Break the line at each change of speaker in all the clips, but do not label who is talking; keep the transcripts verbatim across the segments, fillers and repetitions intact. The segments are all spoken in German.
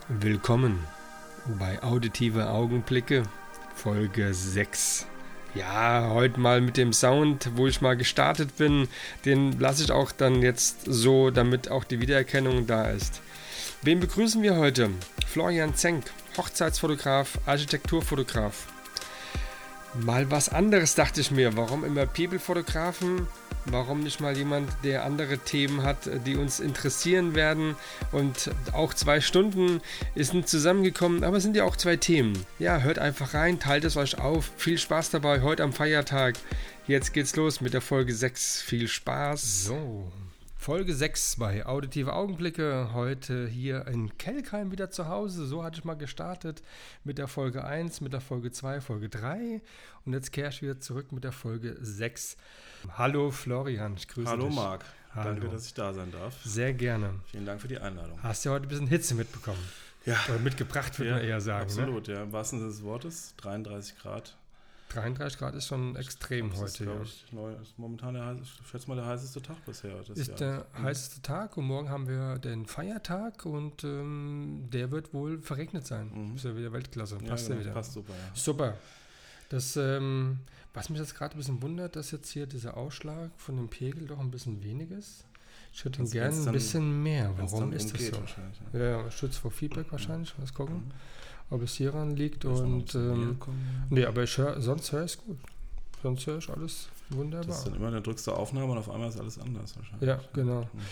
Willkommen bei Auditive Augenblicke, Folge sechs. Ja, heute mal mit dem Sound, wo ich mal gestartet bin, den lasse ich auch dann jetzt so, damit auch die Wiedererkennung da ist. Wen begrüßen wir heute? Florian Zenk, Hochzeitsfotograf, Architekturfotograf. Mal was anderes, dachte ich mir. Warum immer People-Fotografen? Warum nicht mal jemand, der andere Themen hat, die uns interessieren werden? Und auch zwei Stunden sind zusammengekommen, aber es sind ja auch zwei Themen. Ja, hört einfach rein, teilt es euch auf. Viel Spaß dabei, heute am Feiertag. Jetzt geht's los mit der Folge sechs. Viel Spaß. So, Folge sechs bei Auditive Augenblicke. Heute hier in Kelkheim wieder zu Hause. So hatte ich mal gestartet mit der Folge eins, mit der Folge zwei, Folge drei. Und jetzt kehre ich wieder zurück mit der Folge sechs. Hallo Florian, ich grüße
Hallo
dich.
Hallo Marc,
Hallo.
Danke, dass ich da sein darf.
Sehr gerne.
Vielen Dank für die Einladung.
Hast du heute ein bisschen Hitze mitbekommen?
Ja.
Oder mitgebracht, würde
ja,
man eher sagen.
Absolut,
ne?
ja. Im wahrsten Sinne des Wortes, dreiunddreißig Grad.
dreiunddreißig Grad ist schon extrem
das
heute.
Ist, glaube ich, neu, ist momentan der, heiße, ich schätze mal, der heißeste Tag bisher. Das
ist
Jahr.
der heißeste Tag und morgen haben wir den Feiertag und ähm, der wird wohl verregnet sein. Mhm. Ist ja wieder Weltklasse. Passt ja,
genau,
wieder.
Passt super, ja.
Super. Das, ähm, was mich jetzt gerade ein bisschen wundert, dass jetzt hier dieser Ausschlag von dem Pegel doch ein bisschen wenig ist. Ich hätte ihn gerne ein bisschen mehr. Warum ist das so? Ja, ja, Schutz vor Feedback wahrscheinlich. Mal gucken, mhm. ob es hieran liegt. Und ähm, nee, aber ich hör, sonst höre ich es gut. Sonst höre ich alles wunderbar.
Das ist dann immer, dann drückst du Aufnahme und auf einmal ist alles anders wahrscheinlich.
Ja, genau.
Mhm.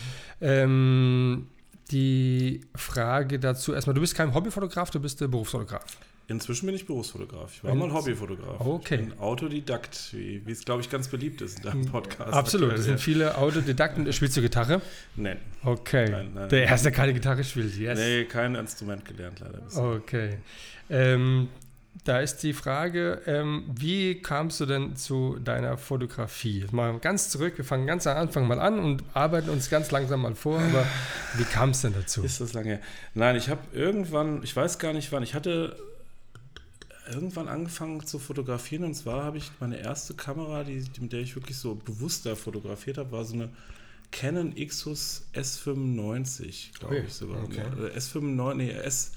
Ähm, die Frage dazu erstmal, du bist kein Hobbyfotograf, du bist der Berufsfotograf.
Inzwischen bin ich Berufsfotograf. Ich war mal Hobbyfotograf.
Okay.
Ich bin Autodidakt, wie, wie es, glaube ich, ganz beliebt ist in deinem Podcast.
Absolut, es sind viele Autodidakten. Spielst du Gitarre?
Nein.
Okay.
Nein, nein,
der
nein.
erste, der keine Gitarre spielt, yes.
Nee, kein Instrument gelernt leider bisher.
Okay. Ähm, da ist die Frage, ähm, wie kamst du denn zu deiner Fotografie? Mal ganz zurück, wir fangen ganz am Anfang mal an und arbeiten uns ganz langsam mal vor, aber wie kam es denn dazu?
Ist das lange her? Nein, ich habe irgendwann, ich weiß gar nicht wann, ich hatte irgendwann angefangen zu fotografieren und zwar habe ich meine erste Kamera, die, mit der ich wirklich so bewusster fotografiert habe, war so eine Canon Ixus S fünfundneunzig, glaube
okay.
ich sogar.
Okay.
Oder S fünfundneunzig, nee, S,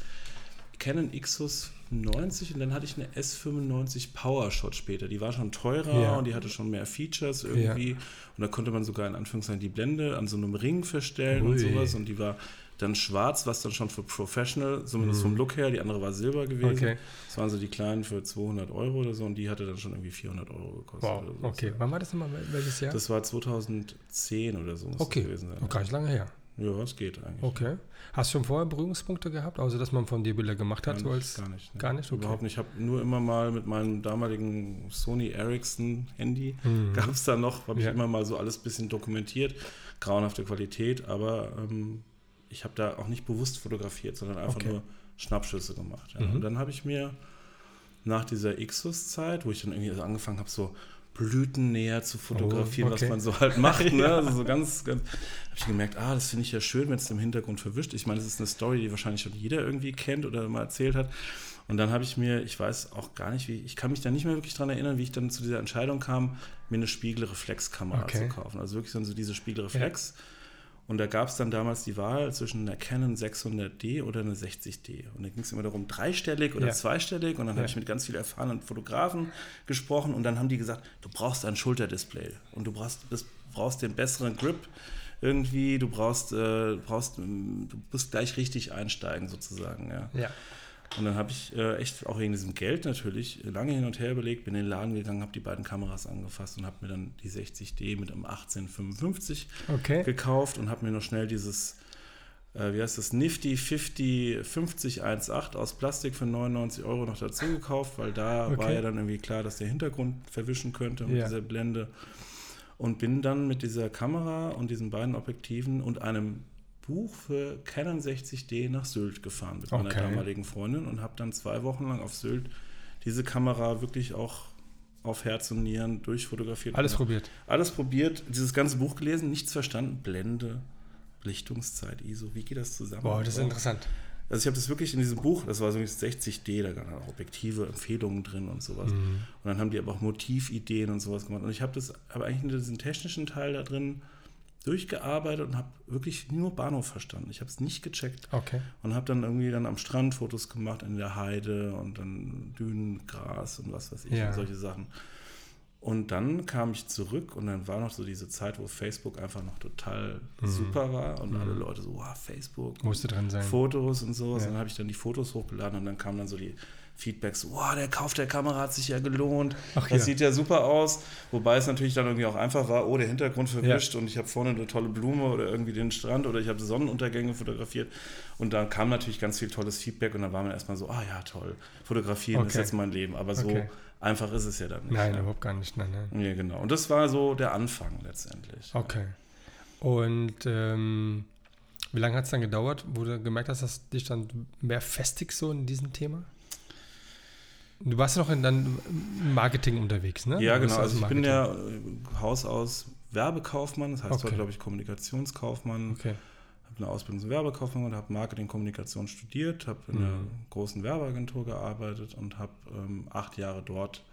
Canon Ixus neunzig und dann hatte ich eine S fünfundneunzig PowerShot später. Die war schon teurer
ja.
und die hatte schon mehr Features irgendwie ja. und da konnte man sogar in Anführungszeichen die Blende an so einem Ring verstellen Ui. und sowas und die war dann schwarz, was dann schon für Professional, zumindest mhm. vom Look her, die andere war silber gewesen. Okay. Das waren so die kleinen für zweihundert Euro oder so und die hatte dann schon irgendwie vierhundert Euro gekostet.
Wow,
oder so.
okay. Wann war das nochmal? Welches Jahr?
Das war zweitausendzehn oder so muss
okay.
das gewesen sein.
Okay, gar nicht lange her.
Ja, es geht eigentlich.
Okay. Hast du schon vorher Berührungspunkte gehabt, außer dass man von dir Bilder gemacht hat?
Gar nicht,
so als
gar nicht. Ne.
Gar nicht? Okay.
Überhaupt nicht. Ich habe nur immer mal mit meinem damaligen Sony Ericsson Handy, mhm. gab es da noch, habe ich ja. immer mal so alles ein bisschen dokumentiert. Grauenhafte Qualität, aber ähm, ich habe da auch nicht bewusst fotografiert, sondern einfach okay. nur Schnappschüsse gemacht. Ja. Mhm. Und dann habe ich mir nach dieser Ixus-Zeit, wo ich dann irgendwie angefangen habe, so Blüten näher zu fotografieren, oh, okay. was man so halt macht. Ne? Also so ganz, ganz, habe ich gemerkt, ah, das finde ich ja schön, wenn es im Hintergrund verwischt. Ich meine, das ist eine Story, die wahrscheinlich schon jeder irgendwie kennt oder mal erzählt hat. Und dann habe ich mir, ich weiß auch gar nicht, wie, ich kann mich da nicht mehr wirklich dran erinnern, wie ich dann zu dieser Entscheidung kam, mir eine Spiegelreflexkamera okay. zu kaufen. Also wirklich so diese Spiegelreflex. Ja. Und da gab es dann damals die Wahl zwischen einer Canon sechshundert D oder einer sechzig D. Und da ging es immer darum, dreistellig oder ja. zweistellig. Und dann ja. habe ich mit ganz vielen erfahrenen Fotografen gesprochen. Und dann haben die gesagt, du brauchst ein Schulterdisplay. Und du brauchst, du brauchst den besseren Grip irgendwie. Du brauchst, äh, brauchst, du musst gleich richtig einsteigen sozusagen. Ja.
ja.
Und dann habe ich äh, echt auch wegen diesem Geld natürlich lange hin und her überlegt, bin in den Laden gegangen, habe die beiden Kameras angefasst und habe mir dann die sechzig D mit einem achtzehn fünfundfünfzig okay. gekauft und habe mir noch schnell dieses, äh, wie heißt das, Nifty fünfzig fünfzig eins Komma acht aus Plastik für neunundneunzig Euro noch dazu gekauft, weil da okay. war ja dann irgendwie klar, dass der Hintergrund verwischen könnte mit ja. dieser Blende. Und bin dann mit dieser Kamera und diesen beiden Objektiven und einem Buch für Canon sechzig D nach Sylt gefahren mit meiner okay. damaligen Freundin und habe dann zwei Wochen lang auf Sylt diese Kamera wirklich auch auf Herz und Nieren durchfotografiert.
Alles probiert.
Alles probiert, dieses ganze Buch gelesen, nichts verstanden, Blende, Lichtungszeit, I S O, wie geht das zusammen?
Boah, das ist interessant.
Also ich habe das wirklich in diesem Buch, das war so sechzig D, da waren auch Objektive, Empfehlungen drin und sowas. Mhm. Und dann haben die aber auch Motivideen und sowas gemacht. Und ich habe das, aber eigentlich nur diesen technischen Teil da drin durchgearbeitet und habe wirklich nur Bahnhof verstanden. Ich habe es nicht gecheckt.
Okay.
Und habe dann irgendwie dann am Strand Fotos gemacht, in der Heide und dann Dünen, Gras und was weiß ich
Ja.
und solche Sachen. Und dann kam ich zurück und dann war noch so diese Zeit, wo Facebook einfach noch total
Mhm.
super war und
Mhm.
alle Leute so, wow, Facebook,
Musste dran sein.
Fotos und so.
Ja.
Dann habe ich dann die Fotos hochgeladen und dann kamen dann so die Feedbacks, wow, der Kauf der Kamera hat sich ja gelohnt,
Ach,
das
ja.
sieht ja super aus. Wobei es natürlich dann irgendwie auch einfach war, oh, der Hintergrund verwischt ja. und ich habe vorne eine tolle Blume oder irgendwie den Strand oder ich habe Sonnenuntergänge fotografiert. Und dann kam natürlich ganz viel tolles Feedback und dann war man erstmal so, ah ja, toll, fotografieren
Okay.
ist jetzt mein Leben. Aber so
Okay.
einfach ist es ja dann nicht.
Nein,
ja.
überhaupt gar nicht. Nein, nein.
Ja, genau. Und das war so der Anfang letztendlich.
Okay. Und ähm, wie lange hat es dann gedauert, wo du gemerkt hast, dass dich dann mehr festigst so in diesem Thema? Du warst noch in dann Marketing unterwegs, ne?
Ja,
Du bist
genau. Also ich bin ja
Marketing.
äh, Haus aus Werbekaufmann, das heißt
Okay.
heute, glaube ich, Kommunikationskaufmann.
Okay.
Habe eine Ausbildung zum Werbekaufmann und habe Marketing, Kommunikation studiert, habe in einer
Mhm.
großen Werbeagentur gearbeitet und habe ähm, acht Jahre dort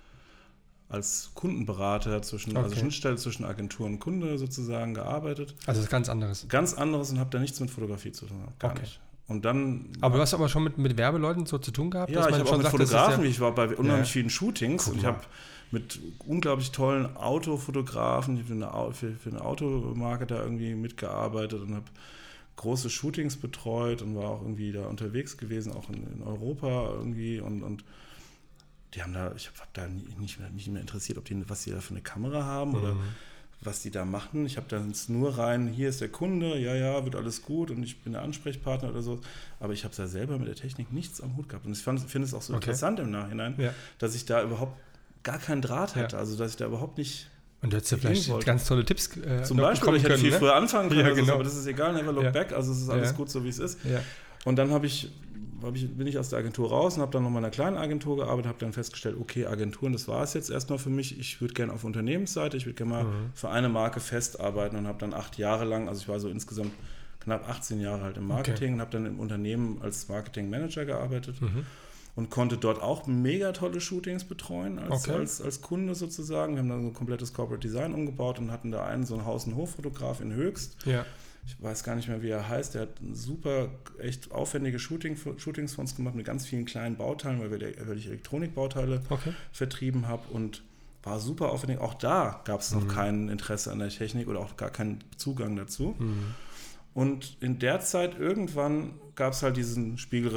als Kundenberater zwischen, also
Okay.
Schnittstelle zwischen Agentur und Kunde sozusagen gearbeitet.
Also das ist ganz anderes.
Ganz anderes und habe da nichts mit Fotografie zu tun, gar
Okay.
nicht. Und dann...
Aber du hast aber schon mit, mit Werbeleuten so zu tun gehabt?
Ja,
dass
ich
man
habe auch
schon
mit
sagt, das ist
Fotografen,
ja-
ich war bei unheimlich
Ja.
vielen Shootings
Guck
und ich
mal.
habe mit unglaublich tollen Autofotografen für eine, Au- für, für eine Automarke da irgendwie mitgearbeitet und habe große Shootings betreut und war auch irgendwie da unterwegs gewesen, auch in, in Europa irgendwie und, und die haben da, ich habe da nie- nicht mehr, nicht mehr interessiert, ob die, was die da für eine Kamera haben oder
Mhm.
was die da machen. Ich habe dann nur rein, hier ist der Kunde, ja, ja, wird alles gut und ich bin der Ansprechpartner oder so. Aber ich habe ja selber mit der Technik nichts am Hut gehabt. Und ich fand- finde es auch so
Okay.
interessant im Nachhinein,
Ja.
dass ich da überhaupt gar keinen Draht
Ja.
hatte. Also, dass ich da überhaupt nicht...
Und du hättest ja
Ich gehen
vielleicht
wollte.
ganz tolle Tipps äh,
Zum
noch
Beispiel,
bekommen
ich hätte
können,
viel
ne?
früher anfangen können,
Ja,
also,
genau.
aber das ist egal, never look
Ja.
back. Also, es ist alles
Ja.
gut, so wie es ist.
Ja.
Und dann habe ich, hab ich, bin ich aus der Agentur raus und habe dann noch mal in einer kleinen Agentur gearbeitet, habe dann festgestellt, okay, Agenturen, das war es jetzt erstmal für mich. Ich würde gerne auf Unternehmensseite, ich würde gerne mal
Mhm.
für eine Marke festarbeiten und habe dann acht Jahre lang, also ich war so insgesamt knapp achtzehn Jahre halt im Marketing
Okay.
und habe dann im Unternehmen als Marketingmanager gearbeitet
Mhm.
und konnte dort auch mega tolle Shootings betreuen als,
Okay.
als, als Kunde sozusagen. Wir haben dann so ein komplettes Corporate Design umgebaut und hatten da einen, so einen Haus- und Hoffotograf in Höchst.
Ja.
Ich weiß gar nicht mehr, wie er heißt. Der hat super, echt aufwendige Shooting, Shootings für uns gemacht mit ganz vielen kleinen Bauteilen, weil, wir, weil ich Elektronikbauteile
Okay.
vertrieben habe und war super aufwendig. Auch da gab es noch
Mhm.
kein Interesse an der Technik oder auch gar keinen Zugang dazu.
Mhm.
Und in der Zeit irgendwann gab es halt diesen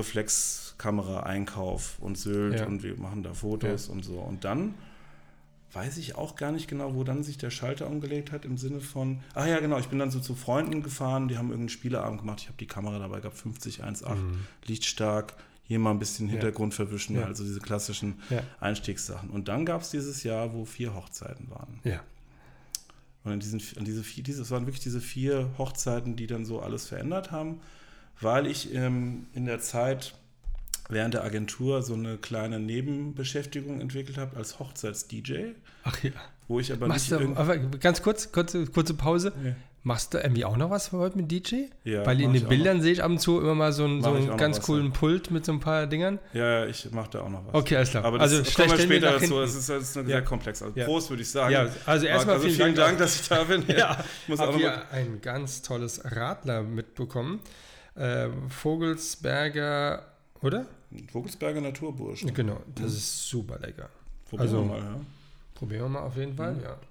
Spiegelreflexkamera-Einkauf und Sylt
Ja.
und wir machen da Fotos und so. Und dann weiß ich auch gar nicht genau, wo dann sich der Schalter umgelegt hat im Sinne von, ach ja genau, ich bin dann so zu Freunden gefahren, die haben irgendeinen Spieleabend gemacht, ich habe die Kamera dabei gehabt, fünfzig eins Komma acht,
Mhm.
lichtstark, hier mal ein bisschen
Ja.
Hintergrund verwischen,
Ja.
also diese klassischen
Ja.
Einstiegssachen. Und dann gab es dieses Jahr, wo vier Hochzeiten waren.
Ja.
Und in diesen, in diese vier, diese, es waren wirklich diese vier Hochzeiten, die dann so alles verändert haben, weil ich ähm, in der Zeit während der Agentur so eine kleine Nebenbeschäftigung entwickelt habe als Hochzeits-D J,
Ach ja.
wo ich aber
Machst
nicht...
du,
irgend-
aber ganz kurz, kurze, kurze Pause.
Ja.
Machst du irgendwie auch noch was heute mit D J?
Ja,
Weil in
mach
den
ich auch
Bildern sehe ich ab und zu immer mal so einen,
Mach
so
ich
einen
auch noch
ganz
was,
coolen
ja.
Pult mit so ein paar Dingern.
Ja, ja, ich mache da auch noch was.
Okay, alles klar.
Aber das
Also
kommen wir
stell- stell mir
später
nach
dazu.
hinten.
Das ist, das ist eine
Ja.
sehr komplex. Also
Ja.
Prost, würde ich sagen.
Ja, also erstmal
also
vielen
vielen
Dank
Dank,
auch.
dass ich da bin.
Ja,
Ich muss
hab
auch noch mal,
hier ein ganz tolles Radler mitbekommen. Äh, Vogelsberger, oder?
Vogelsberger Naturbursch.
Genau, das ist super lecker.
Probieren
also-
wir mal, ja.
Probieren wir mal auf jeden Fall,
Mhm.
ja.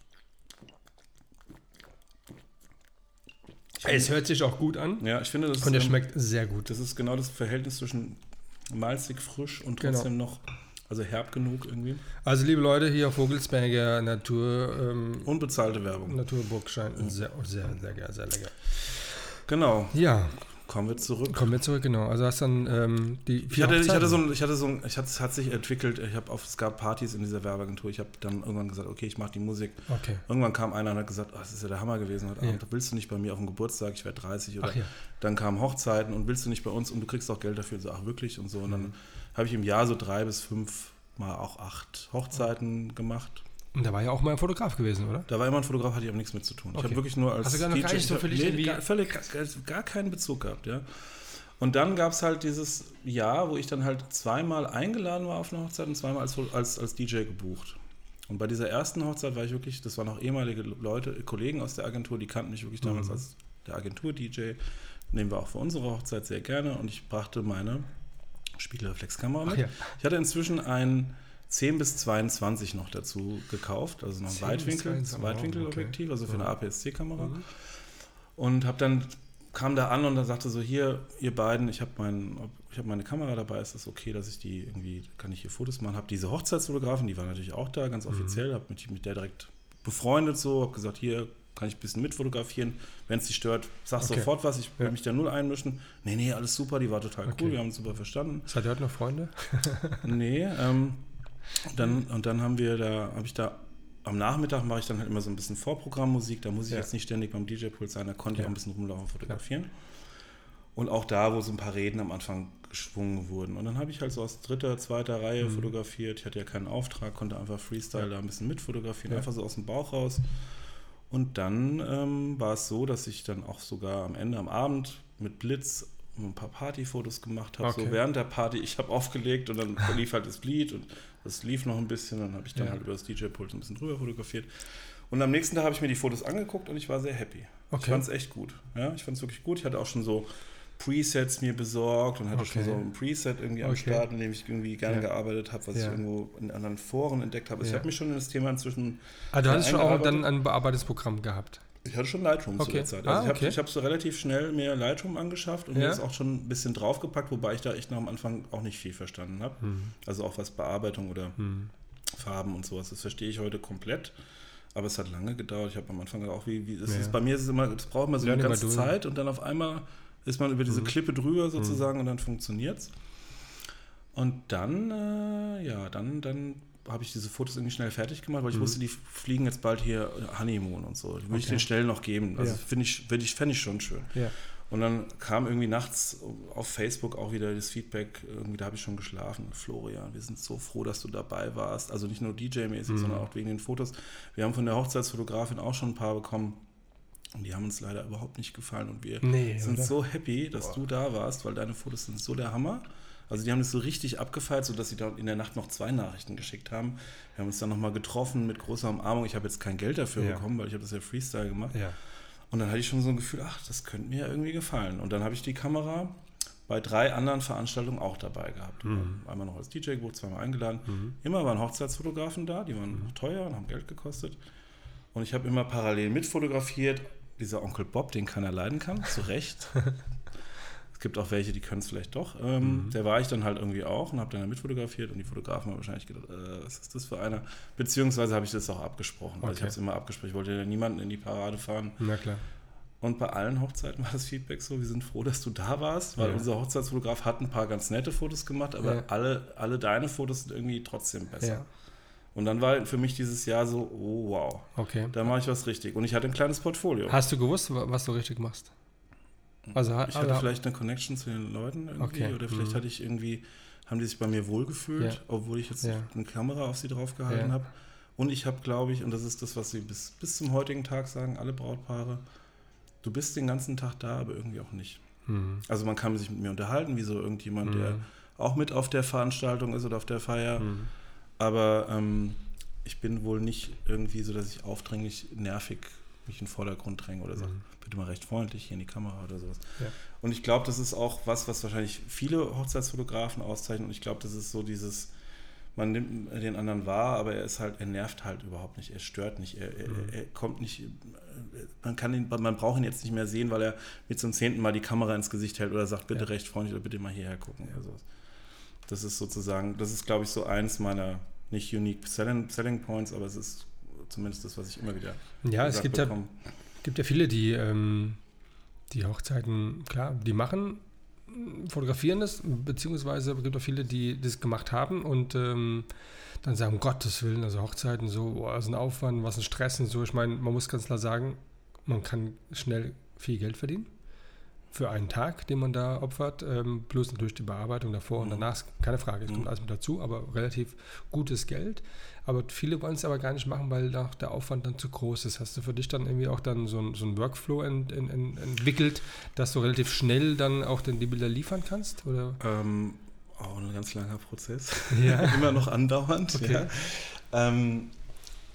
Es hört sich auch gut an
Ja, ich finde, das ist,
und er
ähm,
schmeckt sehr gut.
das ist genau das Verhältnis zwischen malzig, frisch und
Genau.
trotzdem noch, also herb genug irgendwie.
Also liebe Leute, hier auf Vogelsberger Natur, ähm,
Unbezahlte Werbung.
Naturburgschein, sehr, sehr lecker, sehr lecker.
Genau.
Ja,
Kommen wir zurück.
kommen wir zurück, genau. Also hast dann ähm, die
Ich hatte, ich hatte so ein, ich hatte so ein, ich hatte, es hat sich entwickelt, ich habe auf, es gab Partys in dieser Werbeagentur, ich habe dann irgendwann gesagt, okay, ich mache die Musik.
Okay.
Irgendwann kam einer und hat gesagt, oh, das ist ja der Hammer gewesen heute
Ja.
Abend, willst du nicht bei mir auf dem Geburtstag, ich werde dreißig oder
Ach ja.
dann kamen Hochzeiten und willst du nicht bei uns und du kriegst auch Geld dafür, so, ach wirklich und so. Und dann
Mhm.
habe ich im Jahr so drei bis fünf mal auch acht Hochzeiten gemacht.
Und da war ja auch mal ein Fotograf gewesen, oder?
Da war immer ein Fotograf, hatte ich aber nichts mit zu tun. Ich
Okay.
habe wirklich nur als
Hast du gar noch gar nicht so
ich hab-
völlig
nee,
irgendwie-
gar, völlig gar, gar keinen Bezug gehabt, ja. Und dann gab es halt dieses Jahr, wo ich dann halt zweimal eingeladen war auf eine Hochzeit und zweimal als, als, als D J gebucht. Und bei dieser ersten Hochzeit war ich wirklich, das waren auch ehemalige Leute, Kollegen aus der Agentur, die kannten mich wirklich damals mhm. als der Agentur-D J. Nehmen wir auch für unsere Hochzeit sehr gerne. Und ich brachte meine Spiegelreflexkamera mit. Ja. Ich hatte inzwischen ein zehn bis zweiundzwanzig noch dazu gekauft, also noch ein Weitwinkel, Weitwinkelobjektiv, okay. also für eine A P S C-Kamera. Mhm. Und habe dann, kam da an und dann sagte so, hier, ihr beiden, ich habe mein, hab meine Kamera dabei, ist das okay, dass ich die irgendwie, kann ich hier Fotos machen? Habe diese Hochzeitsfotografen, die war natürlich auch da, ganz offiziell, mhm. habe mich mit der direkt befreundet so, habe gesagt, hier kann ich ein bisschen mitfotografieren, wenn es dich stört, sag okay. sofort was, ich will ja. mich da null einmischen. Nee, nee, alles super, die war total okay. cool, wir haben uns super verstanden.
Seid ihr heute noch Freunde?
nee, ähm, dann, und dann haben wir da, habe ich da, am Nachmittag mache ich dann halt immer so ein bisschen Vorprogrammmusik, da muss ich ja. jetzt nicht ständig beim D J-Pult sein, da konnte ja. ich auch ein bisschen rumlaufen, fotografieren. Ja. Und auch da, wo so ein paar Reden am Anfang geschwungen wurden. Und dann habe ich halt so aus dritter, zweiter Reihe mhm. fotografiert, ich hatte ja keinen Auftrag, konnte einfach Freestyle ja. da ein bisschen mitfotografieren, ja. einfach so aus dem Bauch raus. Und dann ähm, war es so, dass ich dann auch sogar am Ende, am Abend mit Blitz ein paar Partyfotos gemacht habe. Okay. So während der Party, ich habe aufgelegt und dann lief halt das Lied und das lief noch ein bisschen. Dann habe ich dann ja. halt über das D J-Pult ein bisschen drüber fotografiert. Und am nächsten Tag habe ich mir die Fotos angeguckt und ich war sehr happy. Okay. Ich fand es echt gut. Ja, ich fand es wirklich gut. Ich hatte auch schon so Presets mir besorgt und hatte okay. schon so ein Preset irgendwie am okay. Start, in dem ich irgendwie gerne ja. gearbeitet habe, was ja. ich irgendwo in anderen Foren entdeckt habe. Also ja. ich habe mich schon in das Thema inzwischen
Ah, du hattest schon auch dann ein bearbeitetes Programm gehabt?
Ich hatte schon Lightroom okay. zu der Zeit. Also ah, ich habe okay. hab so relativ schnell mir Lightroom angeschafft und ja. mir ist auch schon ein bisschen draufgepackt, wobei ich da echt noch am Anfang auch nicht viel verstanden habe. Hm. Also auch was Bearbeitung oder hm. Farben und sowas, das verstehe ich heute komplett. Aber es hat lange gedauert. Ich habe am Anfang auch, wie, wie das ja. ist, bei mir ist es immer, das braucht immer so eine ganze Zeit und dann auf einmal ist man über diese mhm. Klippe drüber sozusagen mhm. und dann funktioniert es. Und dann, äh, ja, dann, dann habe ich diese Fotos irgendwie schnell fertig gemacht, weil ich mhm. wusste, die fliegen jetzt bald hier Honeymoon und so. Die würde okay. ich den schnell noch geben. Also ja. finde ich, find ich, fände ich schon schön. Ja. Und dann kam irgendwie nachts auf Facebook auch wieder das Feedback, irgendwie da habe ich schon geschlafen. Florian, wir sind so froh, dass du dabei warst. Also nicht nur D J-mäßig, mhm. sondern auch wegen den Fotos. Wir haben von der Hochzeitsfotografin auch schon ein paar bekommen. Und die haben uns leider überhaupt nicht gefallen. Und wir nee, sind oder? so happy, dass Boah. du da warst, weil deine Fotos sind so der Hammer. Also die haben das so richtig abgefeiert, sodass sie da in der Nacht noch zwei Nachrichten geschickt haben. Wir haben uns dann nochmal getroffen mit großer Umarmung. Ich habe jetzt kein Geld dafür ja. bekommen, weil ich habe das ja Freestyle gemacht. Ja. Und dann hatte ich schon so ein Gefühl, ach, das könnte mir ja irgendwie gefallen. Und dann habe ich die Kamera bei drei anderen Veranstaltungen auch dabei gehabt. Mhm. Einmal noch als D J gebucht, zweimal eingeladen. Mhm. Immer waren Hochzeitsfotografen da, die waren mhm. teuer und haben Geld gekostet. Und ich habe immer parallel mitfotografiert. Dieser Onkel Bob, den keiner leiden kann, zu Recht. Es gibt auch welche, die können es vielleicht doch. Ähm, mhm. Der war ich dann halt irgendwie auch und habe dann mitfotografiert und die Fotografen haben wahrscheinlich gedacht, äh, was ist das für einer? Beziehungsweise habe ich das auch abgesprochen. Okay. Also ich habe es immer abgesprochen. Ich wollte ja niemanden in die Parade fahren.
Na klar.
Und bei allen Hochzeiten war das Feedback so, wir sind froh, dass du da warst, weil ja. unser Hochzeitsfotograf hat ein paar ganz nette Fotos gemacht, aber ja. alle, alle deine Fotos sind irgendwie trotzdem besser. Ja. Und dann war für mich dieses Jahr so, oh wow,
okay.
da mache ich was richtig. Und ich hatte ein kleines Portfolio.
Hast du gewusst, was du richtig machst?
Also, ich hatte also, vielleicht eine Connection zu den Leuten irgendwie okay. oder vielleicht mhm. hatte ich irgendwie, haben die sich bei mir wohlgefühlt, ja. obwohl ich jetzt ja. eine Kamera auf sie draufgehalten ja. habe. Und ich habe, glaube ich, und das ist das, was sie bis, bis zum heutigen Tag sagen, alle Brautpaare, du bist den ganzen Tag da, aber irgendwie auch nicht. Mhm. Also man kann sich mit mir unterhalten, wie so irgendjemand, mhm. der auch mit auf der Veranstaltung ist oder auf der Feier. Mhm. Aber ähm, ich bin wohl nicht irgendwie so, dass ich aufdringlich nervig mich in den Vordergrund dränge oder so. Mhm. Bitte mal recht freundlich hier in die Kamera oder sowas. Ja. Und ich glaube, das ist auch was, was wahrscheinlich viele Hochzeitsfotografen auszeichnen. Und ich glaube, das ist so dieses, man nimmt den anderen wahr, aber er ist halt, er nervt halt überhaupt nicht, er stört nicht, er, er, mhm. er kommt nicht, man kann ihn, man braucht ihn jetzt nicht mehr sehen, weil er mir zum zehnten Mal die Kamera ins Gesicht hält oder sagt, bitte ja. recht freundlich oder bitte mal hierher gucken oder sowas. Das ist sozusagen, das ist, glaube ich, so eins meiner nicht unique selling, selling Points, aber es ist zumindest das, was ich immer wieder
ja, es gibt bekomme. ja gibt ja viele, die ähm, die Hochzeiten, klar, die machen, fotografieren das, beziehungsweise es gibt auch viele, die das gemacht haben und ähm, dann sagen, um Gottes Willen, also Hochzeiten so, oh, was ein Aufwand, was ein Stress und so. Ich meine, man muss ganz klar sagen, man kann schnell viel Geld verdienen für einen Tag, den man da opfert, ähm, plus natürlich die Bearbeitung davor mhm. und danach, keine Frage, es mhm. kommt alles mit dazu, aber relativ gutes Geld. Aber viele wollen es aber gar nicht machen, weil da der Aufwand dann zu groß ist. Hast du für dich dann irgendwie auch dann so ein, so ein Workflow ent, ent, ent, entwickelt, dass du relativ schnell dann auch dann die Bilder liefern kannst? Oder?
Ähm, auch ein ganz langer Prozess. Ja. Immer noch andauernd. Okay. Ja. Ähm,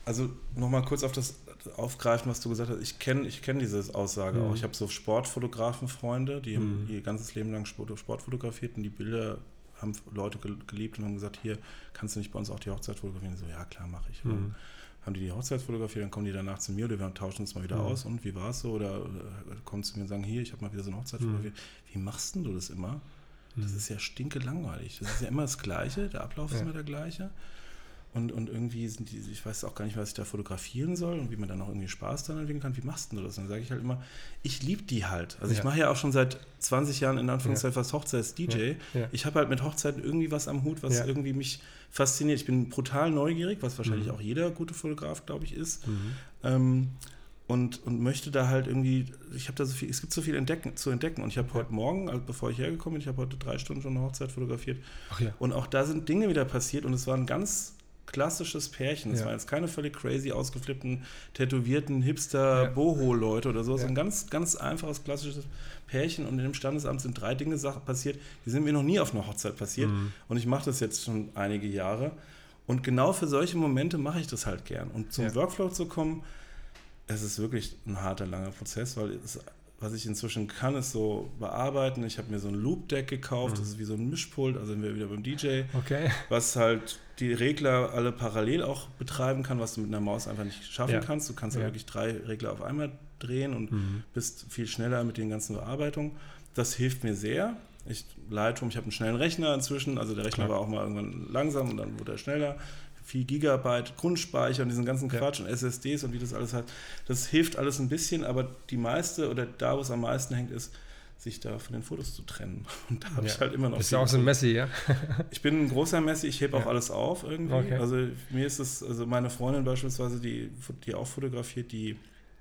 Also nochmal kurz auf das aufgreifen, was du gesagt hast. Ich kenne ich kenn diese Aussage mhm. auch. Ich habe so Sportfotografen-Freunde, die mhm. haben ihr ganzes Leben lang Sport, Sport fotografiert und die Bilder haben Leute geliebt und haben gesagt, hier, kannst du nicht bei uns auch die Hochzeit fotografieren? So, ja klar, mache ich. Mhm. Haben die die Hochzeit fotografiert, dann kommen die danach zu mir oder wir tauschen uns mal wieder mhm. aus und wie war es so? Oder, oder kommen zu mir und sagen, hier, ich habe mal wieder so eine Hochzeit mhm. fotografiert. Wie machst denn du das immer? Mhm. Das ist ja stinke langweilig. Das ist ja immer das Gleiche, der Ablauf ja. ist immer der gleiche. Und, und irgendwie sind die, ich weiß auch gar nicht, was ich da fotografieren soll und wie man dann auch irgendwie Spaß daran entwickeln kann. Wie machst du das? Und dann sage ich halt immer, ich liebe die halt. Also ja. ich mache ja auch schon seit zwanzig Jahren in Anführungszeichen ja. fast Hochzeits-D J. Ja. Ja. Ich habe halt mit Hochzeiten irgendwie was am Hut, was ja. irgendwie mich fasziniert. Ich bin brutal neugierig, was wahrscheinlich mhm. auch jeder gute Fotograf, glaube ich, ist. Mhm. Ähm, und, und möchte da halt irgendwie, ich habe da so viel, es gibt so viel entdecken, zu entdecken. Und ich habe ja. heute Morgen, also bevor ich hergekommen bin, ich habe heute drei Stunden schon eine Hochzeit fotografiert. Ach ja. Und auch da sind Dinge wieder passiert und es war ein ganz klassisches Pärchen. Es ja. waren jetzt keine völlig crazy ausgeflippten, tätowierten Hipster-Boho-Leute oder so. Es ja. ist ein ganz, ganz einfaches, klassisches Pärchen und im Standesamt sind drei Dinge passiert, die sind mir noch nie auf einer Hochzeit passiert mhm. und ich mache das jetzt schon einige Jahre und genau für solche Momente mache ich das halt gern. Und zum ja. Workflow zu kommen, es ist wirklich ein harter, langer Prozess, weil es, was ich inzwischen kann, ist so bearbeiten. Ich habe mir so ein Loop-Deck gekauft, mhm. das ist wie so ein Mischpult, also sind wir wieder beim D J,
okay.
was halt die Regler alle parallel auch betreiben kann, was du mit einer Maus einfach nicht schaffen ja. kannst. Du kannst ja. ja wirklich drei Regler auf einmal drehen und mhm. bist viel schneller mit den ganzen Bearbeitungen. Das hilft mir sehr. Ich Lightroom, ich habe einen schnellen Rechner inzwischen, also der Rechner Klar. war auch mal irgendwann langsam und dann wurde er schneller. vier Gigabyte Grundspeicher und diesen ganzen Quatsch ja. und S S Ds und wie das alles hat. Das hilft alles ein bisschen, aber die meiste oder da, wo es am meisten hängt, ist, sich da von den Fotos zu trennen. Und da habe ja. ich halt immer noch...
Bist du auch so ein Messi, ja?
Ich bin ein großer Messi, ich hebe
ja.
auch alles auf irgendwie. Okay. Also mir ist es, also meine Freundin beispielsweise, die, die auch fotografiert, die,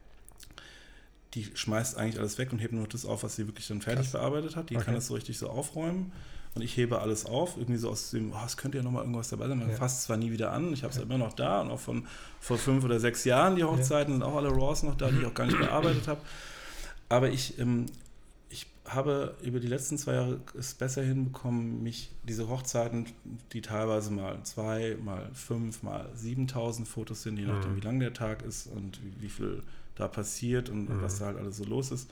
die schmeißt eigentlich alles weg und hebt nur das auf, was sie wirklich dann fertig Krass. bearbeitet hat. Die okay. kann das so richtig so aufräumen. Und ich hebe alles auf, irgendwie so aus dem, oh, es könnte ja nochmal irgendwas dabei sein. Man ja. fasst es zwar nie wieder an, ich habe es ja. immer noch da und auch von vor fünf oder sechs Jahren die Hochzeiten ja. sind auch alle Raws noch da, die ich auch gar nicht bearbeitet habe. Aber ich, ähm, ich habe über die letzten zwei Jahre es besser hinbekommen, mich diese Hochzeiten, die teilweise mal zwei, mal fünf, mal siebentausend Fotos sind, je nachdem, mhm. wie lang der Tag ist und wie, wie viel da passiert und, mhm. und was da halt alles so los ist.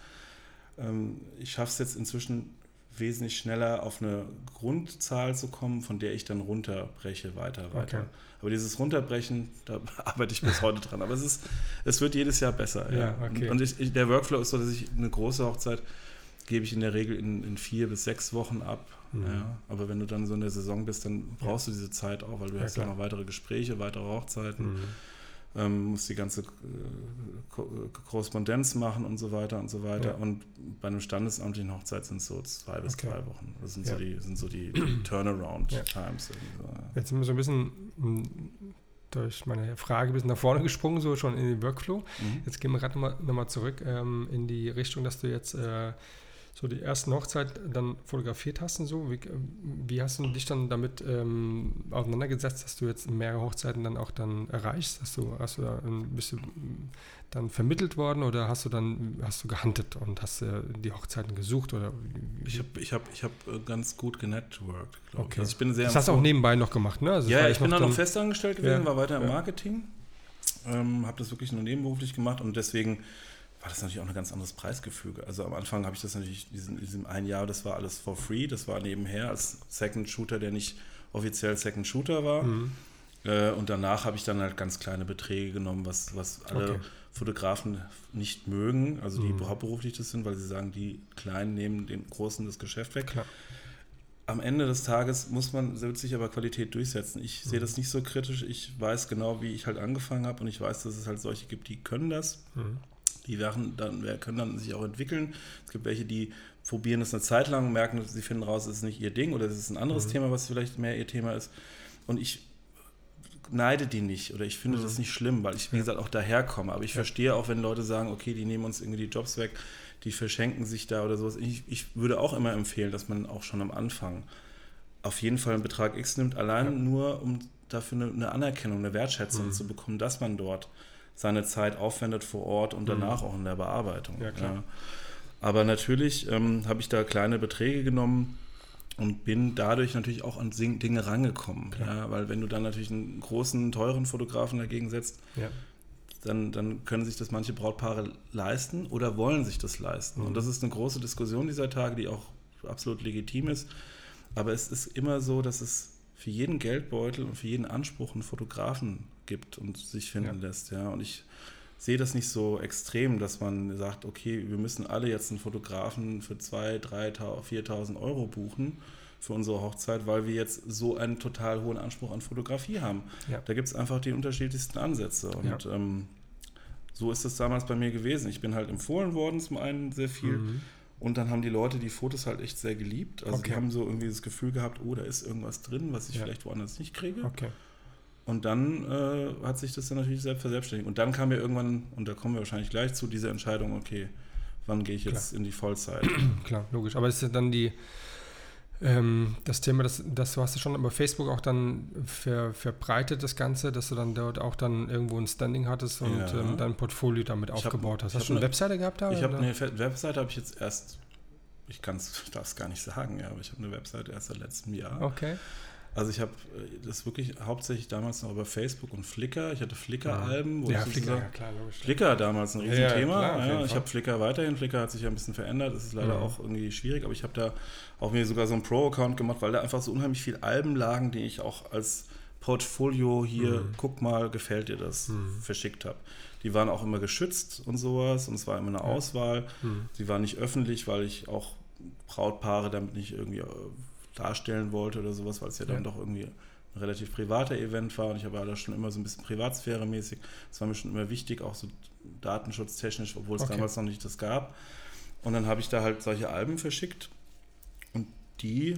Ähm, ich schaffe es jetzt inzwischen wesentlich schneller auf eine Grundzahl zu kommen, von der ich dann runterbreche, weiter, weiter. Okay. Aber dieses Runterbrechen, da arbeite ich bis heute dran. Aber es ist, es wird jedes Jahr besser. Ja, ja. Okay. Und ich, der Workflow ist so, dass ich eine große Hochzeit gebe ich in der Regel in, in vier bis sechs Wochen ab. Mhm. Ja. Aber wenn du dann so in der Saison bist, dann brauchst ja. du diese Zeit auch, weil du ja, hast klar. ja noch weitere Gespräche, weitere Hochzeiten. Mhm. Ähm, musst die ganze äh, Ko- Korrespondenz machen und so weiter und so weiter. Ja. Und bei einem standesamtlichen Hochzeit sind es so zwei bis okay. drei Wochen. Das sind ja. so die, sind so die Turnaround-Times. Ja. So.
Jetzt sind wir so ein bisschen m, durch meine Frage ein bisschen nach vorne gesprungen, so schon in den Workflow. Mhm. Jetzt gehen wir gerade nochmal noch mal zurück ähm, in die Richtung, dass du jetzt äh, so die ersten Hochzeit dann fotografiert hast und so. Wie, wie hast du dich dann damit ähm, auseinandergesetzt, dass du jetzt mehrere Hochzeiten dann auch dann erreichst? Hast du, hast du da, bist du dann vermittelt worden oder hast du dann hast du gehuntet und hast äh, die Hochzeiten gesucht? Oder
ich habe ich hab, ich hab ganz gut genetworked, glaube
okay.
ich. Also ich bin sehr
das hast du auch nebenbei noch gemacht, ne? Also
ja, ich bin dann noch festangestellt gewesen, ja. war weiter im
ja.
Marketing, ähm, habe das wirklich nur nebenberuflich gemacht und deswegen war das natürlich auch ein ganz anderes Preisgefüge. Also am Anfang habe ich das natürlich, in diesem ein Jahr, das war alles for free, das war nebenher als Second Shooter, der nicht offiziell Second Shooter war. Mhm. Äh, und danach habe ich dann halt ganz kleine Beträge genommen, was, was alle okay. Fotografen nicht mögen, also die mhm. hauptberuflich das sind, weil sie sagen, die Kleinen nehmen den Großen das Geschäft weg.
Klar.
Am Ende des Tages muss man wird sich aber Qualität durchsetzen. Ich mhm. sehe das nicht so kritisch. Ich weiß genau, wie ich halt angefangen habe und ich weiß, dass es halt solche gibt, die können das. Mhm. Die werden dann, können dann sich auch entwickeln. Es gibt welche, die probieren es eine Zeit lang, merken, sie finden raus, es ist nicht ihr Ding oder es ist ein anderes mhm. Thema, was vielleicht mehr ihr Thema ist. Und ich neide die nicht oder ich finde mhm. das nicht schlimm, weil ich, wie gesagt, auch daherkomme. Aber ich ja. verstehe auch, wenn Leute sagen, okay, die nehmen uns irgendwie die Jobs weg, die verschenken sich da oder sowas. Ich, ich würde auch immer empfehlen, dass man auch schon am Anfang auf jeden Fall einen Betrag X nimmt, allein ja. nur, um dafür eine, eine Anerkennung, eine Wertschätzung mhm. zu bekommen, dass man dort seine Zeit aufwendet vor Ort und danach mhm. auch in der Bearbeitung.
Ja, klar.
Ja. Aber natürlich ähm, habe ich da kleine Beträge genommen und bin dadurch natürlich auch an Dinge rangekommen. Ja, weil wenn du dann natürlich einen großen, teuren Fotografen dagegen setzt, ja. dann, dann können sich das manche Brautpaare leisten oder wollen sich das leisten. Mhm. Und das ist eine große Diskussion dieser Tage, die auch absolut legitim ist. Aber es ist immer so, dass es für jeden Geldbeutel und für jeden Anspruch einen Fotografen gibt und sich finden ja. lässt. Ja. Und ich sehe das nicht so extrem, dass man sagt, okay, wir müssen alle jetzt einen Fotografen für zweitausend, dreitausend, viertausend Euro buchen für unsere Hochzeit, weil wir jetzt so einen total hohen Anspruch an Fotografie haben. Ja. Da gibt es einfach die unterschiedlichsten Ansätze. Und ja. ähm, so ist es damals bei mir gewesen. Ich bin halt empfohlen worden, zum einen sehr viel. Mhm. Und dann haben die Leute die Fotos halt echt sehr geliebt. Also okay. die haben so irgendwie das Gefühl gehabt, oh, da ist irgendwas drin, was ich ja. vielleicht woanders nicht kriege.
Okay.
Und dann äh, hat sich das dann natürlich selbst verselbstständigt. Und dann kam ja irgendwann, und da kommen wir wahrscheinlich gleich zu, dieser Entscheidung, okay, wann gehe ich jetzt Klar. in die Vollzeit?
Klar, logisch. Aber das ist ja dann die, ähm, das Thema, das, das hast du schon über Facebook auch dann ver, verbreitet, das Ganze, dass du dann dort auch dann irgendwo ein Standing hattest und ja. ähm, dein Portfolio damit ich aufgebaut
hab,
hast. Hast du eine, eine Webseite gehabt da?
Ich habe eine Webseite, habe ich jetzt erst, ich kann es das gar nicht sagen, ja, aber ich habe eine Webseite erst seit letztem Jahr.
Okay.
Also ich habe das wirklich hauptsächlich damals noch über Facebook und Flickr. Ich hatte Flickr-Alben.
Ja, Flickr, ja klar, logisch.
Flickr damals ein Riesenthema.
Ja, klar,
ja, ich habe Flickr weiterhin. Flickr hat sich ja ein bisschen verändert. Das ist leider mhm. auch irgendwie schwierig. Aber ich habe da auch mir sogar so einen Pro-Account gemacht, weil da einfach so unheimlich viele Alben lagen, die ich auch als Portfolio hier, mhm. guck mal, gefällt dir das, mhm. verschickt habe. Die waren auch immer geschützt und sowas. Und es war immer eine ja. Auswahl. Mhm. Sie waren nicht öffentlich, weil ich auch Brautpaare damit nicht irgendwie darstellen wollte oder sowas, weil es ja dann ja. doch irgendwie ein relativ privater Event war und ich habe ja da schon immer so ein bisschen Privatsphäre-mäßig, das war mir schon immer wichtig, auch so datenschutztechnisch, obwohl es okay. damals noch nicht das gab. Und dann habe ich da halt solche Alben verschickt und die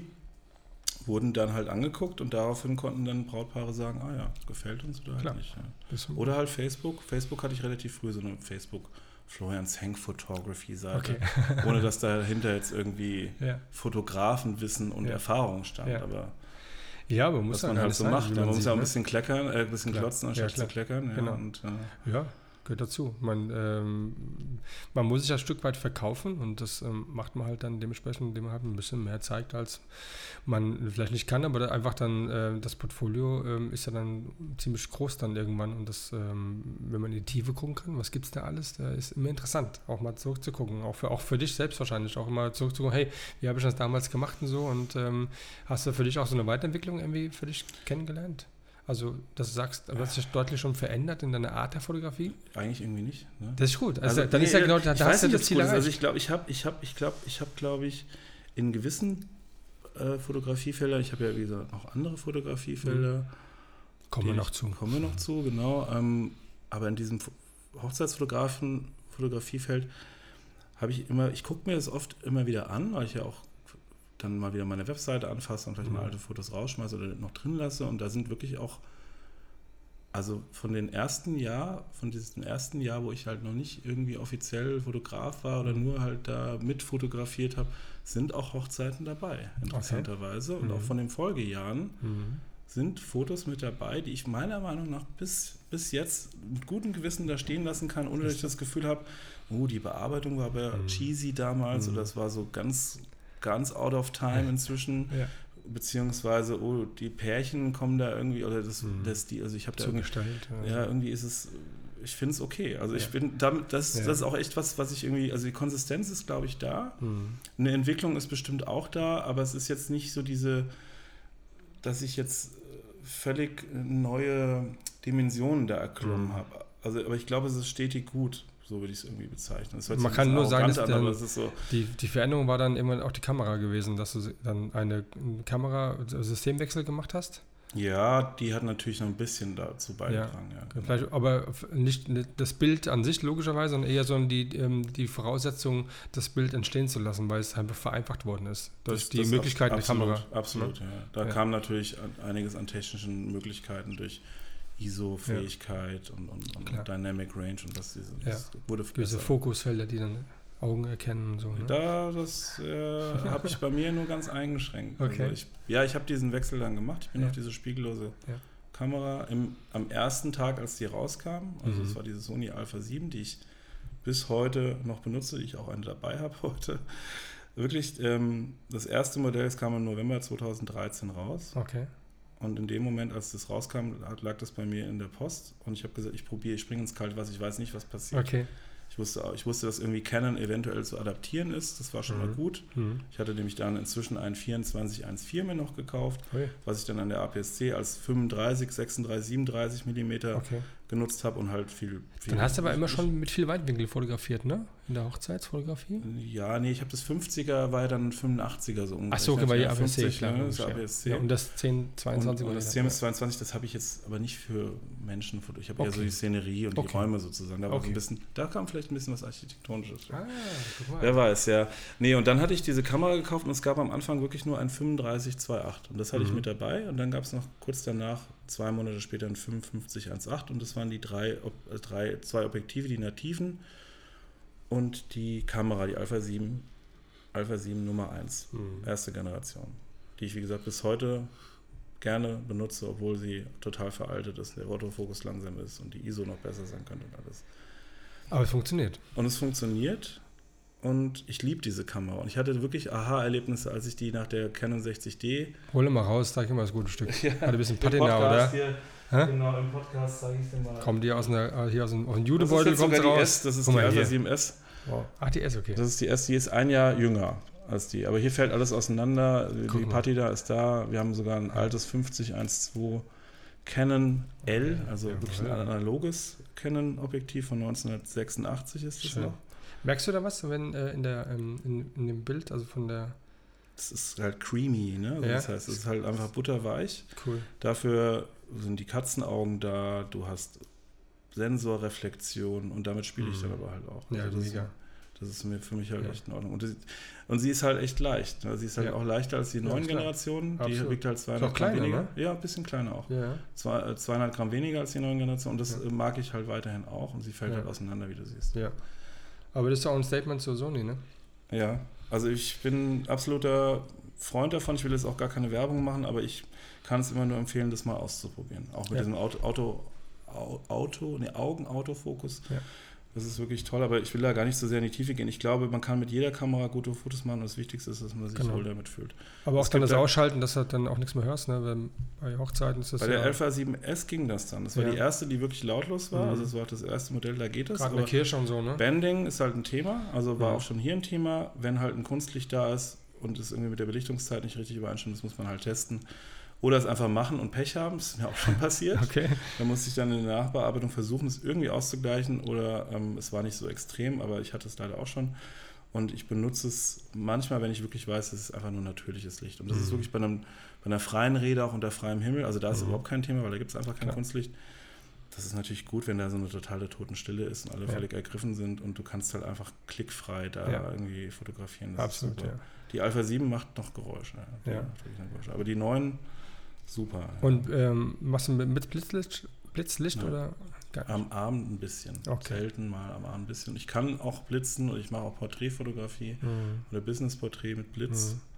wurden dann halt angeguckt und daraufhin konnten dann Brautpaare sagen, ah ja, gefällt uns oder
Klar.
halt nicht. Ja. Oder halt Facebook. Facebook hatte ich relativ früh so eine Facebook- Florians Hank Photography-Seite, okay. ohne dass dahinter jetzt irgendwie ja. Fotografenwissen und ja. Erfahrung stand.
Ja.
Aber
ja, aber muss
was man halt so
sein,
macht. Man, man muss
sieht,
ja auch ein
ne?
bisschen kleckern, äh, ein bisschen
klar.
klotzen, anstatt
ja,
zu kleckern. Ja,
genau.
und, äh,
ja, gehört dazu. Man, ähm, man muss sich ein Stück weit verkaufen und das ähm, macht man halt dann dementsprechend, indem man halt ein bisschen mehr zeigt, als man vielleicht nicht kann, aber einfach dann äh, das Portfolio ähm, ist ja dann ziemlich groß dann irgendwann und das, ähm, wenn man in die Tiefe gucken kann, was gibt es da alles, da ist immer interessant, auch mal zurückzugucken, auch für, auch für dich selbst wahrscheinlich, auch immer zurückzugucken, hey, wie habe ich das damals gemacht und so und ähm, hast du für dich auch so eine Weiterentwicklung irgendwie für dich kennengelernt? Also, dass du sagst, du hast dich deutlich schon verändert in deiner Art der Fotografie?
Eigentlich irgendwie nicht. Ne?
Das ist gut. Also,
also
dann
nee,
ist ja genau, da hast du das Ziel erreicht.
Also ich glaube, ich habe, ich habe, ich glaube, ich habe, glaube ich, in gewissen äh, Fotografiefeldern, ich habe ja wie gesagt noch andere Fotografiefelder.
Mhm. Kommen wir noch zu.
Kommen wir noch zu, genau. Ähm, aber in diesem Hochzeitsfotografen Fotografiefeld habe ich immer, ich gucke mir das oft immer wieder an, weil ich ja auch dann mal wieder meine Webseite anfasse und vielleicht mhm. mal alte Fotos rausschmeiße oder noch drin lasse. Und da sind wirklich auch, also von den ersten Jahr, von diesem ersten Jahr, wo ich halt noch nicht irgendwie offiziell Fotograf war oder nur halt da mit fotografiert habe, sind auch Hochzeiten dabei, interessanterweise. Okay. Und mhm. auch von den Folgejahren mhm. sind Fotos mit dabei, die ich meiner Meinung nach bis, bis jetzt mit gutem Gewissen da stehen lassen kann, ohne dass ich das Gefühl habe, oh, die Bearbeitung war aber mhm. cheesy damals mhm. oder es war so ganz... ganz out of time inzwischen, ja. beziehungsweise, oh, die Pärchen kommen da irgendwie, oder das, mhm. das die, also ich habe da irgendwie, ja. ja, irgendwie ist es, ich finde es okay. Also ja. ich bin damit, das, ja. das ist auch echt was, was ich irgendwie, also die Konsistenz ist, glaube ich, da. Mhm. Eine Entwicklung ist bestimmt auch da, aber es ist jetzt nicht so diese, dass ich jetzt völlig neue Dimensionen da erklommen mhm. habe. Also, aber ich glaube, es ist stetig gut. So würde ich es irgendwie bezeichnen.
Man kann nur sagen, dass
an, aber es ist so
die, die Veränderung war dann irgendwann auch die Kamera gewesen, dass du dann eine Kamera-Systemwechsel gemacht hast?
Ja, die hat natürlich noch ein bisschen dazu beigetragen. Ja,
ja, genau. Vielleicht, aber nicht das Bild an sich logischerweise, sondern eher so die, die Voraussetzung, das Bild entstehen zu lassen, weil es einfach vereinfacht worden ist durch das, die das Möglichkeiten
absolut,
der Kamera.
Absolut, ja. ja. Da ja. kam natürlich einiges an technischen Möglichkeiten durch I S O-Fähigkeit ja. und, und, und Dynamic Range und das, diese, das
ja.
wurde
diese Fokusfelder, die dann Augen erkennen und so. Ne?
Da, das äh, habe ich bei mir nur ganz eingeschränkt.
Okay.
Also ich, ja, ich habe diesen Wechsel dann gemacht. Ich bin ja. auf diese spiegellose
ja.
Kamera im, am ersten Tag, als die rauskam, also es mhm. war diese Sony Alpha sieben, die ich bis heute noch benutze, die ich auch eine dabei habe heute. wirklich, ähm, das erste Modell, das kam im November zweitausenddreizehn raus.
Okay.
Und in dem Moment, als das rauskam, lag das bei mir in der Post. Und ich habe gesagt, ich probiere, ich springe ins kalte Wasser, ich weiß nicht, was passiert.
Okay.
Ich wusste, ich wusste, dass irgendwie Canon eventuell zu adaptieren ist. Das war schon mhm. mal gut. Mhm. Ich hatte nämlich dann inzwischen einen vierundzwanzig eins Komma vier mir noch gekauft, Ui. was ich dann an der A P S C als fünfunddreißig, sechsunddreißig, siebenunddreißig Millimeter okay. genutzt habe und halt viel, viel...
Dann hast du aber immer schon mit viel Weitwinkel fotografiert, ne? In der Hochzeitsfotografie?
Ja, nee, ich habe das fünfziger, war ja dann fünfundachtziger so ungefähr.
Ach so, okay, weil die A P S C,
fünfzig,
klar.
Ne, das A P S C.
Ja, und das zehn zweiundzwanzig
und,
oder
und das zehn zweiundzwanzig, das habe ich jetzt aber nicht für Menschen fotografiert. Ich habe okay. eher so die Szenerie und okay. die Räume sozusagen. Da, war okay. so ein bisschen, da kam vielleicht ein bisschen was Architektonisches. Ah, guck mal. Wer weiß, ja. Nee, und dann hatte ich diese Kamera gekauft und es gab am Anfang wirklich nur ein fünfunddreißig zwei Komma acht und das hatte mhm. ich mit dabei und dann gab es noch kurz danach, zwei Monate später, ein fünfundfünfzig eins Komma acht und das waren die drei, drei, zwei Objektive, die nativen und die Kamera, die Alpha sieben, Alpha sieben Nummer eins, mhm. erste Generation, die ich, wie gesagt, bis heute gerne benutze, obwohl sie total veraltet ist, der Autofokus langsam ist und die I S O noch besser sein könnte und alles.
Aber es funktioniert.
Und es funktioniert und ich liebe diese Kamera. Und ich hatte wirklich Aha-Erlebnisse, als ich die nach der Canon sechzig D...
Hol mal raus, zeig mal das gute Stück. Ja, hat ein bisschen Patina, oder?
Hier, genau, im Podcast zeige ich es dir mal.
Kommt die aus, einer, hier aus dem, aus dem Judebeutel, kommt
das
raus?
S, das ist die Alpha sieben S.
Wow. Ach, die S, okay.
Das ist die S, die ist ein Jahr jünger als die. Aber hier fällt alles auseinander. Guck die mal. Patina ist da. Wir haben sogar ein altes fünfzig eins Komma zwei Canon L, also ja, wirklich ein analoges Canon-Objektiv von neunzehnhundertsechsundachtzig ist das noch.
Merkst du da was, wenn äh, in, der, ähm, in, in dem Bild, also von der...
Das ist halt creamy, ne? Also ja. Das heißt, es ist halt einfach butterweich.
Cool.
Dafür sind die Katzenaugen da, du hast Sensorreflexion und damit spiele ich mhm. dann aber halt auch.
Ja,
also das
mega.
Ist, das ist mir für mich halt
ja.
echt in Ordnung. Und, das, und sie ist halt echt leicht. Sie ist halt
ja.
auch leichter als die neuen ja, Generationen. Die
Absolut.
wiegt halt zweihundert
kleiner,
Gramm weniger.
Ne?
Ja, ein bisschen kleiner auch.
Ja.
Zwei, zweihundert Gramm weniger als die neuen Generationen. Und das ja. mag ich halt weiterhin auch. Und sie fällt
ja.
halt auseinander, wie du siehst.
Ja. Aber das ist auch ein Statement zur Sony, ne?
Ja, also ich bin absoluter Freund davon. Ich will jetzt auch gar keine Werbung machen, aber ich kann es immer nur empfehlen, das mal auszuprobieren. Auch mit ja. diesem Auto, Auto, Auto nee, Augen-Autofokus. Ja. Das ist wirklich toll, aber ich will da gar nicht so sehr in die Tiefe gehen. Ich glaube, man kann mit jeder Kamera gute Fotos machen und das Wichtigste ist, dass man sich genau. wohl damit fühlt.
Aber auch dann das Ausschalten, dass du dann auch nichts mehr hörst, ne? Weil bei Hochzeiten ist das
Bei
ja...
der Alpha sieben S ging das dann. Das war ja. die erste, die wirklich lautlos war. Mhm. Also es war das erste Modell, da geht das.
Gerade eine Kirsche und so, ne?
Banding ist halt ein Thema, also war
ja.
auch schon hier ein Thema. Wenn halt ein Kunstlicht da ist und es irgendwie mit der Belichtungszeit nicht richtig übereinstimmt, das muss man halt testen. Oder es einfach machen und Pech haben, das ist mir auch schon passiert.
Okay.
Da musste ich dann in der Nachbearbeitung versuchen, es irgendwie auszugleichen oder ähm, es war nicht so extrem, aber ich hatte es leider auch schon. Und ich benutze es manchmal, wenn ich wirklich weiß, es ist einfach nur natürliches Licht. Und das mhm. ist wirklich bei, einem, bei einer freien Rede auch unter freiem Himmel, also da ist mhm. überhaupt kein Thema, weil da gibt es einfach kein Klar. Kunstlicht. Das ist natürlich gut, wenn da so eine totale Totenstille ist und alle ja. völlig ergriffen sind und du kannst halt einfach klickfrei da ja. irgendwie fotografieren. Das
Absolut, ja.
Die Alpha sieben macht noch Geräusche. Ja. Ja. Geräusche. Aber die neuen... Super.
Und ähm, machst du mit Blitzlicht, Blitzlicht ja. oder gar nicht?
Am Abend ein bisschen.
Okay.
Selten mal am Abend ein bisschen. Ich kann auch blitzen und ich mache auch Porträtfotografie mhm. oder Businessporträt mit Blitz. Mhm.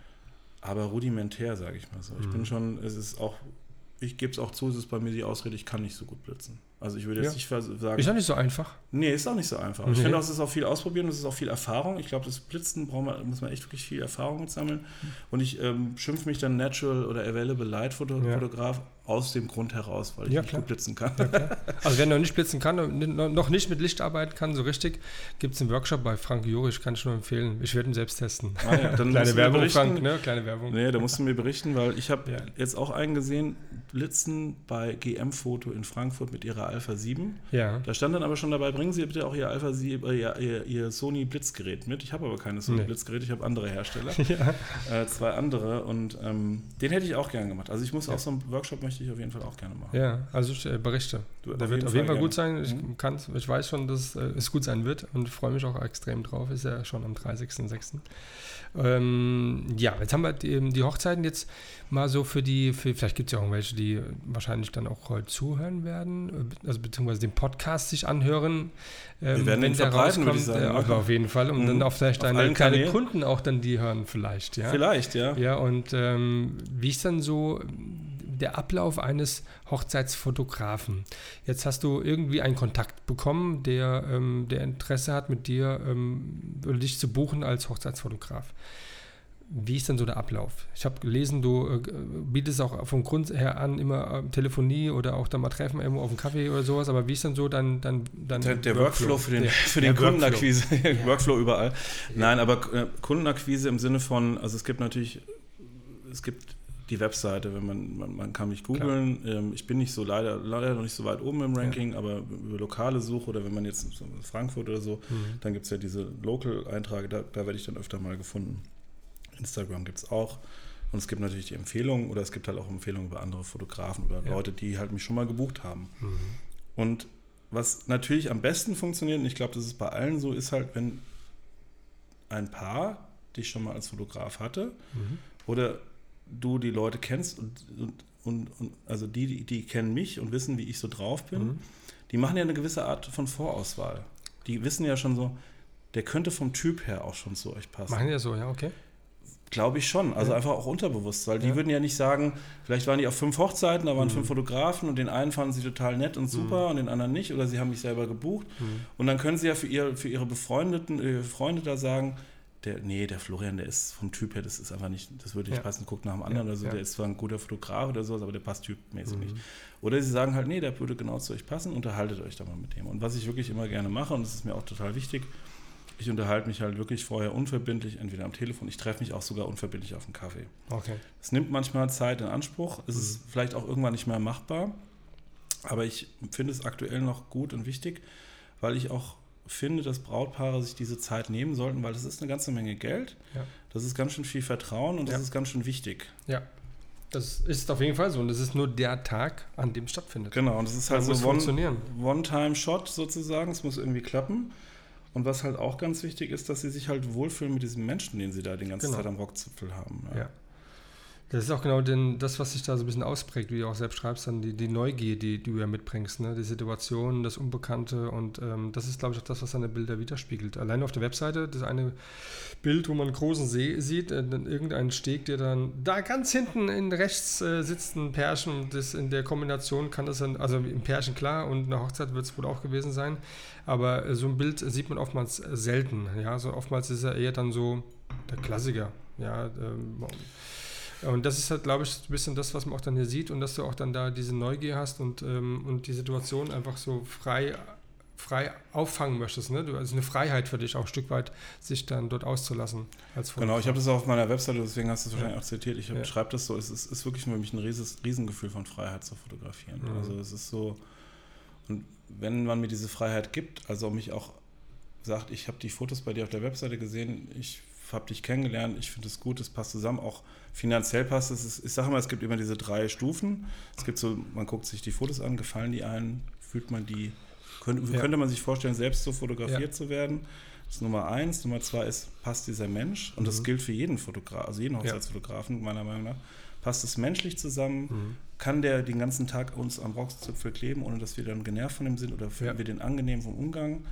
Aber rudimentär, sage ich mal so. Ich mhm. bin schon, es ist auch, ich gebe es auch zu, es ist bei mir die Ausrede, ich kann nicht so gut blitzen. Also ich würde jetzt ja. nicht sagen...
Ist auch nicht so einfach.
Nee, ist auch nicht so einfach. Nee. Ich finde auch, es ist auch viel Ausprobieren, es ist auch viel Erfahrung. Ich glaube, das Blitzen braucht man, muss man echt wirklich viel Erfahrung mit sammeln. Und ich ähm, schimpfe mich dann Natural oder Available Light Fotograf ja. aus dem Grund heraus, weil ich
ja,
nicht
klar.
gut blitzen kann.
Ja, also wer noch nicht blitzen kann und noch nicht mit Licht arbeiten kann, so richtig, gibt es einen Workshop bei Frank Jurisch, kann ich nur empfehlen. Ich werde ihn selbst testen.
Ah, ja. Dann
Kleine Werbung, Frank, ne? Kleine Werbung.
Nee, da musst du mir berichten, weil ich habe
ja.
jetzt auch einen gesehen, Blitzen bei G M Foto in Frankfurt mit ihrer Alpha sieben.
Ja.
Da stand dann aber schon dabei, bringen Sie bitte auch Ihr Alpha sieben, äh, ihr, ihr Sony Blitzgerät mit. Ich habe aber keine Sony nee. Blitzgerät, ich habe andere Hersteller. ja. äh, zwei andere und ähm, den hätte ich auch gerne gemacht. Also ich muss ja. auch so einen Workshop möchte ich auf jeden Fall auch gerne machen.
Ja, also ich äh, berichte. Du, Der auf wird auf jeden Fall, Fall gut sein. Ich, mhm. kann's, ich weiß schon, dass äh, es gut sein wird und freue mich auch extrem drauf. Ist ja schon am dreißigsten sechsten Ähm, ja, jetzt haben wir die, die Hochzeiten jetzt mal so für die, für, vielleicht gibt es ja auch welche, die wahrscheinlich dann auch heute zuhören werden, also beziehungsweise den Podcast sich anhören.
Ähm, wir werden wenn ihn der verbreiten, würde ich sagen.
Äh, aber auf jeden Fall. Und mhm. dann auch vielleicht deine kleine Kunden auch dann die hören vielleicht. Ja?
Vielleicht, ja.
Ja, und ähm, wie ist dann so, der Ablauf eines Hochzeitsfotografen. Jetzt hast du irgendwie einen Kontakt bekommen, der, ähm, der Interesse hat, mit dir ähm, dich zu buchen als Hochzeitsfotograf. Wie ist denn so der Ablauf? Ich habe gelesen, du äh, bietest auch vom Grund her an immer äh, Telefonie oder auch dann mal Treffen irgendwo auf einen Kaffee oder sowas, aber wie ist denn so dein, dein, dein
der, der Workflow, Workflow für den,
der,
für den Kundenakquise,
Workflow,
ja. Workflow überall. Ja. Nein, aber äh, Kundenakquise im Sinne von, also es gibt natürlich, es gibt die Webseite, wenn man, man, man kann mich googeln, ähm, ich bin nicht so leider, leider noch nicht so weit oben im Ranking, ja. aber über lokale Suche oder wenn man jetzt in Frankfurt oder so, mhm. dann gibt es ja diese Local-Einträge, da, da werde ich dann öfter mal gefunden. Instagram gibt es auch und es gibt natürlich die Empfehlungen oder es gibt halt auch Empfehlungen über andere Fotografen oder ja. Leute, die halt mich schon mal gebucht haben. Mhm. Und was natürlich am besten funktioniert, und ich glaube, das ist bei allen so, ist halt, wenn ein Paar dich schon mal als Fotograf hatte mhm. oder du die Leute kennst und, und, und, und also die, die, die kennen mich und wissen, wie ich so drauf bin, mhm. die machen ja eine gewisse Art von Vorauswahl. Die wissen ja schon so, der könnte vom Typ her auch schon zu euch passen.
Machen ja so, ja, okay.
Glaube ich schon, also ja. einfach auch unterbewusst, weil die ja. würden ja nicht sagen, vielleicht waren die auf fünf Hochzeiten, da waren mhm. fünf Fotografen und den einen fanden sie total nett und super mhm. und den anderen nicht oder sie haben mich selber gebucht mhm. und dann können sie ja für, ihr, für ihre befreundeten ihre Freunde da sagen, der, nee, der Florian, der ist vom Typ her, das ist einfach nicht, das würde nicht ja. passen, guckt nach dem anderen ja. oder so, ja. der ist zwar ein guter Fotograf oder sowas, aber der passt typmäßig mhm. nicht. Oder sie sagen halt, nee, der würde genau zu euch passen, unterhaltet euch da mal mit dem. Und was ich wirklich immer gerne mache, und das ist mir auch total wichtig, ich unterhalte mich halt wirklich vorher unverbindlich, entweder am Telefon, ich treffe mich auch sogar unverbindlich auf einen Kaffee.
Okay.
Es nimmt manchmal Zeit in Anspruch, es mhm. ist vielleicht auch irgendwann nicht mehr machbar, aber ich finde es aktuell noch gut und wichtig, weil ich auch finde, dass Brautpaare sich diese Zeit nehmen sollten, weil das ist eine ganze Menge Geld, ja. das ist ganz schön viel Vertrauen und das ja. ist ganz schön wichtig.
Ja, das ist auf jeden Fall so und das ist nur der Tag, an dem es stattfindet.
Genau, und das ist halt so one, One-Time-Shot sozusagen, es muss irgendwie klappen. Und was halt auch ganz wichtig ist, dass sie sich halt wohlfühlen mit diesem Menschen, den sie da die ganze genau. Zeit am Rockzipfel haben. Ja. ja. Das ist auch genau den, das, was sich da so ein bisschen ausprägt, wie du auch selbst schreibst, dann die, die Neugier, die, die du ja mitbringst, ne? Die Situation, das Unbekannte und ähm, das ist, glaube ich, auch das, was deine Bilder widerspiegelt. Allein auf der Webseite, das eine Bild, wo man einen großen See sieht, äh, dann irgendeinen Steg, der dann da ganz hinten in rechts äh, sitzt ein Pärchen und das in der Kombination kann das dann, also im Pärchen klar und eine Hochzeit wird es wohl auch gewesen sein, aber äh, so ein Bild sieht man oftmals selten, ja, so oftmals ist er eher dann so der Klassiker, ja, ähm, und das ist halt, glaube ich, ein bisschen das, was man auch dann hier sieht und dass du auch dann da diese Neugier hast und, ähm, und die Situation einfach so frei, frei auffangen möchtest. Ne? Du, also eine Freiheit für dich auch ein Stück weit, sich dann dort auszulassen. Als genau, ich habe das auch auf meiner Webseite, deswegen hast du es wahrscheinlich ja. auch zitiert. Ich ja. schreibe das so, es ist, ist wirklich für mich ein rieses, Riesengefühl von Freiheit zu fotografieren. Mhm. Also es ist so, und wenn man mir diese Freiheit gibt, also mich auch sagt, ich habe die Fotos bei dir auf der Webseite gesehen, ich habe dich kennengelernt, ich finde es gut, es passt zusammen, auch finanziell passt es. Ich sage mal, es gibt immer diese drei Stufen. Es gibt so, man guckt sich die Fotos an, gefallen die einen, fühlt man die, könnte, ja. könnte man sich vorstellen, selbst so fotografiert ja. zu werden. Das ist Nummer eins. Nummer zwei ist, passt dieser Mensch? Und mhm. das gilt für jeden Fotograf, also jeden Hochzeitsfotografen, ja. meiner Meinung nach. Passt es menschlich zusammen? Mhm. Kann der den ganzen Tag uns am Rockzipfel kleben, ohne dass wir dann genervt von ihm sind oder finden ja. wir den angenehm vom Umgang?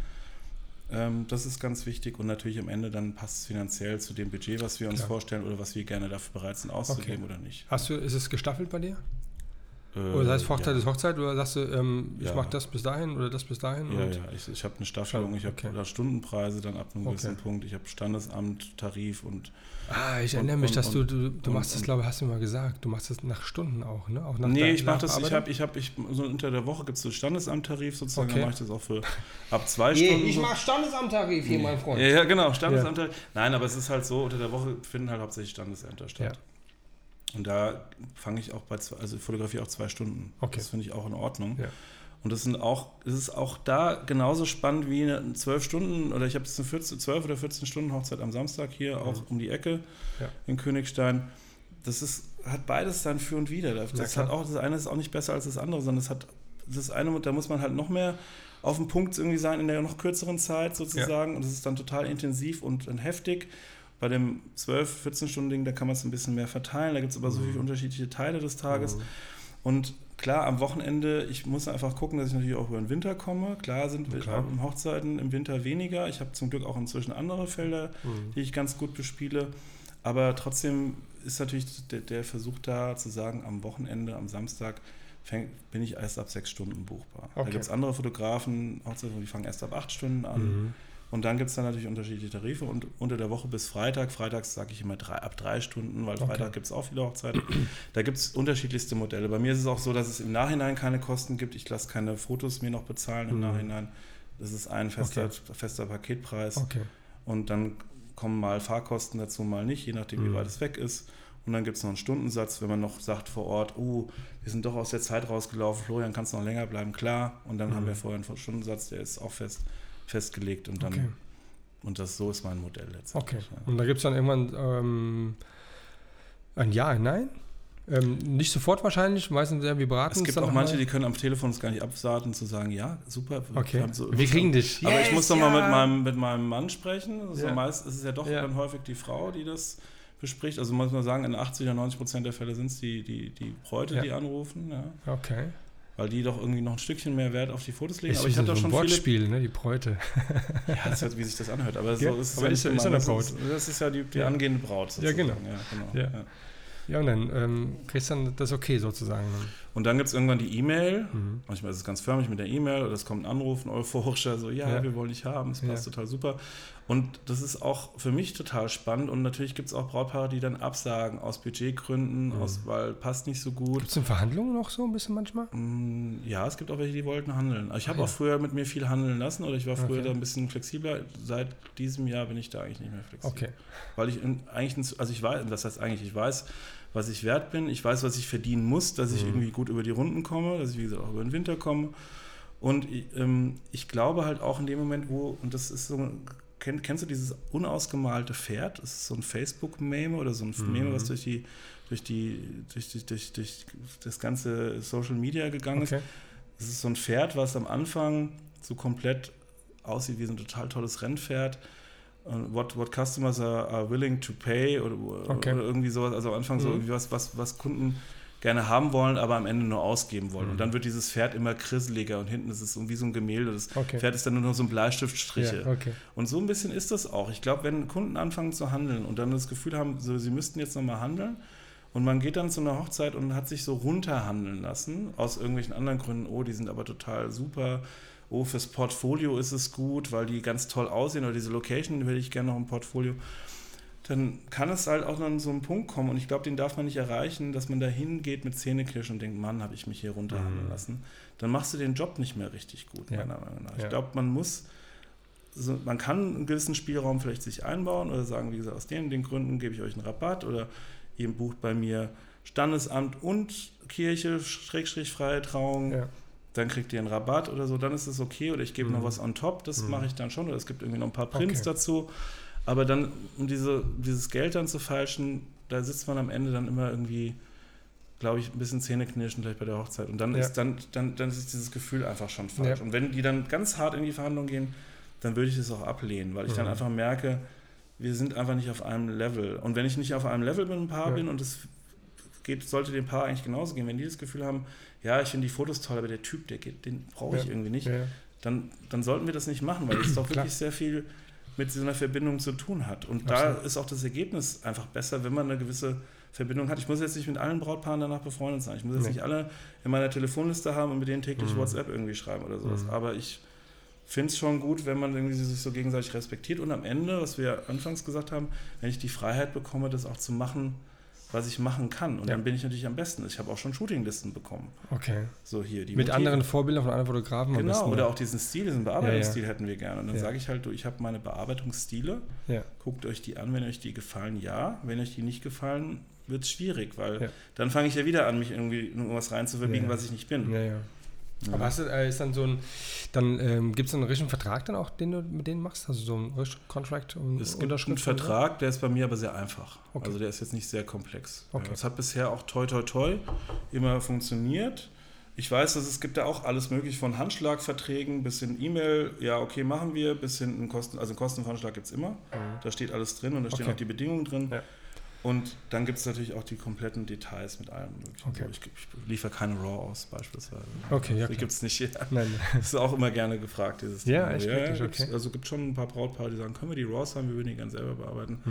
Das ist ganz wichtig und natürlich am Ende dann passt es finanziell zu dem Budget, was wir uns Klar. vorstellen oder was wir gerne dafür bereit sind auszugeben okay. oder nicht.
Hast du, ist es gestaffelt bei dir? Äh, oder das heißt Hochzeit ja. ist Hochzeit oder sagst du, ähm, ich ja. mache das bis dahin oder das bis dahin?
Ja, und ja, ich, ich habe eine Staffelung, ich okay. habe Stundenpreise dann ab einem okay. gewissen Punkt, ich habe Standesamt, Tarif und
Ah, ich erinnere und, mich, dass und, du, du, du und, machst das, glaube ich, hast du mal gesagt, du machst das nach Stunden auch, ne? Auch nach
nee, dein, ich mache das, ich habe, ich habe, ich, so unter der Woche gibt es so Standesamttarif sozusagen, okay. dann mache ich das auch für ab zwei nee, Stunden.
Ich mache Standesamttarif hier, nee. mein Freund.
Ja, ja genau, Standesamttarif. Ja. Nein, aber es ist halt so, unter der Woche finden halt hauptsächlich Standesämter statt. Ja. Und da fange ich auch bei zwei, also fotografiere auch zwei Stunden. Okay. Das finde ich auch in Ordnung. Ja. Und das sind auch, es ist auch da genauso spannend wie eine zwölf Stunden, oder ich habe jetzt eine vierzehn, zwölf oder vierzehn Stunden Hochzeit am Samstag hier, mhm. auch um die Ecke ja. in Königstein. Das ist, hat beides dann für und wider. Das, das hat auch, das eine ist auch nicht besser als das andere, sondern es hat das eine, da muss man halt noch mehr auf dem Punkt irgendwie sein in der noch kürzeren Zeit sozusagen. Ja. Und das ist dann total intensiv und, und heftig. Bei dem zwölf, vierzehn Stunden Ding, da kann man es ein bisschen mehr verteilen. Da gibt es aber mhm. so viele unterschiedliche Teile des Tages. Mhm. Und klar, am Wochenende, ich muss einfach gucken, dass ich natürlich auch über den Winter komme. Klar sind Klar. Hochzeiten im Winter weniger. Ich habe zum Glück auch inzwischen andere Felder, mhm. die ich ganz gut bespiele. Aber trotzdem ist natürlich der, der Versuch da zu sagen, am Wochenende, am Samstag fäng, bin ich erst ab sechs Stunden buchbar. Okay. Da gibt es andere Fotografen, die fangen erst ab acht Stunden an. Mhm. Und dann gibt es dann natürlich unterschiedliche Tarife und unter der Woche bis Freitag, freitags sage ich immer drei, ab drei Stunden, weil okay. Freitag gibt es auch viele Hochzeiten. Da gibt es unterschiedlichste Modelle. Bei mir ist es auch so, dass es im Nachhinein keine Kosten gibt. Ich lasse keine Fotos mir noch bezahlen im mhm. Nachhinein. Das ist ein fester, okay. fester Paketpreis. Okay. Und dann kommen mal Fahrkosten dazu, mal nicht, je nachdem, mhm. wie weit es weg ist. Und dann gibt es noch einen Stundensatz, wenn man noch sagt vor Ort, oh, wir sind doch aus der Zeit rausgelaufen, Florian, kannst du noch länger bleiben? Klar. Und dann mhm. haben wir vorher einen Stundensatz, der ist auch fest. festgelegt und dann
okay.
und das so ist mein Modell letztendlich.
Okay.
Ja.
Und da gibt es dann irgendwann ähm, ein Ja, ein Nein? Ähm, nicht sofort wahrscheinlich, meistens sehr vibraten.
Es gibt auch manche, die können am Telefon es gar nicht abwarten, zu sagen, ja, super.
Okay.
So,
wir kriegen dich.
Aber
yes,
ich muss doch
ja.
mal mit meinem, mit meinem Mann sprechen. Also
ja.
meist ist es ja doch
ja.
dann häufig die Frau, die das bespricht. Also muss man sagen, in achtzig oder neunzig Prozent der Fälle sind es die, die, die Bräute, ja. die anrufen. Ja.
Okay.
Weil die doch irgendwie noch ein Stückchen mehr Wert auf die Fotos legen.
Ist
aber ich habe doch
so
schon
ein Wortspiel,
viele...
ne, die Bräute.
Ja, das ist, wie sich das anhört. Aber,
ja,
so ist es
aber
ja
ist,
nicht
ist eine Braut.
Das ist, das ist ja die, die
ja.
angehende Braut sozusagen.
Ja, genau.
Ja, genau.
Ja.
Ja.
Ja, und dann ähm, kriegst du dann das okay sozusagen.
Und dann gibt es irgendwann die E-Mail.
Mhm.
Manchmal ist es ganz förmlich mit der E-Mail oder es kommt ein Anruf, ein euphorischer, so, ja, ja. wir wollen dich haben, es passt ja. total super. Und das ist auch für mich total spannend. Und natürlich gibt es auch Brautpaare, die dann absagen aus Budgetgründen, mhm. aus, weil passt nicht so gut.
Gibt es in Verhandlungen noch so ein bisschen manchmal?
Ja, es gibt auch welche, die wollten handeln. Ich habe
ja.
auch früher mit mir viel handeln lassen oder ich war früher
okay.
da ein bisschen flexibler. Seit diesem Jahr bin ich da eigentlich nicht mehr flexibel.
Okay.
Weil ich in, eigentlich, also ich weiß, das heißt eigentlich, ich weiß, was ich wert bin. Ich weiß, was ich verdienen muss, dass ich mhm. irgendwie gut über die Runden komme, dass ich, wie gesagt, auch über den Winter komme. Und ähm, ich glaube halt auch in dem Moment, wo, und das ist so, kenn, kennst du dieses unausgemalte Pferd? Das ist so ein Facebook-Meme oder so ein mhm. Meme, was durch die, durch die, durch die, durch, durch das ganze Social Media gegangen okay. ist. Das ist so ein Pferd, was am Anfang so komplett aussieht wie so ein total tolles Rennpferd. What, what customers are, are willing to pay oder, okay. oder irgendwie sowas, also am Anfang mhm. so irgendwie was, was, was Kunden gerne haben wollen, aber am Ende nur ausgeben wollen. Mhm. Und dann wird dieses Pferd immer krisseliger und hinten ist es wie so ein Gemälde. Das okay. Pferd ist dann nur noch so ein Bleistiftstriche.
Ja, okay.
Und so ein bisschen ist das auch. Ich glaube, wenn Kunden anfangen zu handeln und dann das Gefühl haben, so, sie müssten jetzt nochmal handeln und man geht dann zu einer Hochzeit und hat sich so runterhandeln lassen, aus irgendwelchen anderen Gründen, oh, die sind aber total super, oh, fürs Portfolio ist es gut, weil die ganz toll aussehen oder diese Location will ich gerne noch im Portfolio, dann kann es halt auch an so einen Punkt kommen und ich glaube, den darf man nicht erreichen, dass man da hingeht mit Zähneknirschen und denkt, Mann, habe ich mich hier runterhandeln mhm. lassen. Dann machst du den Job nicht mehr richtig gut, ja. meiner Meinung nach. Ich ja. glaube, man muss, so, man kann einen gewissen Spielraum vielleicht sich einbauen oder sagen, wie gesagt, aus den, den Gründen gebe ich euch einen Rabatt oder ihr bucht bei mir Standesamt und Kirche, Schrägstrich freie Trauung, ja. dann kriegt ihr einen Rabatt oder so, dann ist es okay oder ich gebe mhm. noch was on top, das mhm. mache ich dann schon oder es gibt irgendwie noch ein paar Prints okay. dazu, aber dann, um diese, dieses Geld dann zu falschen, da sitzt man am Ende dann immer irgendwie, glaube ich, ein bisschen zähneknirschen gleich bei der Hochzeit und dann, ja. ist, dann, dann, dann ist dieses Gefühl einfach schon falsch ja. und wenn die dann ganz hart in die Verhandlung gehen, dann würde ich das auch ablehnen, weil ich mhm. dann einfach merke, wir sind einfach nicht auf einem Level und wenn ich nicht auf einem Level mit einem Paar ja. bin und es geht, sollte dem Paar eigentlich genauso gehen, wenn die das Gefühl haben, ja, ich finde die Fotos toll, aber der Typ, der geht, den brauche ich ja, irgendwie nicht, ja. dann, dann sollten wir das nicht machen, weil es doch wirklich sehr viel mit so einer Verbindung zu tun hat. Und Absolut. Da ist auch das Ergebnis einfach besser, wenn man eine gewisse Verbindung hat. Ich muss jetzt nicht mit allen Brautpaaren danach befreundet sein. Ich muss jetzt nee. nicht alle in meiner Telefonliste haben und mit denen täglich mhm. WhatsApp irgendwie schreiben oder sowas. Mhm. Aber ich finde es schon gut, wenn man irgendwie sich so gegenseitig respektiert. Und am Ende, was wir anfangs gesagt haben, wenn ich die Freiheit bekomme, das auch zu machen, was ich machen kann. Und ja. dann bin ich natürlich am besten. Ich habe auch schon Shootinglisten bekommen.
Okay.
So hier, die
mit
Motive.
anderen Vorbildern von anderen Fotografen
genau,
am besten.
Oder auch diesen Stil, diesen Bearbeitungsstil
ja, ja.
hätten wir gerne. Und dann ja. sage ich halt, du, ich habe meine Bearbeitungsstile. Ja. Guckt euch die an, wenn euch die gefallen, ja. Wenn euch die nicht gefallen, wird es schwierig, weil ja. dann fange ich ja wieder an, mich irgendwie in irgendwas reinzuverbiegen, ja. was ich nicht bin.
Ja, ja. Ja. Aber hast du, äh, ist dann so ein, dann ähm, gibt es einen richtigen Vertrag dann auch, den du mit denen machst? Also so ein Contract und
Es gibt einen Vertrag, der ist bei mir aber sehr einfach. Okay. Also der ist jetzt nicht sehr komplex.
Okay.
Es hat bisher auch toi toi toi immer funktioniert. Ich weiß, dass es gibt da auch alles möglich von Handschlagverträgen bis hin E-Mail, ja okay, machen wir, bis hin einen Kosten, also einen Kostenvoranschlag gibt es immer. Mhm. Da steht alles drin und da stehen okay. auch die Bedingungen drin. Ja. Und dann gibt es natürlich auch die kompletten Details mit allem möglichen.
Okay.
Ich, ich liefere keine RAW aus, beispielsweise.
Okay, ja.
Die gibt es nicht hier.
Nein.
Das ist auch immer gerne gefragt, dieses
ja,
Thema.
echt
Ja,
wirklich,
okay.
Okay.
Also es gibt schon ein paar Brautpaare, die sagen, können wir die RAWs haben, wir würden die gerne selber bearbeiten. Hm.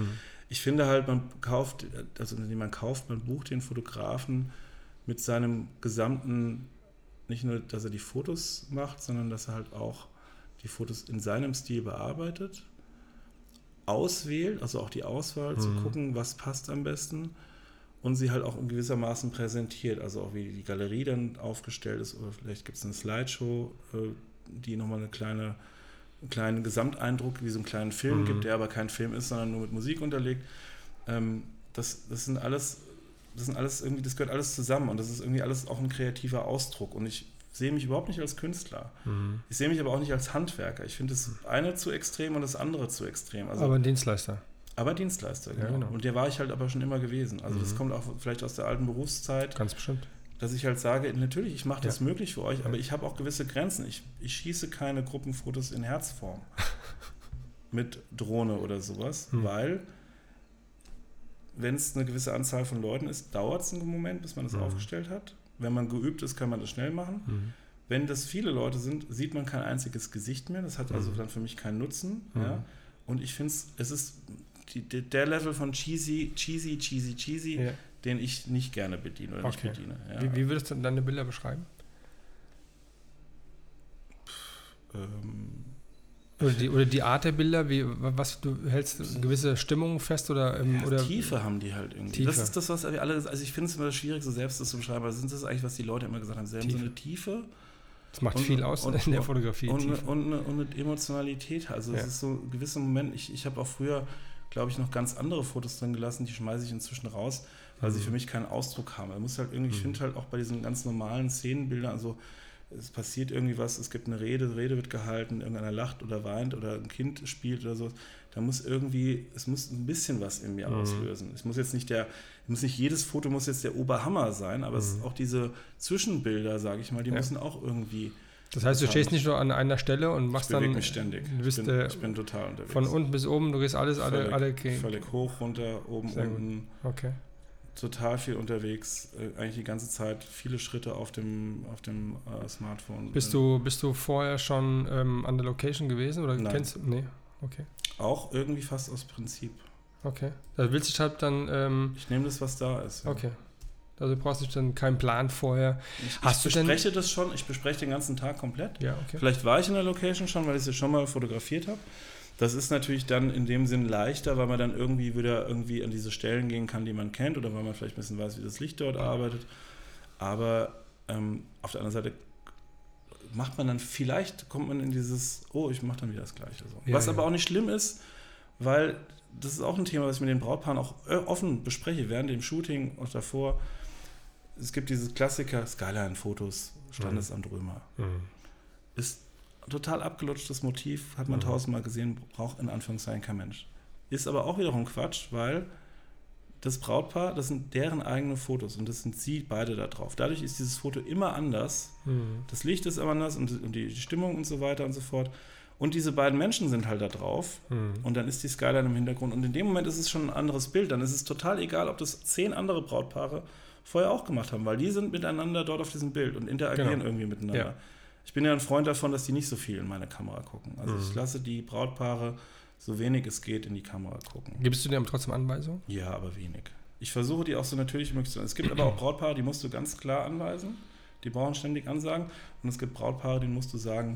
ich finde halt, man kauft, also man kauft, man bucht den Fotografen mit seinem gesamten, nicht nur, dass er die Fotos macht, sondern dass er halt auch die Fotos in seinem Stil bearbeitet, auswählt, also auch die Auswahl, mhm. zu gucken, was passt am besten und sie halt auch in gewissermaßen präsentiert, also auch wie die Galerie dann aufgestellt ist oder vielleicht gibt es eine Slideshow, die nochmal eine kleine, einen kleinen Gesamteindruck wie so einen kleinen Film mhm. gibt, der aber kein Film ist, sondern nur mit Musik unterlegt. Das, das sind alles, das sind alles irgendwie, das gehört alles zusammen und das ist irgendwie alles auch ein kreativer Ausdruck und ich sehe mich überhaupt nicht als Künstler. Mhm. Ich sehe mich aber auch nicht als Handwerker. Ich finde das eine zu extrem und das andere zu extrem. Also,
aber ein Dienstleister.
Aber Dienstleister, genau.
Ja, genau.
Und der war ich halt aber schon immer gewesen. Also mhm. das kommt auch vielleicht aus der alten Berufszeit.
Ganz bestimmt.
Dass ich halt sage, natürlich, ich mache das
ja.
möglich für euch, aber ja. ich habe auch gewisse Grenzen. Ich, ich schieße keine Gruppenfotos in Herzform mit Drohne oder sowas, mhm. weil wenn es eine gewisse Anzahl von Leuten ist, dauert es einen Moment, bis man das mhm. aufgestellt hat. Wenn man geübt ist, kann man das schnell machen. Mhm. Wenn das viele Leute sind, sieht man kein einziges Gesicht mehr. Das hat mhm. also dann für mich keinen Nutzen. Mhm. Ja? Und ich finde es ist die, der Level von cheesy, cheesy, cheesy, cheesy, ja. den ich nicht gerne bediene oder
okay.
nicht bediene. Ja.
Wie, wie würdest du deine Bilder beschreiben?
Pff, ähm,
Oder die, oder die Art der Bilder, wie, was du hältst eine gewisse Stimmung fest oder, ähm,
ja,
oder
Tiefe haben die halt irgendwie.
Tiefe.
Das ist das, was wir alle, also ich finde es immer schwierig, so selbst das zu beschreiben, aber sind das eigentlich, was die Leute immer gesagt haben, sie haben so eine Tiefe.
Das macht
und,
viel aus
und,
in der Fotografie.
Und, und, und, eine, und eine Emotionalität. Also ja. es ist so ein gewisser Moment, ich, ich habe auch früher, glaube ich, noch ganz andere Fotos drin gelassen, die schmeiße ich inzwischen raus, weil mhm. sie für mich keinen Ausdruck haben. Man muss halt irgendwie, mhm. ich finde halt auch bei diesen ganz normalen Szenenbildern, also es passiert irgendwie was, es gibt eine Rede, Rede wird gehalten, irgendeiner lacht oder weint oder ein Kind spielt oder so, da muss irgendwie, es muss ein bisschen was in mir mhm. auslösen. Es muss jetzt nicht der, muss nicht jedes Foto muss jetzt der Oberhammer sein, aber mhm. es auch diese Zwischenbilder, sage ich mal, die ja. müssen auch irgendwie.
Das heißt, du stehst nicht nur an einer Stelle und machst
ich
dann.
Mich ständig.
Du bist,
ich, bin, ich bin total unterwegs.
Von unten bis oben, du gehst alles, alle,
völlig,
alle. Okay.
Völlig hoch, runter, oben,
Sehr
unten.
Gut. Okay.
Total viel unterwegs, äh, eigentlich die ganze Zeit, viele Schritte auf dem, auf dem äh, Smartphone.
Bist du, bist du vorher schon ähm, an der Location gewesen oder
Nein.
kennst du? Nee, okay.
Auch irgendwie fast aus Prinzip.
Okay. Da willst du halt dann. Ähm,
ich nehme das, was da ist. Ja.
Okay. Also brauchst du dann keinen Plan vorher.
Ich,
Hast
ich
du
bespreche
denn,
das schon, ich bespreche den ganzen Tag komplett.
Ja, okay.
Vielleicht war ich in der Location schon, weil ich sie schon mal fotografiert habe. Das ist natürlich dann in dem Sinn leichter, weil man dann irgendwie wieder irgendwie an diese Stellen gehen kann, die man kennt oder weil man vielleicht ein bisschen weiß, wie das Licht dort arbeitet. Aber ähm, auf der anderen Seite macht man dann, vielleicht kommt man in dieses, oh, ich mache dann wieder das Gleiche. So.
Ja,
was
ja.
aber auch nicht schlimm ist, weil das ist auch ein Thema, was ich mit den Brautpaaren auch offen bespreche, während dem Shooting und davor. Es gibt dieses Klassiker, Skyline-Fotos, Standesamt Römer.
Mhm.
Ist total abgelutschtes Motiv, hat man mhm. tausendmal gesehen, braucht in Anführungszeichen kein Mensch. Ist aber auch wiederum Quatsch, weil das Brautpaar, das sind deren eigene Fotos und das sind sie beide da drauf. Dadurch ist dieses Foto immer anders, mhm. das Licht ist immer anders und, und die Stimmung und so weiter und so fort. Und diese beiden Menschen sind halt da drauf mhm. und dann ist die Skyline im Hintergrund und in dem Moment ist es schon ein anderes Bild. Dann ist es total egal, ob das zehn andere Brautpaare vorher auch gemacht haben, weil die sind miteinander dort auf diesem Bild und interagieren genau. irgendwie miteinander. Ja. Ich bin ja ein Freund davon, dass die nicht so viel in meine Kamera gucken. Also mhm. ich lasse die Brautpaare so wenig es geht in die Kamera gucken.
Gibst du dir trotzdem Anweisungen?
Ja, aber wenig. Ich versuche die auch so natürlich möglich zu machen. Es gibt aber auch Brautpaare, die musst du ganz klar anweisen. Die brauchen ständig Ansagen. Und es gibt Brautpaare, denen musst du sagen,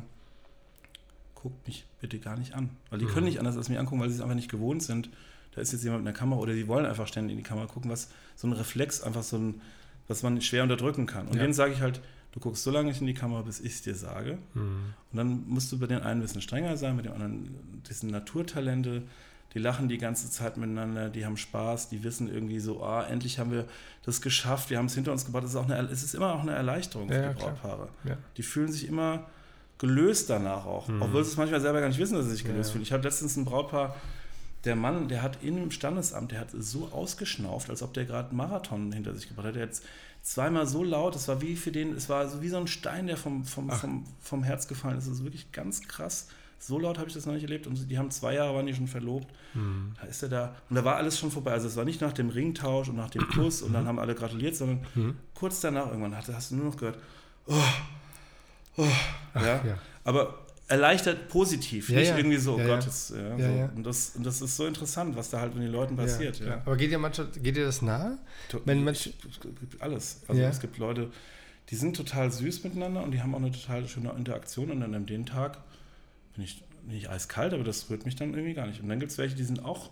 guckt mich bitte gar nicht an. Weil die mhm. können nicht anders als mich angucken, weil sie es einfach nicht gewohnt sind. Da ist jetzt jemand mit einer Kamera oder die wollen einfach ständig in die Kamera gucken, was so ein Reflex einfach so ein, was man schwer unterdrücken kann. Und ja. denen sage ich halt, du guckst so lange nicht in die Kamera, bis ich es dir sage. Mhm. Und dann musst du bei den einen ein bisschen strenger sein, bei den anderen, das sind Naturtalente, die lachen die ganze Zeit miteinander, die haben Spaß, die wissen irgendwie so, ah, endlich haben wir das geschafft, wir haben es hinter uns gebracht. Das ist auch eine, es ist immer auch eine Erleichterung für ja, die Brautpaare. Ja. Die fühlen sich immer gelöst danach auch, mhm. obwohl sie es manchmal selber gar nicht wissen, dass sie sich gelöst ja. fühlen. Ich habe letztens ein Brautpaar, der Mann, der hat in dem Standesamt, der hat so ausgeschnauft, als ob der gerade einen Marathon hinter sich gebracht hat. Der hat zweimal so laut, das war wie für den, es war so wie so ein Stein, der vom, vom, vom, vom Herz gefallen ist. Das ist wirklich ganz krass. So laut habe ich das noch nicht erlebt. Und die haben zwei Jahre, waren die schon verlobt. Mhm. Da ist er da. Und da war alles schon vorbei. Also es war nicht nach dem Ringtausch und nach dem Kuss und dann haben alle gratuliert, sondern mhm. kurz danach irgendwann hast du nur noch gehört, oh, oh,
Ach,
ja.
ja.
Aber erleichtert positiv,
ja,
nicht
ja.
irgendwie so, oh
ja,
Gott,
ja.
das, ja,
Ja,
so.
ja.
Und, das, und das ist so interessant, was da halt mit den Leuten passiert.
Ja,
Ja.
ja. Aber geht dir manchmal, geht dir das nahe? Wenn man,
es gibt alles. Also
ja.
es gibt Leute, die sind total süß miteinander und die haben auch eine total schöne Interaktion und dann an dem Tag bin ich nicht eiskalt, aber das rührt mich dann irgendwie gar nicht. Und dann gibt es welche, die sind auch,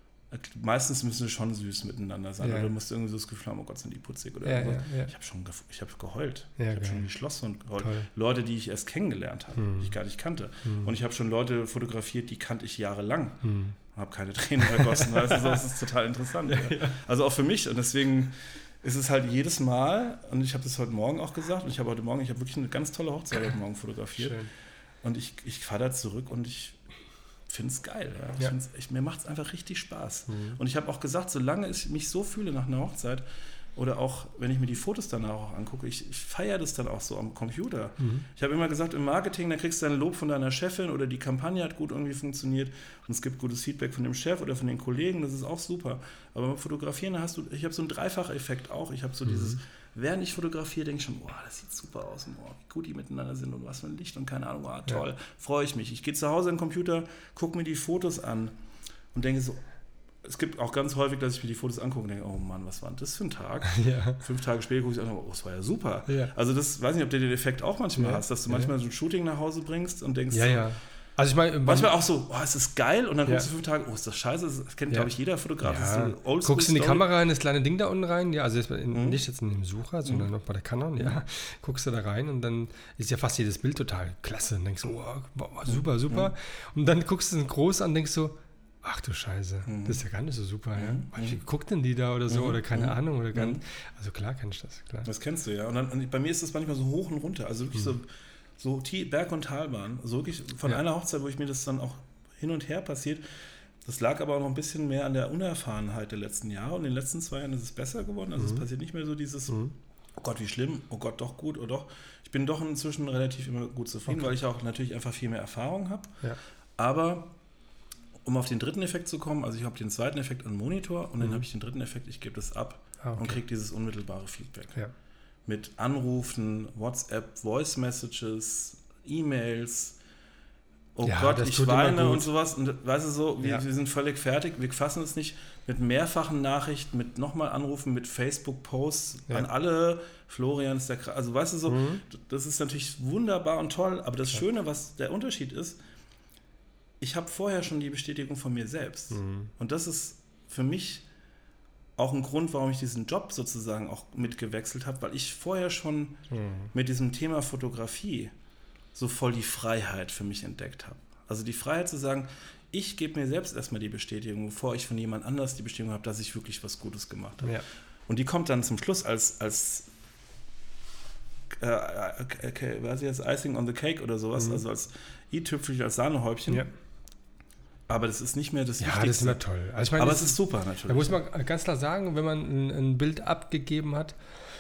meistens müssen sie schon süß miteinander sein. Ja. Oder du musst irgendwie so das Gefühl haben, oh Gott, sind die putzig oder
ja,
irgendwas.
Ja, ja.
Ich habe schon ge- ich hab geheult.
Ja,
ich habe schon geschlossen und geheult.
Toll.
Leute, die ich erst kennengelernt habe,
hm.
die ich gar nicht kannte.
Hm.
Und ich habe schon Leute fotografiert, die kannte ich jahrelang.
Hm.
Habe keine Tränen vergossen. Weißt du, so, das ist total interessant. Ja. Ja. Also auch für mich. Und deswegen ist es halt jedes Mal, und ich habe das heute Morgen auch gesagt, und ich habe heute Morgen, ich habe wirklich eine ganz tolle Hochzeit heute Morgen fotografiert.
Schön.
Und ich, ich fahre da zurück und ich finde es geil. Ja. Ich
ja.
find's, ich, mir macht es einfach richtig Spaß.
Mhm.
Und ich habe auch gesagt, solange ich mich so fühle nach einer Hochzeit, oder auch, wenn ich mir die Fotos danach auch angucke, ich, ich feiere das dann auch so am Computer. Mhm. Ich habe immer gesagt, im Marketing, da kriegst du ein Lob von deiner Chefin oder die Kampagne hat gut irgendwie funktioniert und es gibt gutes Feedback von dem Chef oder von den Kollegen, das ist auch super. Aber beim Fotografieren, da hast du, ich habe so einen Dreifacheffekt auch. Ich habe so mhm. dieses, während ich fotografiere, denke ich schon, oh, das sieht super aus und oh, wie gut die miteinander sind und was für ein Licht und keine Ahnung, oh, toll, ja. freue ich mich. Ich gehe zu Hause an den Computer, gucke mir die Fotos an und denke so, es gibt auch ganz häufig, dass ich mir die Fotos angucke und denke, oh Mann, was war denn das für ein Tag? Ja. Fünf Tage später gucke ich an, oh, das war ja super. Ja. Also das, weiß nicht, ob du den Effekt auch manchmal ja. hast, dass du manchmal ja. so ein Shooting nach Hause bringst und denkst,
ja, ja. Also ich meine,
manchmal auch so, oh, es ist geil und dann
ja.
guckst du fünf Tage, oh, ist das scheiße, das kennt, ja. glaube ich, jeder Fotograf.
Ja.
Das ist so
guckst in die Kamera in das kleine Ding da unten rein, ja, also jetzt in,
mhm.
nicht jetzt in dem Sucher, sondern mhm. noch bei der Canon, ja, guckst du da rein und dann ist ja fast jedes Bild total klasse und denkst, oh, wow, super, super. Mhm. Und dann guckst du es groß an und denkst so, ach du Scheiße, mhm. das ist ja gar nicht so super, ja. Mhm. Wie guckt denn die da oder so, mhm. oder keine mhm. Ahnung, oder gar
mhm.
Also klar kenn ich das, klar.
Das kennst du, ja. Und, dann, und bei mir ist das manchmal so hoch und runter, also wirklich mhm. so, so Berg- und Talbahn. Also wirklich von ja. einer Hochzeit, wo ich mir das dann auch hin und her passiert. Das lag aber auch noch ein bisschen mehr an der Unerfahrenheit der letzten Jahre. Und in den letzten zwei Jahren ist es besser geworden. Also mhm. es passiert nicht mehr so dieses, mhm. oh Gott, wie schlimm, oh Gott, doch gut, oder doch. Ich bin doch inzwischen relativ immer gut zufrieden, okay. weil ich auch natürlich einfach viel mehr Erfahrung habe. Ja. Aber um auf den dritten Effekt zu kommen, also ich habe den zweiten Effekt an Monitor und mhm. dann habe ich den dritten Effekt, ich gebe das ab ah, okay. und kriege dieses unmittelbare Feedback. Ja. Mit Anrufen, WhatsApp, Voice Messages, E-Mails. Oh ja, Gott, ich weine und sowas. Und weißt du so, wir, ja. wir sind völlig fertig. Wir fassen es nicht mit mehrfachen Nachrichten, mit nochmal Anrufen, mit Facebook-Posts ja. an alle. Florian ist der Kr- Also weißt du so, mhm. das ist natürlich wunderbar und toll. Aber das Schöne, was der Unterschied ist, ich habe vorher schon die Bestätigung von mir selbst. Mhm. Und das ist für mich auch ein Grund, warum ich diesen Job sozusagen auch mitgewechselt habe, weil ich vorher schon mhm. mit diesem Thema Fotografie so voll die Freiheit für mich entdeckt habe. Also die Freiheit zu sagen, ich gebe mir selbst erstmal die Bestätigung, bevor ich von jemand anders die Bestätigung habe, dass ich wirklich was Gutes gemacht habe. Ja. Und die kommt dann zum Schluss als, als äh, okay, was ist jetzt, Icing on the Cake oder sowas, mhm. also als i-Tüpfelchen, als Sahnehäubchen. Ja. Aber das ist nicht mehr das
ja,
Wichtigste.
Ja, das ist immer toll. Also ich meine,
aber
es
ist super natürlich.
Da muss man ganz klar sagen, wenn man ein, ein Bild abgegeben hat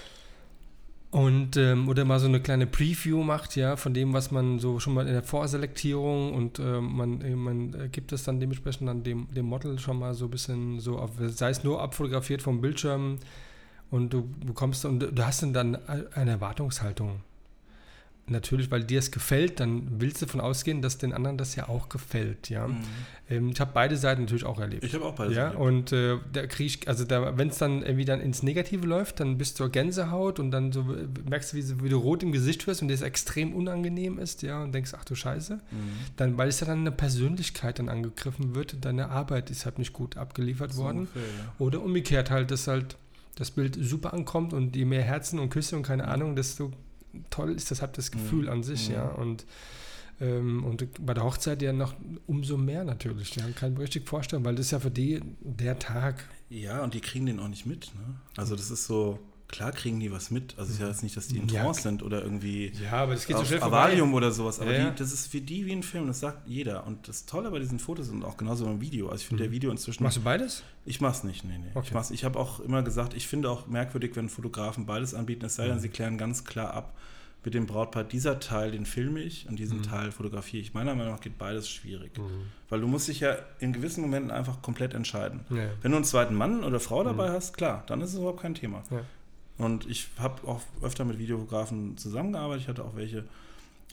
und ähm, oder mal so eine kleine Preview macht, ja, von dem, was man so schon mal in der Vorselektierung und ähm, man, man gibt es dann dementsprechend dann dem, dem Model schon mal so ein bisschen so, auf, sei es nur abfotografiert vom Bildschirm und du bekommst und du hast dann eine Erwartungshaltung. Natürlich, weil dir es gefällt, dann willst du davon ausgehen, dass den anderen das ja auch gefällt, ja. Mhm. Ähm, ich habe beide Seiten natürlich auch erlebt.
Ich habe auch beide
ja?
Seiten.
Und äh, da krieg ich, also da, wenn es dann irgendwie dann ins Negative läuft, dann bist du Gänsehaut und dann so merkst du, wie, wie du rot im Gesicht wirst und dir es extrem unangenehm ist, ja, und denkst, ach du Scheiße. Mhm. Dann, weil es ja dann eine Persönlichkeit dann angegriffen wird, deine Arbeit ist halt nicht gut abgeliefert so worden. Ungefähr, ja. Oder umgekehrt halt, dass halt das Bild super ankommt und je mehr Herzen und Küsse und keine mhm. Ahnung, desto toll ist das halt das Gefühl mhm. an sich, mhm. ja, und ähm, und bei der Hochzeit ja noch umso mehr natürlich, ja, kann ich mir richtig vorstellen, weil das ist ja für die der Tag.
Ja, und die kriegen den auch nicht mit, ne? Also das ist so, klar kriegen die was mit, also es ist ja jetzt nicht, dass die in Trance ja. sind oder irgendwie
ja, aber das geht so schnell
Avalium vorbei. Oder sowas, aber
ja.
die, das ist für die wie ein Film, das sagt jeder und das Tolle bei diesen Fotos und auch genauso beim Video, also ich finde mhm. der Video inzwischen...
Machst du beides?
Ich mach's nicht, nee, nee.
Okay.
Ich mach's, ich habe auch immer gesagt, ich finde auch merkwürdig, wenn Fotografen beides anbieten, es sei denn, mhm. sie klären ganz klar ab mit dem Brautpaar, dieser Teil, den filme ich und diesen mhm. Teil fotografiere ich. Meiner Meinung nach geht beides schwierig. Mhm. Weil du musst dich ja in gewissen Momenten einfach komplett entscheiden. Ja. Wenn du einen zweiten Mann oder Frau dabei mhm. hast, klar, dann ist es überhaupt kein Thema. Ja. Und ich habe auch öfter mit Videofotografen zusammengearbeitet. Ich hatte auch welche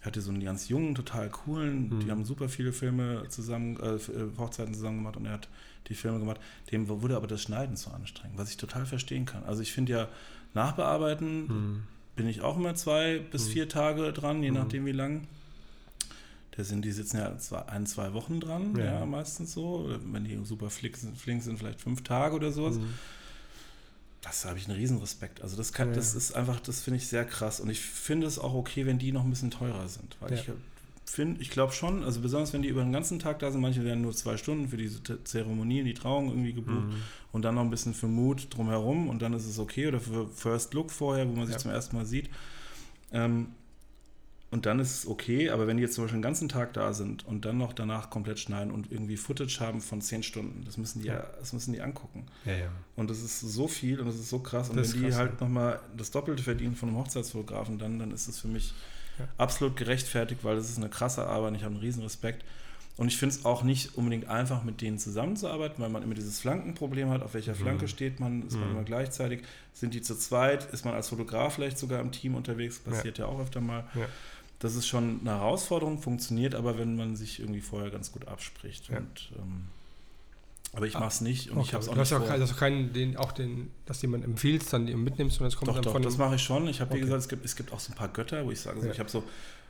hatte so einen ganz jungen, total coolen,
Mhm.
die haben super viele Filme zusammen, äh, Hochzeiten zusammen gemacht und er hat die Filme gemacht. Dem wurde aber das Schneiden zu anstrengend, was ich total verstehen kann. Also ich finde ja, Nachbearbeiten
Mhm.
bin ich auch immer zwei bis
Mhm.
vier Tage dran, je
Mhm.
nachdem wie lang. Da sind, die sitzen ja zwei, ein, zwei Wochen dran,
Ja.
ja, meistens so. Wenn die super flink sind, flink sind, vielleicht fünf Tage oder sowas.
Mhm.
Das habe ich einen Riesenrespekt. Also das kann,
Ja.
das ist einfach, das finde ich sehr krass. Und ich finde es auch okay, wenn die noch ein bisschen teurer sind. Weil
Ja.
ich finde, ich glaube schon, also besonders wenn die über den ganzen Tag da sind, manche werden nur zwei Stunden für diese T- Zeremonie, die Trauung irgendwie gebucht
Mhm.
und dann noch ein bisschen für Mood drumherum und dann ist es okay. Oder für First Look vorher, wo man sich
Ja.
zum ersten Mal sieht. Ähm, Und dann ist es okay, aber wenn die jetzt zum Beispiel den ganzen Tag da sind und dann noch danach komplett schneiden und irgendwie Footage haben von zehn Stunden, das müssen die ja,
Ja.
das müssen die angucken.
Ja, ja.
Und das ist so viel und das ist so krass. Und
Das
wenn
ist
die
krass,
halt
ja.
nochmal das Doppelte verdienen von einem Hochzeitsfotografen, dann, dann ist es für mich
Ja.
absolut gerechtfertigt, weil das ist eine krasse Arbeit und ich habe einen riesen Respekt. Und ich finde es auch nicht unbedingt einfach, mit denen zusammenzuarbeiten, weil man immer dieses Flankenproblem hat, auf welcher Flanke
Mhm.
steht man, ist man
Mhm.
immer gleichzeitig, sind die zu zweit, ist man als Fotograf vielleicht sogar im Team unterwegs, passiert ja, ja auch öfter mal.
Ja.
Das ist schon eine Herausforderung, funktioniert aber, wenn man sich irgendwie vorher ganz gut abspricht.
Ja.
Und, ähm, aber ich mache es nicht und
Okay,
ich habe es auch
du hast
nicht
auch,
vor.
kein- also keinen, den, auch den, dass jemand empfiehlst, dann die mitnimmst und das kommt
Doch,
dann
doch,
von
das
dem-
mache ich schon. Ich habe, wie
Okay.
gesagt, es gibt, es gibt auch so ein paar Götter, wo ich sage, so,
Ja.
ich habe so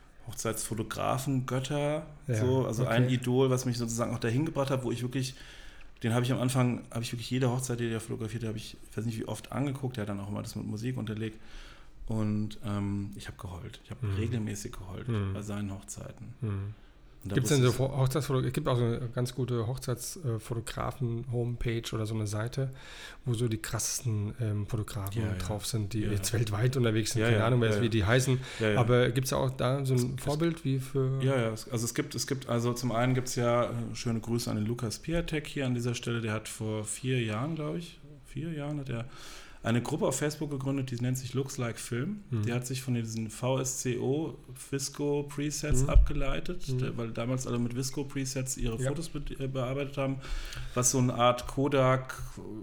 Hochzeitsfotografen-Götter,
Ja,
so, also ein
okay.
Idol, was mich sozusagen auch dahin gebracht hat, wo ich wirklich, den habe ich am Anfang, habe ich wirklich jede Hochzeit, die der fotografiert, habe ich, ich weiß nicht wie oft angeguckt, der hat dann auch immer das mit Musik unterlegt und ähm, ich habe geheult. Ich habe
Mhm.
regelmäßig geheult
Mhm.
bei seinen Hochzeiten.
Mhm.
Und da
Gibt es denn
wusste
so
ich-
Hochzeitsfotografen? Es gibt auch so eine ganz gute Hochzeitsfotografen-Homepage oder so eine Seite, wo so die krassesten ähm, Fotografen
Ja, ja.
drauf sind, die
Ja.
jetzt weltweit unterwegs sind.
Ja,
Keine
ja,
Ahnung, mehr,
ja,
wie
ja.
die heißen.
Ja, ja.
Aber gibt es auch da so ein
Es- es-
Vorbild wie für.
Ja, ja, es- also es gibt, es gibt, also zum einen gibt es ja, äh, schöne Grüße an den Lukas Piatek hier an dieser Stelle, der hat vor vier Jahren, glaube ich, vier Jahren hat er eine Gruppe auf Facebook gegründet, die nennt sich Looks Like Film.
Mhm.
Die hat sich von diesen V S C O Visco Presets
Mhm.
abgeleitet,
Mhm.
der, weil damals alle mit Visco Presets ihre
Ja.
Fotos be äh, bearbeitet haben, was so eine Art Kodak,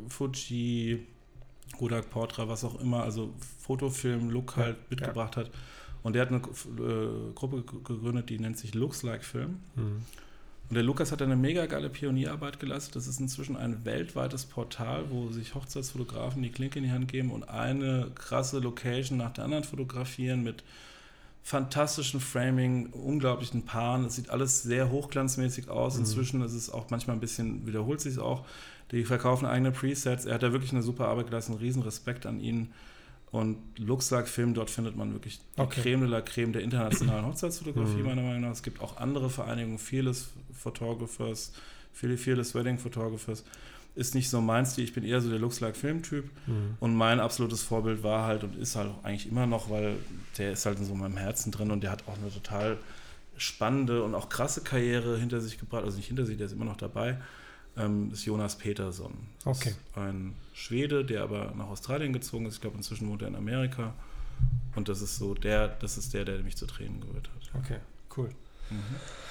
Fuji, Kodak Portra, was auch immer, also Fotofilm-Look
Ja,
halt mitgebracht hat. Und der hat eine äh, Gruppe ge- gegründet, die nennt sich Looks Like Film.
Mhm.
Und der Lukas hat eine mega geile Pionierarbeit geleistet. Das ist inzwischen ein weltweites Portal, wo sich Hochzeitsfotografen die Klinke in die Hand geben und eine krasse Location nach der anderen fotografieren mit fantastischen Framing, unglaublichen Paaren. Es sieht alles sehr hochglanzmäßig aus.
Mhm.
Inzwischen ist es auch manchmal ein bisschen, wiederholt sich es auch. Die verkaufen eigene Presets. Er hat da wirklich eine super Arbeit geleistet. Einen riesen Respekt an ihn. Und Looks Like Film, dort findet man wirklich die
Okay.
Creme de la Creme der internationalen Hochzeitsfotografie,
Mhm.
meiner Meinung nach. Es gibt auch andere Vereinigungen, Fearless Photographers, Fearless Wedding Photographers. Ist nicht so mein Stil, ich bin eher so der Looks Like Film-Typ.
Mhm.
Und mein absolutes Vorbild war halt und ist halt auch eigentlich immer noch, weil der ist halt in so meinem Herzen drin und der hat auch eine total spannende und auch krasse Karriere hinter sich gebracht. Also nicht hinter sich, der ist immer noch dabei. Ähm, ist Jonas Peterson. Das
Okay.
ist ein Schwede, der aber nach Australien gezogen ist. Ich glaube, inzwischen wohnt er in Amerika. Und das ist so der, das ist der, der mich zu Tränen gerührt hat.
Okay, cool.
Mhm.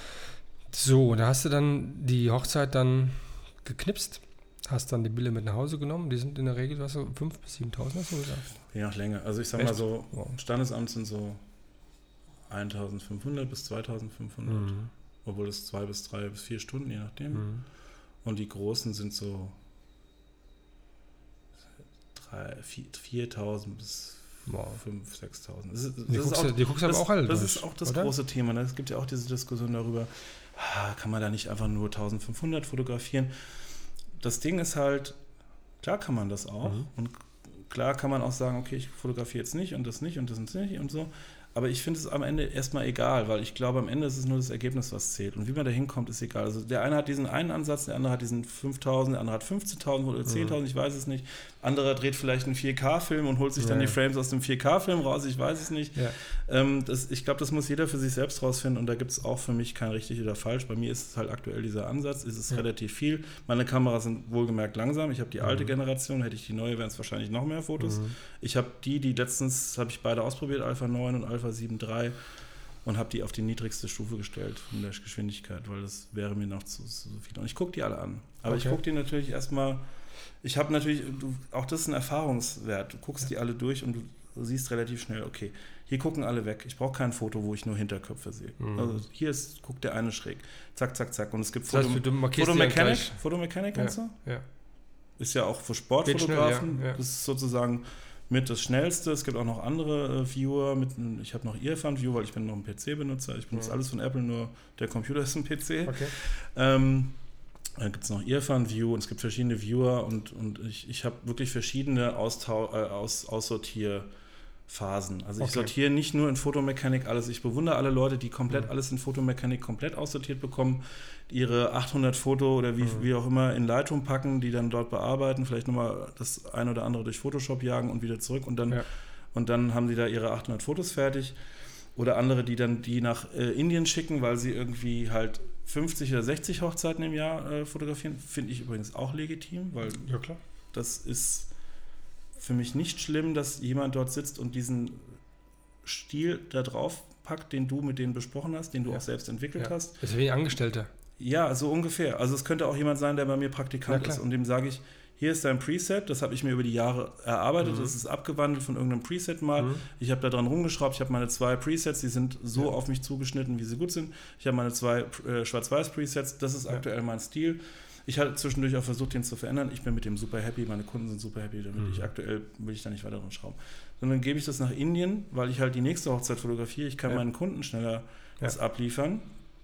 So, da hast du dann die Hochzeit dann geknipst, hast dann die Bilder mit nach Hause genommen. Die sind in der Regel, was so fünftausend bis siebentausend, hast du gesagt?
Je nach Länge. Also ich sag mal
Echt?
so,
Wow.
Standesamt sind so eintausendfünfhundert bis zweitausendfünfhundert.
Mhm.
Obwohl es zwei bis drei bis vier Stunden, je nachdem.
Mhm.
Und die großen sind so drei, vier, viertausend bis
Wow.
fünftausend, sechstausend. Das ist, das
Die
ist
guckst,
auch,
du, die guckst du
das,
aber auch alle
das
durch,
ist auch das
oder?
große Thema. Ne? Es gibt ja auch diese Diskussion darüber, ah, kann man da nicht einfach nur eintausendfünfhundert fotografieren? Das Ding ist halt, klar kann man das auch.
Mhm.
Und klar kann man auch sagen, okay, ich fotografiere jetzt nicht und das nicht und das nicht und so. Aber ich finde es am Ende erstmal egal, weil ich glaube, am Ende ist es nur das Ergebnis, was zählt. Und wie man da hinkommt, ist egal. Also der eine hat diesen einen Ansatz, der andere hat diesen fünftausend, der andere hat fünfzehntausend oder zehntausend, ich weiß es nicht. Anderer dreht vielleicht einen vier K-Film und holt sich dann
Ja.
die Frames aus dem vier K-Film raus, ich weiß es nicht.
Ja.
Ähm, das, ich glaube, das muss jeder für sich selbst rausfinden und da gibt es auch für mich kein richtig oder falsch. Bei mir ist es halt aktuell dieser Ansatz, ist es
Ja.
relativ viel. Meine Kameras sind wohlgemerkt langsam. Ich habe die alte
Mhm.
Generation, hätte ich die neue, wären es wahrscheinlich noch mehr Fotos.
Mhm.
Ich habe die, die letztens, habe ich beide ausprobiert, Alpha neun und Alpha sieben Punkt drei und habe die auf die niedrigste Stufe gestellt von der Geschwindigkeit, weil das wäre mir noch zu, zu viel. Und ich gucke die alle an. Aber
Okay.
ich gucke die natürlich erstmal, ich habe natürlich, du, auch das ist ein Erfahrungswert. Du guckst
Ja.
die alle durch und du siehst relativ schnell, okay, hier gucken alle weg. Ich brauche kein Foto, wo ich nur Hinterköpfe sehe. Mhm. Also hier ist, guckt der eine schräg. Zack, zack, zack. Und es gibt
das heißt,
Foto, Fotomechanic. Fotomechanic kennst
ja.
du?
Ja.
Ist ja auch für Sportfotografen.
Schnell, ja. Ja.
Das ist sozusagen mit das Schnellste. Es gibt auch noch andere äh, Viewer. Mit, ich habe noch Irfan View, weil ich bin noch ein P C-Benutzer. Ich benutze mhm. alles von Apple, nur der Computer ist ein P C.
Okay.
Ähm, dann gibt es noch Irfan View und es gibt verschiedene Viewer und, und ich, ich habe wirklich verschiedene Austau- äh, Aus- Aussortierphasen. Also ich
okay.
sortiere nicht nur in Fotomechanik alles. Ich bewundere alle Leute, die komplett mhm. alles in Fotomechanik komplett aussortiert bekommen, ihre achthundert Foto oder wie, mhm. wie auch immer in Lightroom packen, die dann dort bearbeiten, vielleicht nochmal das ein oder andere durch Photoshop jagen und wieder zurück und dann,
ja.
und dann haben die da ihre achthundert Fotos fertig. Oder andere, die dann die nach äh, Indien schicken, weil sie irgendwie halt fünfzig oder sechzig Hochzeiten im Jahr äh, fotografieren, finde ich übrigens auch legitim, weil
ja, klar.
das ist für mich nicht schlimm, dass jemand dort sitzt und diesen Stil da drauf packt, den du mit denen besprochen hast, den du ja. auch selbst entwickelt
ja.
hast.
Das ist wie ein Angestellter.
Ja, so ungefähr. Also es könnte auch jemand sein, der bei mir Praktikant ist und dem sage ich, hier ist dein Preset, das habe ich mir über die Jahre erarbeitet, mhm. das ist abgewandelt von irgendeinem Preset mal. Mhm. Ich habe da dran rumgeschraubt, ich habe meine zwei Presets, die sind so ja. auf mich zugeschnitten, wie sie gut sind. Ich habe meine zwei äh, Schwarz-Weiß-Presets, das ist ja. aktuell mein Stil. Ich hatte zwischendurch auch versucht, den zu verändern. Ich bin mit dem super happy, meine Kunden sind super happy damit. Mhm. Ich aktuell will ich da nicht weiter dran schrauben. Sondern gebe ich das nach Indien, weil ich halt die nächste Hochzeit fotografiere. Ich kann ja. meinen Kunden schneller ja. das abliefern.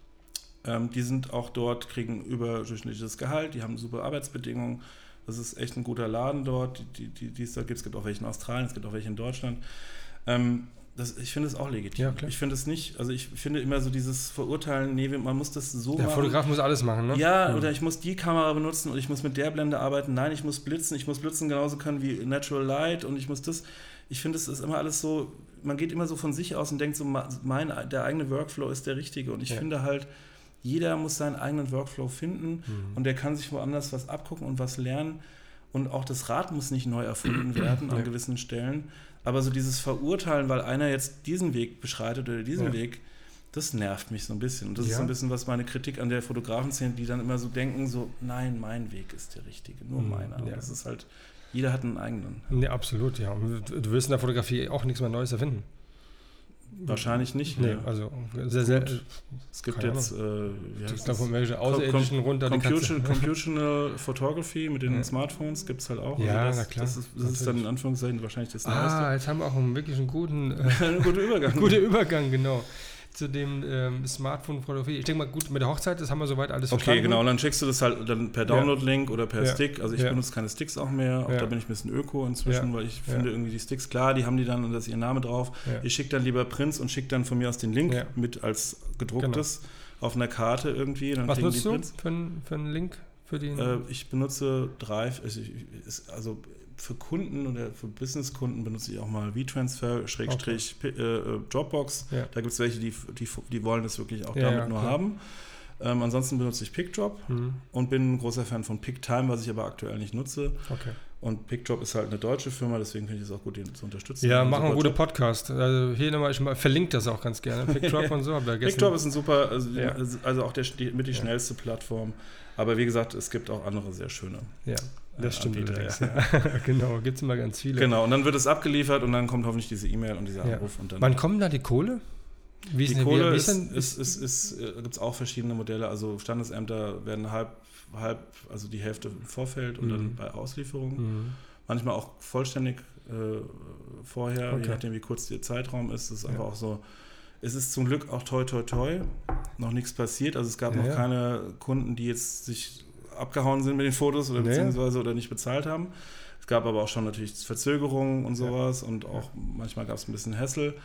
Ähm, die sind auch dort, kriegen überdurchschnittliches Gehalt, die haben super Arbeitsbedingungen. Das ist echt ein guter Laden dort, die, die, die es da gibt. Es gibt auch welche in Australien, es gibt auch welche in Deutschland. Ähm, das, ich finde es auch legitim.
Ja,
ich finde es nicht, also ich finde immer so dieses Verurteilen, nee, man muss das so
der
machen.
Der Fotograf muss alles machen, ne?
Ja, mhm. oder ich muss die Kamera benutzen und ich muss mit der Blende arbeiten. Nein, ich muss blitzen, ich muss blitzen genauso können wie Natural Light und ich muss das. Ich finde, es ist immer alles so, man geht immer so von sich aus und denkt so, mein, der eigene Workflow ist der richtige. Und ich ja. finde halt, jeder muss seinen eigenen Workflow finden mhm. und der kann sich woanders was abgucken und was lernen. Und auch das Rad muss nicht neu erfunden werden an ja. gewissen Stellen. Aber so dieses Verurteilen, weil einer jetzt diesen Weg beschreitet oder diesen ja. Weg, das nervt mich so ein bisschen. Und das ja. ist so ein bisschen, was meine Kritik an der Fotografen-Szene, die dann immer so denken, so, nein, mein Weg ist der richtige, nur mhm. meiner. Und ja. das ist halt, jeder hat einen eigenen.
Ja, absolut, ja. Und du wirst in der Fotografie auch nichts mehr Neues erfinden.
Wahrscheinlich nicht.
Nee,
ne?
also sehr, sehr.
Es gibt jetzt äh, wie heißt
das? Welche Außerirdischen
Com-
runter.
Computer, Computational Photography mit den ja. Smartphones gibt es halt auch.
Ja,
also das,
na klar.
Das, ist, das ist dann in Anführungszeichen wahrscheinlich das
ah,
Neueste.
Ah, jetzt haben wir auch einen wirklich einen guten äh,
einen guten Übergang.
guter Übergang, genau. Zu dem ähm, Smartphone-Fotografie. Ich denke mal, gut, mit der Hochzeit, das haben wir soweit alles
okay,
verstanden.
Okay, genau, und dann schickst du das halt dann per Download-Link ja. oder per
ja.
Stick. Also ich
ja.
benutze keine Sticks auch mehr, auch
ja.
da bin ich ein bisschen öko inzwischen,
ja.
weil ich
ja.
finde irgendwie die Sticks, klar, die haben die dann und da ist ihr Name drauf. Ja. Ich schicke dann lieber Prints und schicke dann von mir aus den Link ja. mit als gedrucktes genau. auf einer Karte irgendwie. Dann
was nutzt
die
du für, für einen Link? Für den
äh, ich benutze Drive, also, ich, also für Kunden oder für Businesskunden benutze ich auch mal V-Transfer, Schrägstrich, okay. äh, Dropbox. Ja. Da gibt es welche, die, die, die wollen das wirklich auch ja, damit ja, nur haben. Ähm, ansonsten benutze ich PickDrop mhm. und bin ein großer Fan von PickTime, was ich aber aktuell nicht nutze.
Okay.
Und PickDrop ist halt eine deutsche Firma, deswegen finde ich es auch gut, den zu unterstützen.
Ja, machen wir gute Podcast. Also hier nochmal, ich verlinke das auch ganz gerne. PickDrop und so.
PickDrop ist ein super, also,
ja.
also auch der, die, mit die schnellste ja. Plattform. Aber wie gesagt, es gibt auch andere sehr schöne.
Ja. Das stimmt übrigens, ja. ja. Genau, gibt es immer ganz viele.
Genau, und dann wird es abgeliefert und dann kommt hoffentlich diese E-Mail und dieser Anruf.
Ja.
Und dann
wann kommen da die Kohle? Wie
die
ist
Kohle
wie, wie
ist, ist, ist, ist, ist gibt es auch verschiedene Modelle. Also Standesämter werden halb, halb also die Hälfte im Vorfeld und mhm. dann bei Auslieferung. Mhm. Manchmal auch vollständig äh, vorher, okay. je nachdem wie kurz der Zeitraum ist. Das ist ja. einfach auch so. Es ist zum Glück auch toi toi toi noch nichts passiert. Also es gab ja, noch ja. keine Kunden, die jetzt sich abgehauen sind mit den Fotos oder nee. beziehungsweise oder nicht bezahlt haben. Es gab aber auch schon natürlich Verzögerungen und sowas ja. und auch ja. manchmal gab es ein bisschen Hassel.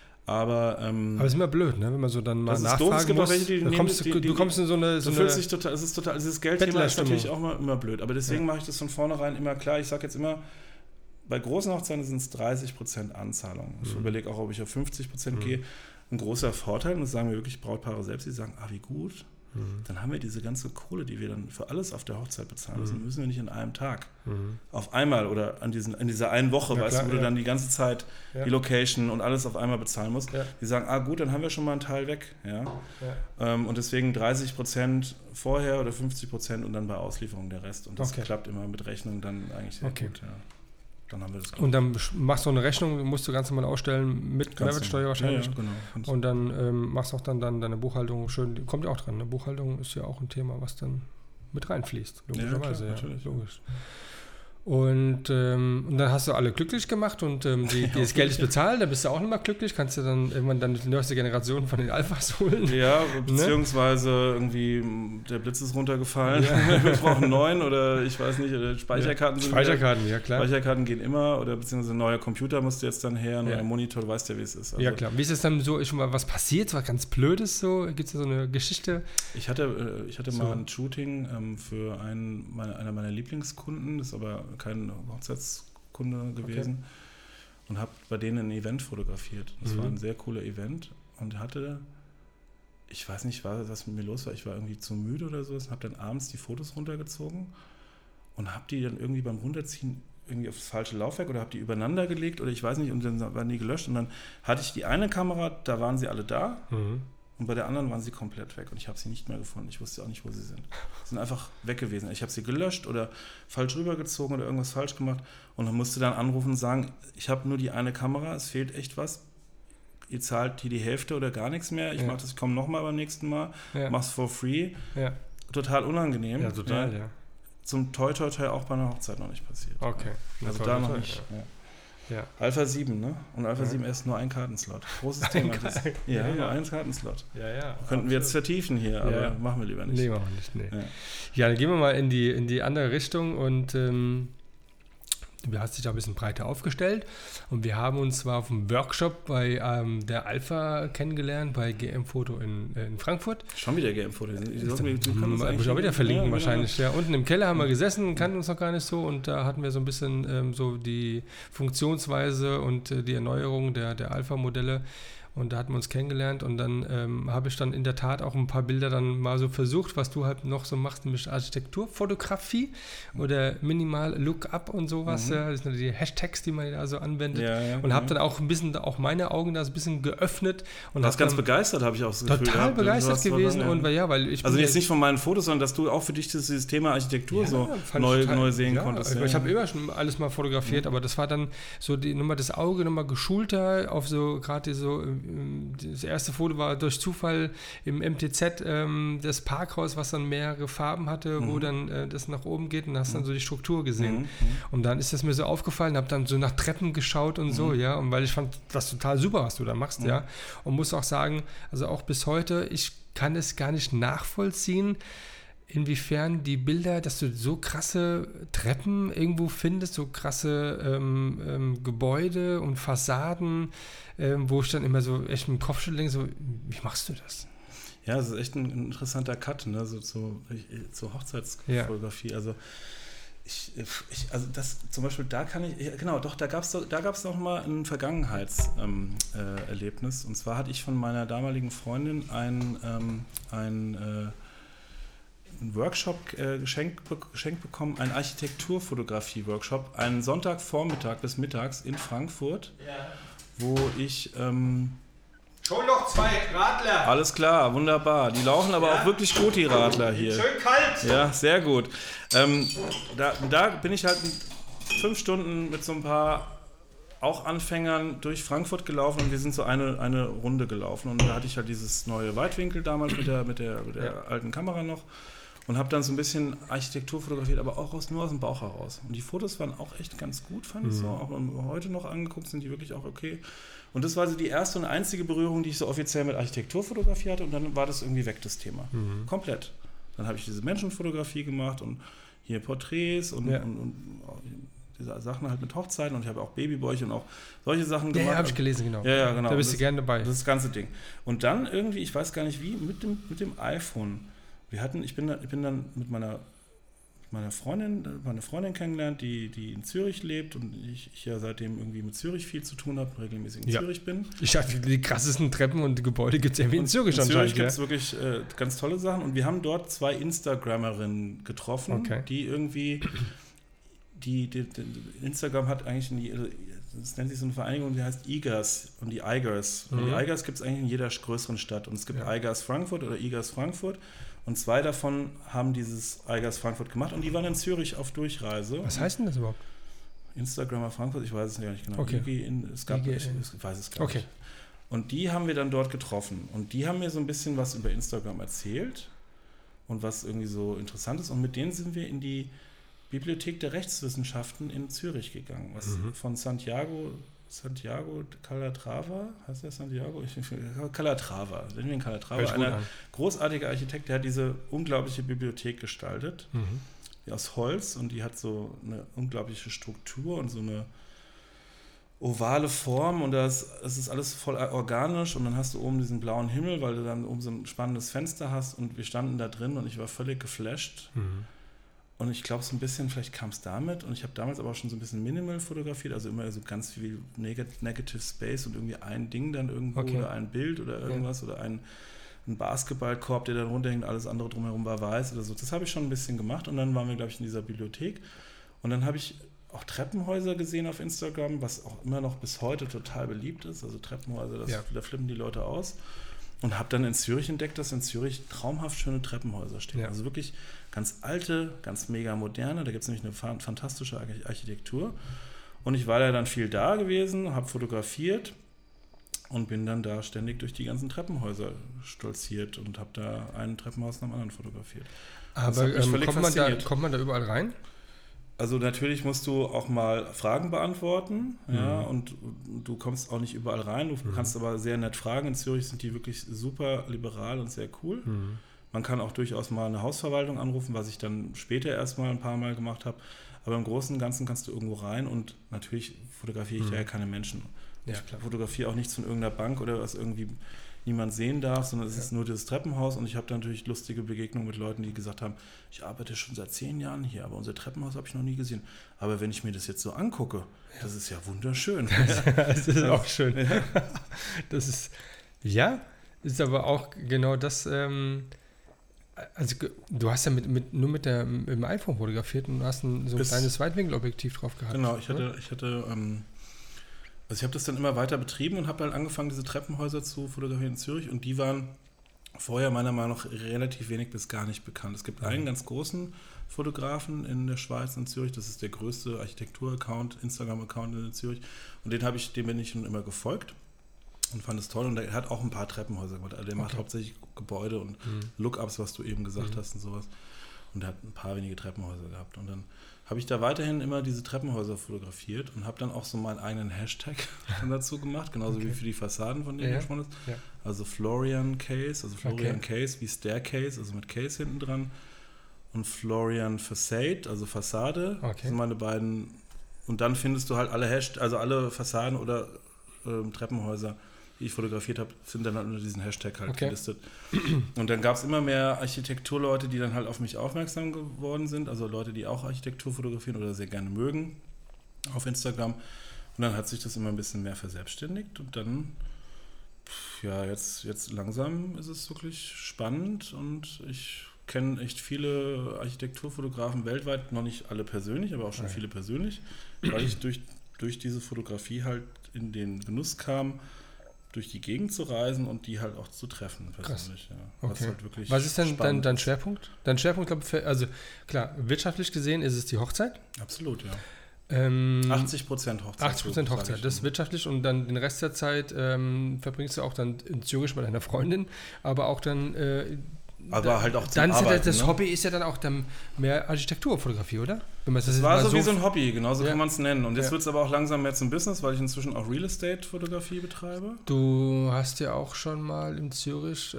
Aber, ähm,
aber es ist immer blöd, ne? Wenn man so dann mal nachfragen
doof. Es gibt
muss.
Auch welche, die
du, kommst,
die, die,
du kommst in so eine... So eine
sich total, es ist total, dieses Geldthema ist natürlich auch immer, immer blöd. Aber deswegen ja. mache ich das von vornherein immer klar. Ich sage jetzt immer, bei großen Hochzeiten sind es dreißig Prozent Anzahlung. Ich mhm. überlege auch, ob ich auf fünfzig Prozent mhm. gehe. Ein großer Vorteil, und das sagen mir wirklich Brautpaare selbst, die sagen, ah, wie gut, mhm. dann haben wir diese ganze Kohle, die wir dann für alles auf der Hochzeit bezahlen müssen, mhm. müssen wir nicht in einem Tag. Mhm. Auf einmal oder an diesen, in dieser einen Woche, ja, weißt klar, du, wo ja. du dann die ganze Zeit ja. die Location und alles auf einmal bezahlen musst. Ja. Die sagen, ah gut, dann haben wir schon mal einen Teil weg. Ja? Ja. Ähm, und deswegen dreißig Prozent vorher oder fünfzig Prozent und dann bei Auslieferung der Rest. Und das
okay.
klappt immer mit Rechnung dann eigentlich sehr
okay.
gut. Ja. Dann haben wir das.
Und dann machst du eine Rechnung, musst du ganz normal ausstellen mit Mehrwertsteuer wahrscheinlich.
Ja, ja, genau.
Und dann ähm, machst du auch dann, dann deine Buchhaltung schön, kommt ja auch dran. Eine Buchhaltung ist ja auch ein Thema, was dann mit reinfließt, logischerweise.
Ja, klar,
ja, logisch. Und, ähm, und dann hast du alle glücklich gemacht und ähm, die, die das Geld ist bezahlt, dann bist du auch nicht mehr glücklich, kannst du dann irgendwann dann die neueste Generation von den Alphas holen.
Ja, beziehungsweise ne? irgendwie der Blitz ist runtergefallen, ja. Wir brauchen einen neuen oder ich weiß nicht, oder Speicherkarten
ja.
sind
Speicherkarten,
wieder,
ja klar.
Speicherkarten gehen immer oder beziehungsweise ein neuer Computer musst du jetzt dann her, ein neuer
ja.
Monitor, du weißt ja, wie es ist.
Also, ja klar, wie ist es dann so, schon mal was passiert, was ganz Blödes so, gibt es da so eine Geschichte?
Ich hatte, ich hatte
so.
mal ein Shooting ähm, für einen, meine, einer meiner Lieblingskunden, das ist aber kein Hochzeits Kunde gewesen okay. und habe bei denen ein Event fotografiert. Das mhm. war ein sehr cooler Event und hatte, ich weiß nicht, was mit mir los war, ich war irgendwie zu müde oder sowas und habe dann abends die Fotos runtergezogen und habe die dann irgendwie beim Runterziehen irgendwie aufs falsche Laufwerk oder habe die übereinander gelegt oder ich weiß nicht und dann waren die gelöscht und dann hatte ich die eine Kamera, da waren sie alle da mhm. und bei der anderen waren sie komplett weg und ich habe sie nicht mehr gefunden. Ich wusste auch nicht, wo sie sind. Sie sind einfach weg gewesen. Ich habe sie gelöscht oder falsch rübergezogen oder irgendwas falsch gemacht und dann musste dann anrufen und sagen, ich habe nur die eine Kamera, es fehlt echt was. Ihr zahlt hier die Hälfte oder gar nichts mehr. Ich ja. mache das, ich komme nochmal beim nächsten Mal, ja. mach's for free. Ja. Total unangenehm.
Ja, total, ja.
ja. Zum Toi Toi Toi auch bei einer Hochzeit noch nicht passiert.
Okay.
Also da noch nicht. Ja. Ja. Alpha sieben, ne? Und Alpha ja. sieben ist nur ein Kartenslot. Großes Thema.
Ein
das,
ja,
ja,
ja,
nur ein Kartenslot.
Ja, ja.
Könnten absolut. Wir jetzt vertiefen hier, aber ja. machen wir lieber nicht.
Nee, machen wir nicht. Nee. Ja. ja, dann gehen wir mal in die, in die andere Richtung und ähm, du hast dich da ein bisschen breiter aufgestellt und wir haben uns zwar auf einem Workshop bei ähm, der Alpha kennengelernt, bei G M-Foto in, äh, in Frankfurt.
Schon wieder G M-Foto.
Ich muss auch wieder verlinken ja, wahrscheinlich. Ja. Unten im Keller haben wir gesessen, kannten uns noch gar nicht so und da hatten wir so ein bisschen ähm, so die Funktionsweise und äh, die Erneuerung der, der Alpha-Modelle. Und da hatten wir uns kennengelernt und dann ähm, habe ich dann in der Tat auch ein paar Bilder dann mal so versucht, was du halt noch so machst, nämlich Architekturfotografie oder Minimal Lookup und sowas. Mhm. Ja, das sind die Hashtags, die man da so anwendet. Ja, ja, und habe dann auch ein bisschen, auch meine Augen da so ein bisschen geöffnet. Und
warst ganz begeistert, habe ich auch so das
Gefühl. Total begeistert gewesen. Dann, ja. Und weil, ja, weil ich
also jetzt nicht von meinen Fotos, sondern dass du auch für dich dieses, dieses Thema Architektur ja, so neu, total, neu sehen
ja,
konntest.
Ja. Ich habe immer schon alles mal fotografiert, mhm. aber das war dann so die Nummer das Auge nochmal geschulter auf so gerade so das erste Foto war durch Zufall im M T Z ähm, das Parkhaus, was dann mehrere Farben hatte, mhm. wo dann äh, das nach oben geht und hast dann so die Struktur gesehen. Mhm. Und dann ist das mir so aufgefallen, habe dann so nach Treppen geschaut und mhm. so, ja, und weil ich fand das total super, was du da machst, mhm. ja. Und muss auch sagen, also auch bis heute, ich kann es gar nicht nachvollziehen, inwiefern die Bilder, dass du so krasse Treppen irgendwo findest, so krasse ähm, ähm, Gebäude und Fassaden, ähm, wo ich dann immer so echt im Kopf schüttle, so, wie machst du das?
Ja, das ist echt ein interessanter Cut, ne, so zur so Hochzeitsfotografie. Ja. Also ich, ich, also das zum Beispiel, da kann ich, ja, genau, doch, da gab es da gab's noch mal ein Vergangenheitserlebnis. Ähm, äh, und zwar hatte ich von meiner damaligen Freundin ein, ähm, ein äh, einen Workshop äh, geschenkt, geschenkt bekommen, einen Architekturfotografie-Workshop, einen Sonntagvormittag bis mittags in Frankfurt, ja. wo ich... Ähm,
Schon noch zwei Radler.
Alles klar, wunderbar. Die laufen aber ja. auch wirklich gut, die Radler hier.
Schön kalt.
Ja, sehr gut. Ähm, da, da bin ich halt fünf Stunden mit so ein paar auch Anfängern durch Frankfurt gelaufen und wir sind so eine, eine Runde gelaufen und da hatte ich halt dieses neue Weitwinkel damals mit der, mit der, mit der ja. alten Kamera noch. Und habe dann so ein bisschen Architektur fotografiert, aber auch aus, nur aus dem Bauch heraus. Und die Fotos waren auch echt ganz gut, fand mhm. ich so. Auch heute noch angeguckt sind die wirklich auch okay. Und das war so die erste und einzige Berührung, die ich so offiziell mit Architekturfotografie hatte. Und dann war das irgendwie weg, das Thema. Mhm. Komplett. Dann habe ich diese Menschenfotografie gemacht und hier Porträts und, ja. und, und diese Sachen halt mit Hochzeiten. Und ich habe auch Babybäuche und auch solche Sachen gemacht.
Ja, habe ich gelesen, genau.
Ja, ja, genau.
Da bist du
das,
gerne dabei.
Das, das ganze Ding. Und dann irgendwie, ich weiß gar nicht wie, mit dem, mit dem iPhone. Wir hatten, ich bin, ich bin dann mit meiner, meiner Freundin, meine Freundin kennengelernt, die, die in Zürich lebt und ich, ich ja seitdem irgendwie mit Zürich viel zu tun habe, regelmäßig in ja. Zürich bin.
Ich dachte, die krassesten Treppen und Gebäude gibt es irgendwie in Zürich anscheinend.
In Zürich gibt es wirklich äh, ganz tolle Sachen und wir haben dort zwei Instagrammerinnen getroffen, okay. die irgendwie, die, die, die Instagram hat eigentlich, in die, das nennt sich so eine Vereinigung, die heißt I G A S und die I G A S. Mhm. Und die I G A S gibt es eigentlich in jeder größeren Stadt und es gibt ja. I G A S Frankfurt oder I G A S Frankfurt. Und zwei davon haben dieses I G A S Frankfurt gemacht und die waren in Zürich auf Durchreise.
Was heißt denn das überhaupt?
Instagrammer Frankfurt, ich weiß es gar nicht genau.
Okay.
I G in, es gab,
I G,
ich, ich weiß es gar
okay.
nicht. Und die haben wir dann dort getroffen. Und die haben mir so ein bisschen was über Instagram erzählt und was irgendwie so interessant ist. Und mit denen sind wir in die Bibliothek der Rechtswissenschaften in Zürich gegangen, was mhm. von Santiago, Santiago Calatrava, heißt der Santiago? Ich, Calatrava, nennen wir ihn Calatrava, ein großartiger Architekt, der hat diese unglaubliche Bibliothek gestaltet, mhm. die aus Holz, und die hat so eine unglaubliche Struktur und so eine ovale Form, und das, das ist alles voll organisch, und dann hast du oben diesen blauen Himmel, weil du dann oben so ein spannendes Fenster hast, und wir standen da drin und ich war völlig geflasht. Mhm. Und ich glaube, so ein bisschen, vielleicht kam es damit, und ich habe damals aber auch schon so ein bisschen minimal fotografiert, also immer so ganz viel Neg- Negative Space und irgendwie ein Ding dann irgendwo okay. oder ein Bild oder irgendwas ja. oder ein, ein Basketballkorb, der dann runterhängt, alles andere drumherum war weiß oder so. Das habe ich schon ein bisschen gemacht, und dann waren wir, glaube ich, in dieser Bibliothek, und dann habe ich auch Treppenhäuser gesehen auf Instagram, was auch immer noch bis heute total beliebt ist, also Treppenhäuser, das, ja. da flippen die Leute aus. Und habe dann in Zürich entdeckt, dass in Zürich traumhaft schöne Treppenhäuser stehen. Ja. Also wirklich ganz alte, ganz mega moderne. Da gibt es nämlich eine fantastische Architektur. Und ich war ja dann viel da gewesen, habe fotografiert und bin dann da ständig durch die ganzen Treppenhäuser stolziert und habe da ein Treppenhaus nach dem anderen fotografiert.
Aber ähm, kommt, man da, kommt man da überall rein?
Also natürlich musst du auch mal Fragen beantworten, mhm. ja, und du kommst auch nicht überall rein, du mhm. kannst aber sehr nett fragen. In Zürich sind die wirklich super liberal und sehr cool. Mhm. Man kann auch durchaus mal eine Hausverwaltung anrufen, was ich dann später erstmal ein paar Mal gemacht habe. Aber im Großen und Ganzen kannst du irgendwo rein, und natürlich fotografiere ich mhm. ja keine Menschen. Ja, ich klar. fotografiere auch nichts von irgendeiner Bank oder was irgendwie niemand sehen darf, sondern es ja. ist nur dieses Treppenhaus, und ich habe da natürlich lustige Begegnungen mit Leuten, die gesagt haben, ich arbeite schon seit zehn Jahren hier, aber unser Treppenhaus habe ich noch nie gesehen. Aber wenn ich mir das jetzt so angucke, ja. das ist ja wunderschön.
Das ist auch schön. Ja. Das ist, ja, ist aber auch genau das, ähm, also du hast ja mit, mit, nur mit, der, mit dem iPhone fotografiert und hast ein, so ein Bis, kleines Weitwinkelobjektiv drauf gehabt.
Genau, ich hatte, ich hatte ähm, Also ich habe das dann immer weiter betrieben und habe dann angefangen, diese Treppenhäuser zu fotografieren in Zürich, und die waren vorher meiner Meinung nach relativ wenig bis gar nicht bekannt. Es gibt einen ganz großen Fotografen in der Schweiz, in Zürich, das ist der größte Architektur-Account, Instagram-Account in Zürich, und den habe ich, dem bin ich schon immer gefolgt und fand es toll, und er hat auch ein paar Treppenhäuser gemacht. Also der okay. macht hauptsächlich Gebäude und mhm. Lookups, was du eben gesagt mhm. hast und sowas, und er hat ein paar wenige Treppenhäuser gehabt, und dann habe ich da weiterhin immer diese Treppenhäuser fotografiert und habe dann auch so meinen eigenen Hashtag dazu gemacht, genauso okay. wie für die Fassaden, von denen ja, du gesprochen hast. Ja. Also Florian Case, also Florian okay. Case wie Staircase, also mit Case hinten dran, und Florian Facade, also Fassade, okay. das sind meine beiden. Und dann findest du halt alle Hasht- also alle Fassaden oder ähm, Treppenhäuser, die ich fotografiert habe, sind dann halt unter diesen Hashtag halt okay. gelistet. Und dann gab es immer mehr Architekturleute, die dann halt auf mich aufmerksam geworden sind, also Leute, die auch Architektur fotografieren oder sehr gerne mögen auf Instagram. Und dann hat sich das immer ein bisschen mehr verselbstständigt, und dann, ja, jetzt, jetzt langsam ist es wirklich spannend, und ich kenne echt viele Architekturfotografen weltweit, noch nicht alle persönlich, aber auch schon okay. viele persönlich, weil ich durch, durch diese Fotografie halt in den Genuss kam, durch die Gegend zu reisen und die halt auch zu treffen persönlich. Ja.
Okay.
Was, halt wirklich
Was ist denn dein, dein Schwerpunkt? Dein Schwerpunkt, glaube ich, also klar, wirtschaftlich gesehen ist es die Hochzeit.
Absolut, ja.
Ähm,
achtzig Prozent Hochzeit.
achtzig Prozent Hochzeit, das ist wirtschaftlich, und dann den Rest der Zeit ähm, verbringst du auch dann in Zürich bei deiner Freundin, aber auch dann äh,
aber da, halt auch zum
dann ist
Arbeiten,
ja das
ne?
Hobby ist ja dann auch dann mehr Architekturfotografie, oder? Wenn man
das
das
war so
so
wie so ein Hobby, genauso
ja.
kann man es nennen. Und jetzt
ja.
wird es aber auch langsam mehr zum Business, weil ich inzwischen auch Real Estate Fotografie betreibe.
Du hast ja auch schon mal in Zürich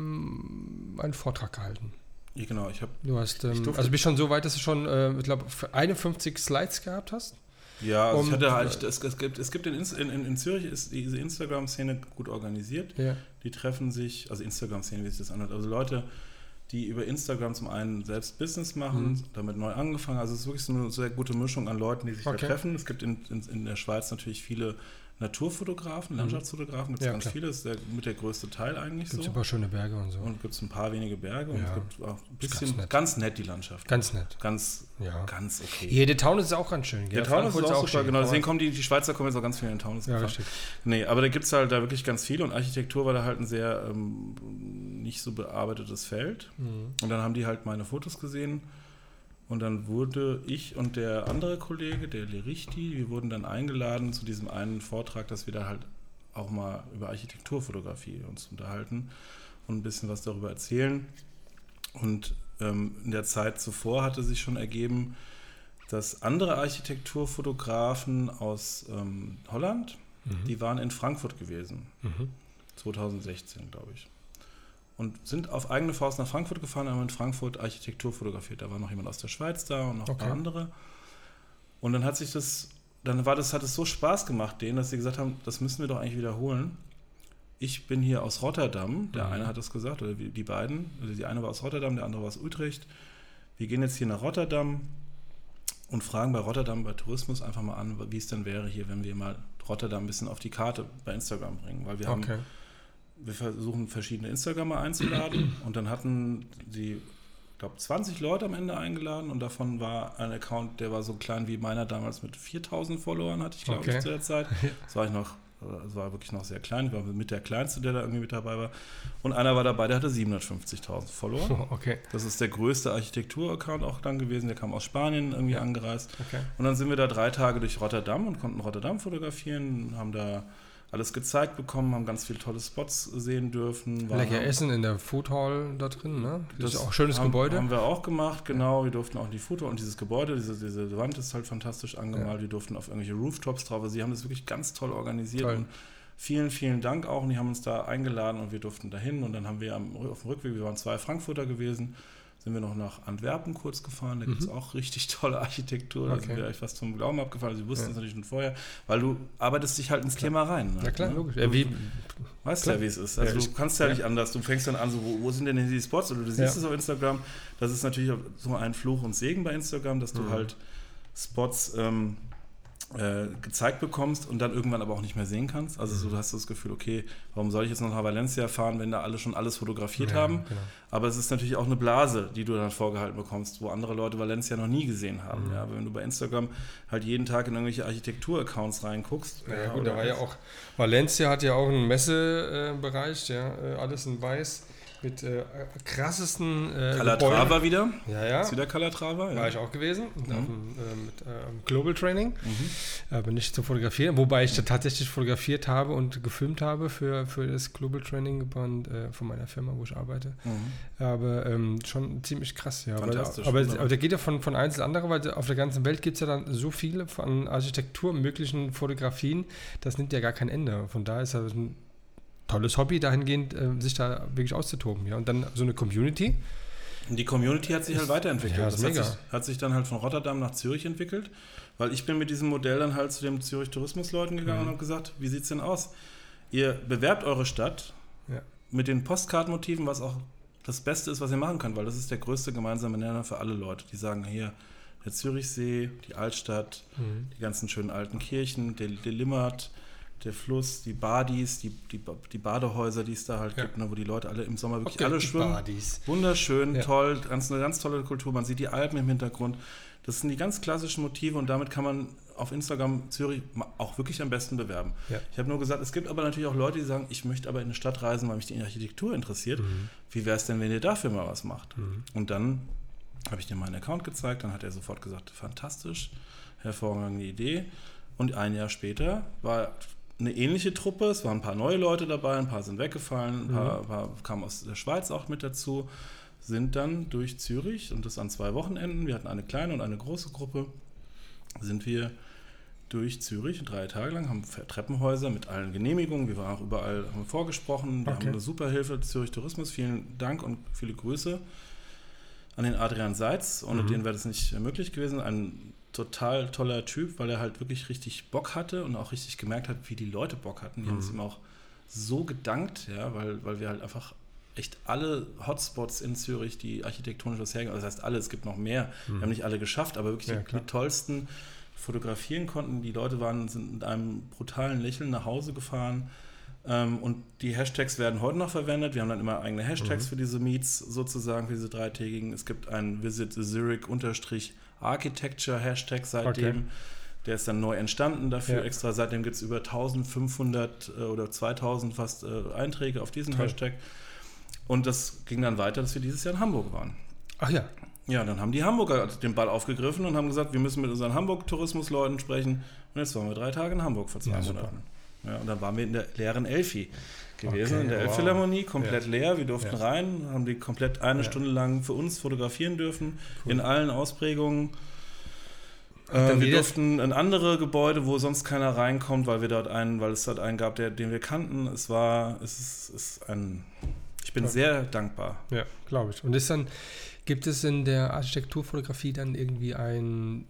ähm, einen Vortrag gehalten.
Ja, genau, ich habe.
Du hast, ähm, ich also bist schon so weit, dass du schon, äh, ich glaube, einundfünfzig Slides gehabt hast.
Ja, also
um,
ich hatte halt, es, es gibt, es gibt in, in, in Zürich ist diese Instagram-Szene gut organisiert.
Ja.
Die treffen sich, also Instagram-Szene, wie sich das anhört, also Leute, die über Instagram zum einen selbst Business machen, mhm. damit neu angefangen. Also es ist wirklich so eine sehr gute Mischung an Leuten, die sich okay. da treffen. Es gibt in, in, in der Schweiz natürlich viele Naturfotografen, Landschaftsfotografen, gibt es ja, ganz klar. viele, das ist der, mit der größte Teil eigentlich.
Gibt es
so.
ein paar schöne Berge und so.
Und gibt es ein paar wenige Berge
ja.
und es gibt auch ein bisschen,
ganz nett.
ganz nett die Landschaft.
Ganz nett.
Ganz,
ja.
ganz okay.
Ja, der Taunus ist auch ganz schön.
Der Taunus ist auch, auch super, genau. Deswegen kommen die, die Schweizer kommen jetzt auch ganz viel in den Taunus.
Ja, richtig.
Nee, aber da gibt es halt da wirklich ganz viel, und Architektur war da halt ein sehr ähm, nicht so bearbeitetes Feld. Mhm. Und dann haben die halt meine Fotos gesehen Und dann wurde ich und der andere Kollege, der Lerichti, wir wurden dann eingeladen zu diesem einen Vortrag, dass wir da halt auch mal über Architekturfotografie uns unterhalten und ein bisschen was darüber erzählen. Und ähm, in der Zeit zuvor hatte sich schon ergeben, dass andere Architekturfotografen aus ähm, Holland, mhm. die waren in Frankfurt gewesen, mhm. zwanzig sechzehn, glaube ich. Und sind auf eigene Faust nach Frankfurt gefahren, haben in Frankfurt Architektur fotografiert. Da war noch jemand aus der Schweiz da und noch okay. ein paar andere. Und dann hat sich das, dann war das, hat es so Spaß gemacht, denen, dass sie gesagt haben, das müssen wir doch eigentlich wiederholen. Ich bin hier aus Rotterdam, der mhm. eine hat das gesagt, oder die beiden, also die eine war aus Rotterdam, der andere war aus Utrecht. Wir gehen jetzt hier nach Rotterdam und fragen bei Rotterdam, bei Tourismus einfach mal an, wie es denn wäre hier, wenn wir mal Rotterdam ein bisschen auf die Karte bei Instagram bringen. Weil wir
okay.
haben, wir versuchen verschiedene Instagramer einzuladen und dann hatten sie, ich glaube, zwanzig Leute am Ende eingeladen und davon war ein Account, der war so klein wie meiner damals mit viertausend Followern, hatte ich, glaube okay. ich, zu der Zeit. Das war ich noch Das war wirklich noch sehr klein. Ich war mit der Kleinste, der da irgendwie mit dabei war. Und einer war dabei, der hatte siebenhundertfünfzigtausend Follower.
Okay.
Das ist der größte Architektur-Account auch dann gewesen. Der kam aus Spanien irgendwie ja. angereist.
Okay.
Und dann sind wir da drei Tage durch Rotterdam und konnten Rotterdam fotografieren, haben da alles gezeigt bekommen, haben ganz viele tolle Spots sehen dürfen.
Lecker Essen in der Food Hall da drin, ne? Das, das ist auch ein schönes
haben,
Gebäude.
Haben wir auch gemacht, genau. Wir durften auch in die Food Hall und dieses Gebäude, diese, diese Wand ist halt fantastisch angemalt. Ja. Wir durften auf irgendwelche Rooftops drauf. Also sie haben das wirklich ganz toll organisiert. Toll. Und vielen, vielen Dank auch. Und die haben uns da eingeladen und wir durften dahin. Und dann haben wir am, auf dem Rückweg, wir waren zwei Frankfurter gewesen, sind wir noch nach Antwerpen kurz gefahren. Da mhm. gibt es auch richtig tolle Architektur. Da okay. sind wir echt fast vom Glauben abgefallen. Sie wussten es ja. natürlich schon vorher, weil du arbeitest dich halt ins klar. Thema rein. Ne?
Ja klar,
ne?
logisch.
Ja,
wie,
weißt klar. ja, wie es ist. Also ja, ich, du kannst ja, ja nicht anders. Du fängst dann an, so, wo, wo sind denn die Spots? Oder du siehst ja. es auf Instagram. Das ist natürlich so ein Fluch und Segen bei Instagram, dass du mhm. halt Spots ähm, äh, gezeigt bekommst und dann irgendwann aber auch nicht mehr sehen kannst. Also so, du hast das Gefühl, okay, warum soll ich jetzt noch nach Valencia fahren, wenn da alle schon alles fotografiert ja, haben? Genau. Aber es ist natürlich auch eine Blase, die du dann vorgehalten bekommst, wo andere Leute Valencia noch nie gesehen haben. Mhm. Ja, aber wenn du bei Instagram halt jeden Tag in irgendwelche Architektur-Accounts reinguckst.
Ja, ja gut, da war ja auch, Valencia hat ja auch einen Messebereich, ja, alles in weiß. Mit äh, krassesten äh,
Calatrava wieder.
Ja, ja.
Ist wieder Calatrava. Ja.
War ich auch gewesen. Mhm. Auf dem, äh, mit äh, Global Training. Mhm. Aber nicht zu fotografieren. Wobei ich da tatsächlich fotografiert habe und gefilmt habe für, für das Global Training Band, äh, von meiner Firma, wo ich arbeite. Mhm. Aber ähm, schon ziemlich krass. Ja.
Fantastisch.
Aber, aber, aber der geht ja von, von eins ins andere, weil auf der ganzen Welt gibt es ja dann so viele von Architektur möglichen Fotografien. Das nimmt ja gar kein Ende. Von daher ist das ein tolles Hobby, dahingehend äh, sich da wirklich auszutoben. Ja? Und dann so eine Community.
Und die Community hat sich halt weiterentwickelt.
Ja,
das
das
hat sich, hat sich dann halt von Rotterdam nach Zürich entwickelt, weil ich bin mit diesem Modell dann halt zu den Zürich Tourismusleuten gegangen mhm. und habe gesagt, wie sieht es denn aus? Ihr bewerbt eure Stadt ja. mit den Postkartenmotiven, was auch das Beste ist, was ihr machen könnt, weil das ist der größte gemeinsame Nenner für alle Leute, die sagen, hier, der Zürichsee, die Altstadt, mhm. die ganzen schönen alten Kirchen, der, der Limmert, der Fluss, die Badis, die, die, die Badehäuser, die es da halt ja. gibt, ne, wo die Leute alle im Sommer wirklich okay, alle schwimmen.
Badis.
Wunderschön, ja. toll, ganz, eine ganz tolle Kultur. Man sieht die Alpen im Hintergrund. Das sind die ganz klassischen Motive und damit kann man auf Instagram Zürich auch wirklich am besten bewerben. Ja. Ich habe nur gesagt, es gibt aber natürlich auch Leute, die sagen, ich möchte aber in eine Stadt reisen, weil mich die Architektur interessiert. Mhm. Wie wäre es denn, wenn ihr dafür mal was macht? Mhm. Und dann habe ich dir meinen Account gezeigt, dann hat er sofort gesagt, fantastisch, hervorragende Idee. Und ein Jahr später war eine ähnliche Truppe, es waren ein paar neue Leute dabei, ein paar sind weggefallen, ein paar, mhm. paar kamen aus der Schweiz auch mit dazu, sind dann durch Zürich und das an zwei Wochenenden, wir hatten eine kleine und eine große Gruppe, sind wir durch Zürich drei Tage lang, haben Treppenhäuser mit allen Genehmigungen, wir waren auch überall, haben vorgesprochen, wir okay. haben eine super Hilfe, Zürich Tourismus, vielen Dank und viele Grüße an den Adrian Seitz, ohne mhm. den wäre das nicht möglich gewesen, ein total toller Typ, weil er halt wirklich richtig Bock hatte und auch richtig gemerkt hat, wie die Leute Bock hatten. Die mhm. haben es ihm auch so gedankt, ja, weil, weil wir halt einfach echt alle Hotspots in Zürich, die architektonisch was hergeben, also das heißt alle, es gibt noch mehr, mhm. wir haben nicht alle geschafft, aber wirklich ja, die, die tollsten fotografieren konnten. Die Leute waren, sind mit einem brutalen Lächeln nach Hause gefahren ähm, und die Hashtags werden heute noch verwendet. Wir haben dann immer eigene Hashtags mhm. für diese Meets sozusagen, für diese dreitägigen. Es gibt einen Visit Zurich unterstrich Architecture Hashtag seitdem, okay. der ist dann neu entstanden dafür, ja. extra, seitdem gibt es über eintausendfünfhundert äh, oder zweitausend fast äh, Einträge auf diesen Toll. Hashtag und das ging dann weiter, dass wir dieses Jahr in Hamburg waren.
Ach ja.
Ja, dann haben die Hamburger den Ball aufgegriffen und haben gesagt, wir müssen mit unseren Hamburg-Tourismusleuten sprechen. Und jetzt waren wir drei Tage in Hamburg vor zwei
Ja,
Monaten. Ja, und dann waren wir in der leeren Elfi gewesen,
Okay,
in der
wow.
Elbphilharmonie, komplett
Ja.
leer. Wir durften
Ja.
rein, haben die komplett eine
Ja.
Stunde lang für uns fotografieren dürfen,
Cool.
in allen Ausprägungen.
dann
Äh, wir
wieder-
durften in andere Gebäude, wo sonst keiner reinkommt, weil wir dort einen, weil es dort einen gab, der, den wir kannten. Es war, es ist, es ist ein, ich bin
Toll.
sehr dankbar.
Ja, glaube ich. Und ist dann, gibt es in der Architekturfotografie dann irgendwie ein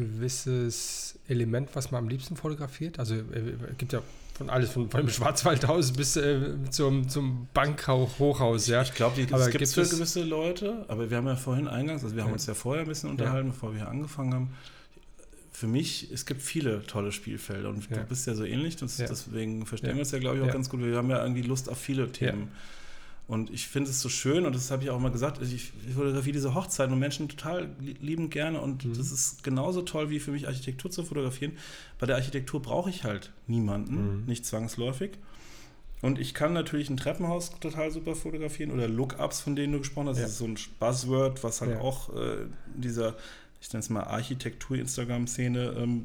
gewisses Element, was man am liebsten fotografiert? Also äh, gibt ja von alles, von, von dem Schwarzwaldhaus bis äh, zum, zum Bankhochhaus, ja.
Ich glaube,
Aber
das gibt es
gibt
für
es-
gewisse Leute, aber wir haben ja vorhin eingangs, also wir haben
Ja.
uns ja vorher ein bisschen unterhalten, bevor wir hier angefangen haben. Für mich, es gibt viele tolle Spielfelder und
Ja.
du bist ja so ähnlich, das,
Ja.
deswegen verstehen
Ja.
wir es ja, glaube ich, auch
Ja.
ganz gut. Wir haben ja irgendwie Lust auf viele Themen. Und ich finde es so schön, und das habe ich auch mal gesagt, ich, ich fotografiere diese Hochzeiten und Menschen total li- lieben gerne und
Mhm.
das ist genauso toll, wie für mich Architektur zu fotografieren. Bei der Architektur brauche ich halt niemanden,
Mhm.
nicht zwangsläufig. Und ich kann natürlich ein Treppenhaus total super fotografieren oder Lookups, von denen du gesprochen hast.
Ja.
Das ist so ein Buzzword, was halt
Ja.
auch äh, in dieser, ich nenne es mal Architektur-Instagram-Szene ähm,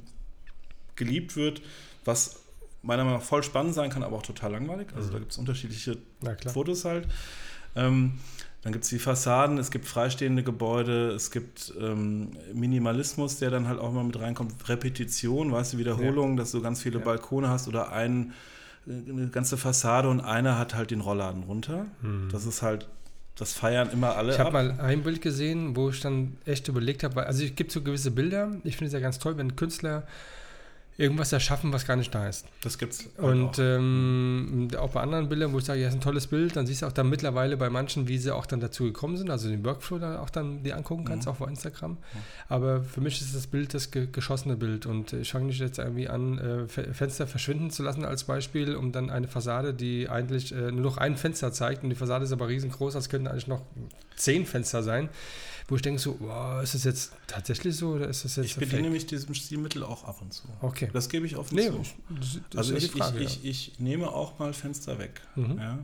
geliebt wird, was meiner Meinung nach voll spannend sein kann, aber auch total langweilig. Also
Mhm.
da gibt es unterschiedliche
Na klar.
Fotos halt. Ähm, dann gibt es die Fassaden, es gibt freistehende Gebäude, es gibt ähm, Minimalismus, der dann halt auch mal mit reinkommt. Repetition, weißt du, Wiederholung, dass du ganz viele
Ja.
Balkone hast oder ein, eine ganze Fassade und einer hat halt den Rollladen runter.
Mhm.
Das ist halt, das feiern immer alle
Ich habe
ab.
mal ein Bild gesehen, wo ich dann echt überlegt habe, weil- also es gibt so gewisse Bilder, ich finde es ja ganz toll, wenn Künstler irgendwas erschaffen, was gar nicht da ist.
Das gibt's halt
Und
auch.
ähm, auch bei anderen Bildern, wo ich sage, ja, ist ein tolles Bild, dann siehst du auch dann mittlerweile bei manchen, wie sie auch dann dazu gekommen sind, also den Workflow dann auch dann dir angucken kannst,
Mhm.
auch auf Instagram. Aber für mich ist das Bild das ge geschossene Bild und ich fange nicht jetzt irgendwie an, äh, Fe- Fenster verschwinden zu lassen als Beispiel, um dann eine Fassade, die eigentlich äh, nur noch ein Fenster zeigt und die Fassade ist aber riesengroß, als könnten eigentlich noch zehn Fenster sein, wo ich denke so, wow, ist das jetzt tatsächlich so oder ist das jetzt
Ich
so
bediene
fake?
mich diesem Stilmittel auch ab und zu.
Okay.
Das gebe ich offen
Nee,
zu.
ich- das, das
Also
ist ja
ich,
die Frage,
ich, ich, ich nehme auch mal Fenster weg.
Mhm.
Ja.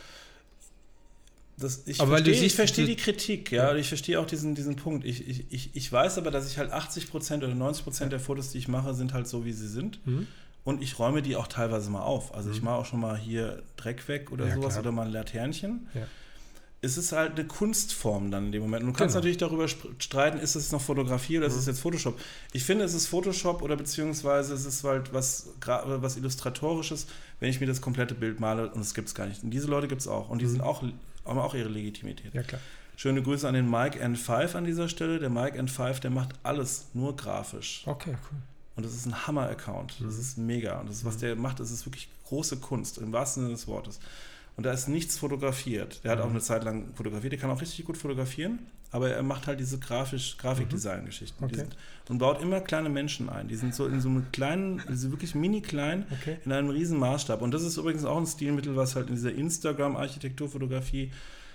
Das, ich
Aber weil du
verstehe,
siehst,
ich verstehe
du-
die Kritik, ja, und ich verstehe auch diesen, diesen Punkt. Ich, ich, ich, ich weiß aber, dass ich halt achtzig Prozent oder neunzig Prozent der Fotos, die ich mache, sind halt so, wie sie sind.
ja. Mhm.
Und ich räume die auch teilweise mal auf. Also ich
Mhm.
mache auch schon mal hier Dreck weg oder
Ja,
sowas
klar.
oder mal ein Laternchen.
Ja.
Es ist halt eine Kunstform dann in dem Moment. Und du kannst
Genau.
natürlich darüber sp- streiten, ist es noch Fotografie oder ist
Mhm.
es jetzt Photoshop. Ich finde, es ist Photoshop oder beziehungsweise es ist halt was, gra- was Illustratorisches, wenn ich mir das komplette Bild male und es gibt es gar nicht. Und diese Leute gibt es auch. Und die
Mhm.
sind auch, haben auch ihre Legitimität.
Ja, klar.
Schöne Grüße an den Mike N fünf an dieser Stelle. Der Mike N fünf, der macht alles nur grafisch.
Okay, cool.
Und das ist ein Hammer-Account. Das
Mhm.
ist mega. Und das, ist, was
Mhm.
der macht, das ist wirklich große Kunst, im wahrsten Sinne des Wortes. Und da ist nichts fotografiert. Der hat auch
Mhm.
eine Zeit lang fotografiert. Der kann auch richtig gut fotografieren, aber er macht halt diese grafisch, Grafikdesign-Geschichten. Die
Okay.
sind- Und baut immer kleine Menschen ein. Die sind so in so einem kleinen, also wirklich mini klein,
Okay.
in einem riesen Maßstab. Und das ist übrigens auch ein Stilmittel, was halt in dieser Instagram-Architekturfotografie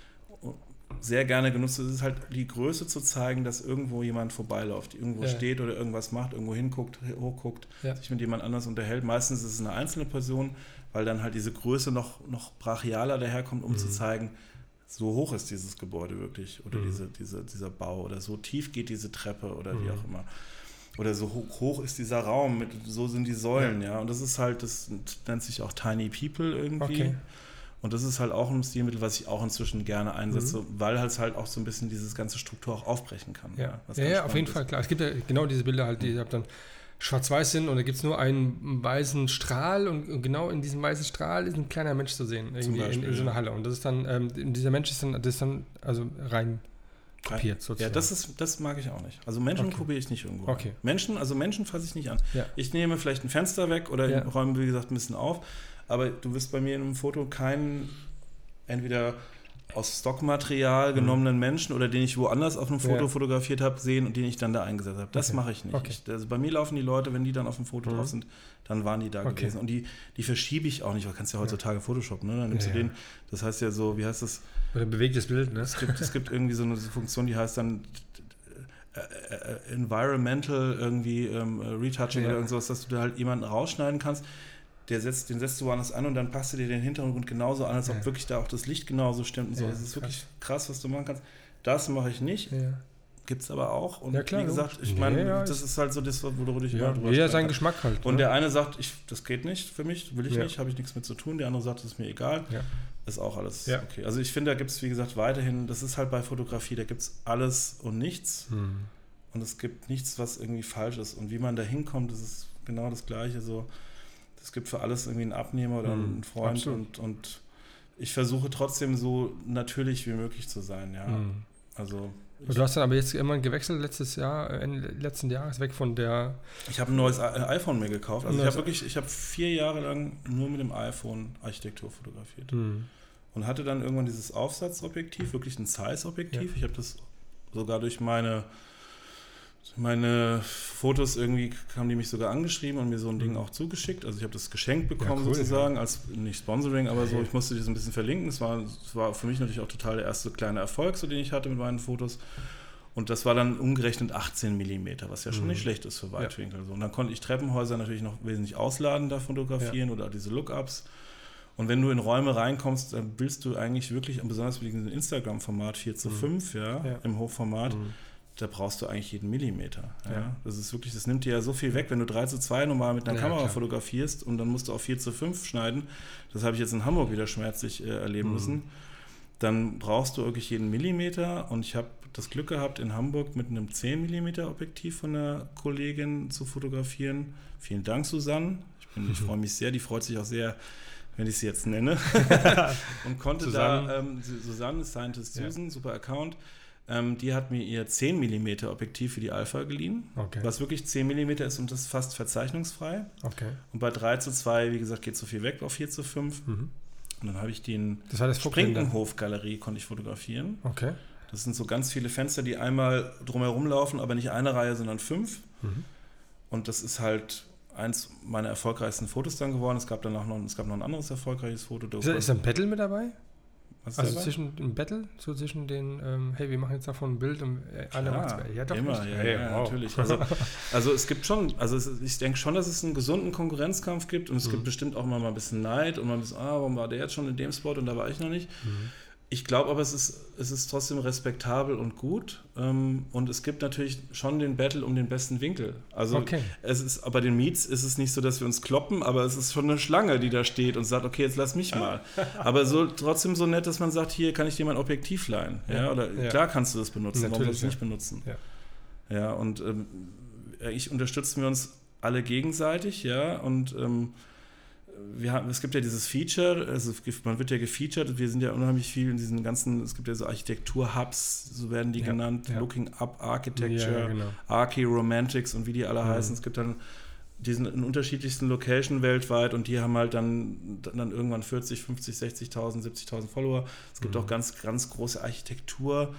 sehr gerne genutzt wird. Es ist halt die Größe zu zeigen, dass irgendwo jemand vorbeiläuft, irgendwo
Ja.
steht oder irgendwas macht, irgendwo hinguckt, hochguckt,
Ja.
sich mit jemand anders unterhält. Meistens ist es eine einzelne Person, weil dann halt diese Größe noch, noch brachialer daherkommt, um
Mhm.
zu zeigen, so hoch ist dieses Gebäude wirklich oder
Mhm.
diese, diese, dieser Bau oder so tief geht diese Treppe oder wie
Mhm.
auch immer. Oder so hoch, hoch ist dieser Raum, mit, so sind die Säulen, ja. Und das ist halt, das nennt sich auch Tiny People irgendwie.
Okay.
Und das ist halt auch ein Stilmittel, was ich auch inzwischen gerne einsetze,
Mhm.
weil es halt auch so ein bisschen dieses ganze Struktur auch aufbrechen kann.
Ja,
was
ja,
ganz
ja auf jeden
spannend
Fall,
ist.
klar. Es gibt ja genau diese Bilder halt, die dann schwarz-weiß sind und da gibt es nur einen weißen Strahl und, und genau in diesem weißen Strahl ist ein kleiner Mensch zu sehen, irgendwie
Beispiel,
in, in so einer
ja.
Halle. Und das ist dann, ähm, dieser Mensch ist dann, das ist dann also rein kopiert
Ja,
sozusagen.
das ist, das mag ich auch nicht. Also Menschen
Okay.
kopiere ich nicht irgendwo.
Okay.
Menschen, also Menschen fasse ich nicht an.
Ja.
Ich nehme vielleicht ein Fenster weg oder
Ja.
räume, wie gesagt, ein bisschen auf, aber du wirst bei mir in einem Foto keinen entweder aus Stockmaterial genommenen Menschen oder den ich woanders auf einem Foto
Ja.
fotografiert habe, sehen und den ich dann da eingesetzt habe. Das
Okay.
mache ich nicht.
Okay.
Ich, also bei mir laufen die Leute, wenn die dann auf dem Foto
Mhm.
drauf sind, dann waren die da
Okay.
gewesen. Und die, die verschiebe ich auch nicht, weil du kannst ja heutzutage Photoshop, ne? Dann nimmst
Ja,
du
ja.
den, das heißt ja so, wie heißt das?
Oder ein bewegtes Bild, ne?
Es gibt, es gibt irgendwie so eine Funktion, die heißt dann äh, äh, Environmental irgendwie ähm, Retouching
Ja.
oder irgendwas, dass du da halt jemanden rausschneiden kannst. Der setzt, den setzt du woanders an und dann passt du dir den Hintergrund genauso an, als ob
Ja.
wirklich da auch das Licht genauso stimmt und so.
Ja,
Das ist
krass.
wirklich krass, was du machen kannst. Das mache ich nicht.
Ja.
gibt es aber auch. Und
ja, klar,
wie gesagt, ich
nee,
meine,
ja,
das ist halt so das, worüber ich
ja,
immer drüber
jeder seinen
kann.
Geschmack halt.
Und
ne?
der eine sagt, ich, das geht nicht für mich, will ich
ja.
nicht, habe ich nichts mit zu tun. Der andere sagt, das ist mir egal.
Ja.
Ist auch alles
ja.
okay. Also ich finde, da gibt es, wie gesagt, weiterhin, das ist halt bei Fotografie, da gibt es alles und nichts.
Hm.
Und es gibt nichts, was irgendwie falsch ist. Und wie man da hinkommt, das ist genau das Gleiche. So, es gibt für alles irgendwie einen Abnehmer oder hm. einen Freund. Und, und ich versuche trotzdem so natürlich wie möglich zu sein. Ja.
Hm.
Also
du hast dann aber jetzt immer gewechselt letztes Jahr, Ende letzten Jahres weg von der...
Ich habe ein neues iPhone mir gekauft. Also ich habe wirklich, ich habe vier Jahre lang nur mit dem iPhone Architektur fotografiert. Hm. Und hatte dann irgendwann dieses Aufsatzobjektiv, wirklich ein Zeiss-Objektiv. Ja. Ich habe das sogar durch meine, meine Fotos irgendwie, haben die mich sogar angeschrieben und mir so ein Ding auch zugeschickt. Also ich habe das geschenkt bekommen, ja, cool, sozusagen, ja. als nicht Sponsoring, aber so, ich musste das ein bisschen verlinken. Es war, das war für mich natürlich auch total der erste kleine Erfolg, so, den ich hatte mit meinen Fotos. Und das war dann umgerechnet achtzehn Millimeter, was ja schon mhm. nicht schlecht ist für Weitwinkel. Ja. Und dann konnte ich Treppenhäuser natürlich noch wesentlich ausladender fotografieren ja. oder diese Lookups. Und wenn du in Räume reinkommst, dann willst du eigentlich wirklich, besonders mit diesem Instagram-Format vier zu fünf, mhm. ja, ja. im Hochformat, mhm. da brauchst du eigentlich jeden Millimeter. Ja. Ja. Das ist wirklich, das nimmt dir ja so viel weg, wenn du drei zu zwei normal mit einer ja, Kamera klar. fotografierst und dann musst du auf vier zu fünf schneiden. Das habe ich jetzt in Hamburg wieder schmerzlich äh, erleben mhm. müssen. Dann brauchst du wirklich jeden Millimeter und ich habe das Glück gehabt, in Hamburg mit einem zehn Millimeter Objektiv von einer Kollegin zu fotografieren. Vielen Dank, Susanne. Ich, bin, mhm. ich freue mich sehr, die freut sich auch sehr, wenn ich sie jetzt nenne. Und konnte Susanne. da, ähm, Susanne, Scientist Susan, ja. super Account, ähm, die hat mir ihr zehn Millimeter Objektiv für die Alpha geliehen, okay. was wirklich zehn Millimeter ist und das ist fast verzeichnungsfrei.
Okay.
Und bei drei zu zwei, wie gesagt, geht so viel weg auf vier zu fünf. Mhm. Und dann habe ich den Sprinkenhof-Galerie konnte ich fotografieren.
Okay.
Das sind so ganz viele Fenster, die einmal drumherum laufen, aber nicht eine Reihe, sondern fünf. Mhm. Und das ist halt eins meiner erfolgreichsten Fotos dann geworden. Es gab danach noch, es gab noch ein anderes erfolgreiches Foto.
Ist, ist da ein Battle mit dabei?
Was
also
dabei?
zwischen ein Battle, so zwischen den, ähm, hey, wir machen jetzt davon ein Bild und äh, einer macht es.
Ja, doch immer, ja, hey, ja, wow. natürlich. Also, also es gibt schon, also es, ich denke schon, dass es einen gesunden Konkurrenzkampf gibt und es mhm. gibt bestimmt auch immer mal ein bisschen Neid und mal ein bisschen, ah, warum war der jetzt schon in dem Spot und da war ich noch nicht. Mhm. Ich glaube aber, es ist, es ist trotzdem respektabel und gut. Ähm, und es gibt natürlich schon den Battle um den besten Winkel. Also
okay.
es ist, bei den Meets ist es nicht so, dass wir uns kloppen, aber es ist schon eine Schlange, die da steht und sagt, okay, jetzt lass mich mal. Aber so, trotzdem so nett, dass man sagt, hier kann ich dir mein Objektiv leihen. Ja, ja, oder ja. klar kannst du das benutzen,
natürlich,
warum sollst du es
ja.
nicht benutzen?
Ja,
ja und ähm, ich unterstützen wir uns alle gegenseitig, ja, und ähm, Wir haben, es gibt ja dieses Feature, also man wird ja gefeatured, wir sind ja unheimlich viel in diesen ganzen, es gibt ja so Architektur-Hubs, so werden die ja, genannt, ja. Looking Up Architecture, ja, genau. Archi Romantics und wie die alle mhm. heißen. Es gibt dann, die sind in unterschiedlichsten Locations weltweit und die haben halt dann, dann irgendwann vierzig, fünfzig, sechzigtausend, siebzigtausend Follower. Es gibt mhm. auch ganz, ganz große Architektur,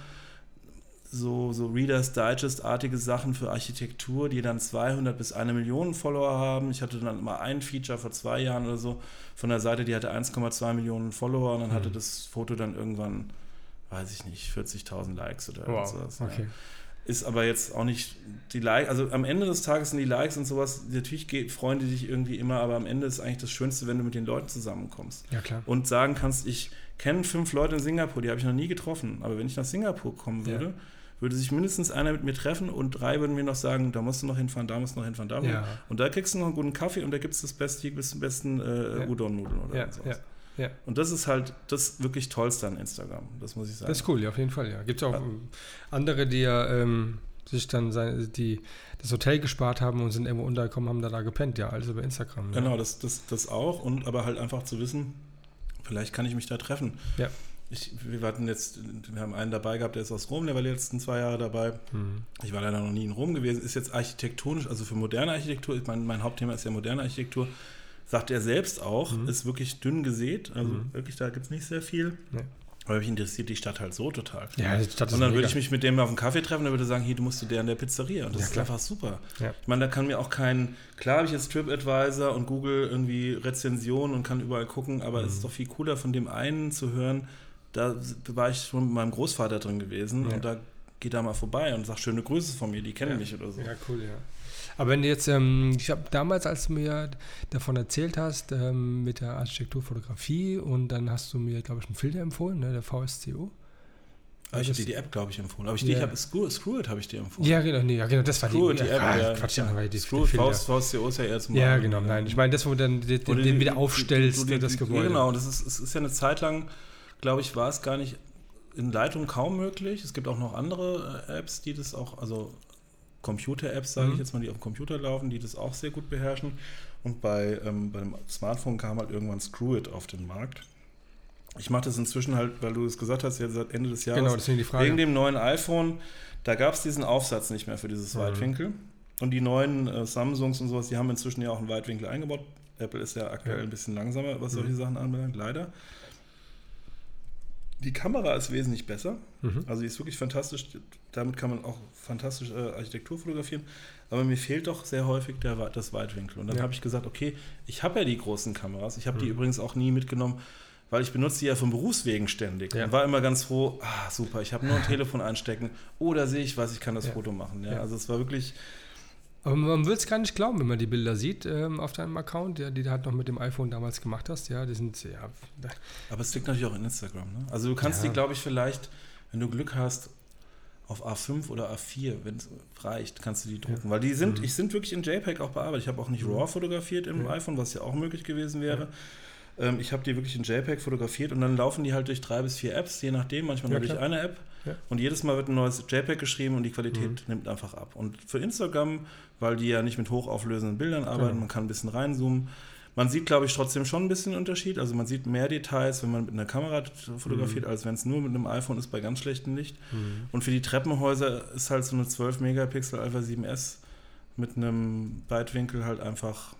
so, so Reader's Digest-artige Sachen für Architektur, die dann zweihundert bis eine Million Follower haben. Ich hatte dann mal ein Feature vor zwei Jahren oder so von der Seite, die hatte eins Komma zwei Millionen Follower und dann mhm. hatte das Foto dann irgendwann, weiß ich nicht, vierzigtausend Likes oder
wow.
sowas.
Okay.
Ja. Ist aber jetzt auch nicht die Likes, also am Ende des Tages sind die Likes und sowas, natürlich geht, freuen die dich irgendwie immer, aber am Ende ist eigentlich das Schönste, wenn du mit den Leuten zusammenkommst.
Ja, klar.
Und sagen kannst, ich kenne fünf Leute in Singapur, die habe ich noch nie getroffen, aber wenn ich nach Singapur kommen würde, ja. würde sich mindestens einer mit mir treffen und drei würden mir noch sagen, da musst du noch hinfahren, da musst du noch hinfahren, da
ja.
und da kriegst du noch einen guten Kaffee und da gibt es das beste, die besten äh, ja. Udon-Nudeln oder
ja.
sowas.
Ja. Ja.
Und das ist halt das wirklich Tollste an Instagram, das muss ich sagen.
Das ist cool, ja, auf jeden Fall, ja. Gibt es auch ja. andere, die ja ähm, sich dann seine, die das Hotel gespart haben und sind irgendwo untergekommen, haben da, da gepennt, ja, also über Instagram.
Genau,
ja.
das, das, das auch und aber halt einfach zu wissen, vielleicht kann ich mich da treffen.
Ja.
Ich, wir hatten jetzt, wir haben einen dabei gehabt, der ist aus Rom, der war die letzten zwei Jahre dabei. Mhm. Ich war leider noch nie in Rom gewesen, ist jetzt architektonisch, also für moderne Architektur, ich mein, mein Hauptthema ist ja moderne Architektur, sagt er selbst auch, mhm. ist wirklich dünn gesät, also mhm. wirklich, da gibt es nicht sehr viel. Nee. Aber mich interessiert die Stadt halt so total.
Ja, die Stadt ist
und dann
mega.
würde ich mich mit dem auf einen Kaffee treffen, der würde sagen, hier, du musst zu der in der Pizzeria. Und das ja, ist einfach super. Ja. Ich meine, da kann mir auch kein, klar habe ich jetzt TripAdvisor und Google irgendwie Rezensionen und kann überall gucken, aber mhm. es ist doch viel cooler, von dem einen zu hören, da war ich schon mit meinem Großvater drin gewesen ja. und da geht da mal vorbei und sagt schöne Grüße von mir, die kennen
ja.
mich oder so.
Ja, cool, ja. Aber wenn du jetzt, ähm, ich habe damals, als du mir davon erzählt hast, ähm, mit der Architekturfotografie und dann hast du mir, glaube ich, einen Filter empfohlen, ne, der V S C O.
Ah, ich habe dir die App, glaube ich, empfohlen. Aber ich, yeah. ich habe Screw, Screw It habe ich dir empfohlen.
Ja, genau, nee, ja, genau, das war
Screw
die,
die App.
Ah,
ja,
Quatsch,
ja.
dann war die,
Screw It, V C O ist ja eher zum
Ja, genau, nein. Ich meine, das, wo du dann den, den, den wieder aufstellst, du, du, du, das Gebäude.
Genau, das ist, es ist ja eine Zeit lang, glaube ich, war es gar nicht in Leitung kaum möglich. Es gibt auch noch andere Apps, die das auch, also Computer-Apps, sage mhm. ich jetzt mal, die auf dem Computer laufen, die das auch sehr gut beherrschen. Und bei, ähm, beim Smartphone kam halt irgendwann Screw It auf den Markt. Ich mache das inzwischen halt, weil du es gesagt hast, ja seit Ende des Jahres.
Genau, deswegen die Frage.
Wegen dem neuen iPhone, da gab es diesen Aufsatz nicht mehr für dieses mhm. Weitwinkel. Und die neuen äh, Samsungs und sowas, die haben inzwischen ja auch einen Weitwinkel eingebaut. Apple ist ja aktuell ja. ein bisschen langsamer, was solche mhm. Sachen anbelangt, leider. Die Kamera ist wesentlich besser. Mhm. Also die ist wirklich fantastisch. Damit kann man auch fantastisch äh, Architektur fotografieren. Aber mir fehlt doch sehr häufig der, das Weitwinkel. Und dann ja. habe ich gesagt, okay, ich habe ja die großen Kameras. Ich habe mhm. die übrigens auch nie mitgenommen, weil ich benutze die ja von Berufswegen ständig. Ja. Und war immer ganz froh, ah, super, ich habe nur ein Telefon einstecken. Oh, da sehe ich was, ich kann das ja. Foto machen. Ja, ja. Also es war wirklich...
Aber man will es gar nicht glauben, wenn man die Bilder sieht ähm, auf deinem Account, ja, die du halt noch mit dem iPhone damals gemacht hast. Ja, die sind ja.
Aber es liegt natürlich auch in Instagram. Ne? Also du kannst ja. die, glaube ich, vielleicht, wenn du Glück hast, auf A fünf oder A vier, wenn es reicht, kannst du die drucken. Ja. Weil die sind, mhm. ich sind wirklich in JPEG auch bearbeitet. Ich habe auch nicht RAW fotografiert im ja. iPhone, was ja auch möglich gewesen wäre. Ja. Ähm, ich habe die wirklich in JPEG fotografiert und dann laufen die halt durch drei bis vier Apps, je nachdem, manchmal ja, nur durch eine App. Ja. Und jedes Mal wird ein neues JPEG geschrieben und die Qualität mhm. nimmt einfach ab. Und für Instagram, weil die ja nicht mit hochauflösenden Bildern arbeiten, genau. man kann ein bisschen reinzoomen. Man sieht, glaube ich, trotzdem schon ein bisschen Unterschied. Also man sieht mehr Details, wenn man mit einer Kamera fotografiert, mhm. als wenn es nur mit einem iPhone ist bei ganz schlechtem Licht. Mhm. Und für die Treppenhäuser ist halt so eine zwölf Megapixel Alpha sieben S mit einem Weitwinkel halt einfach...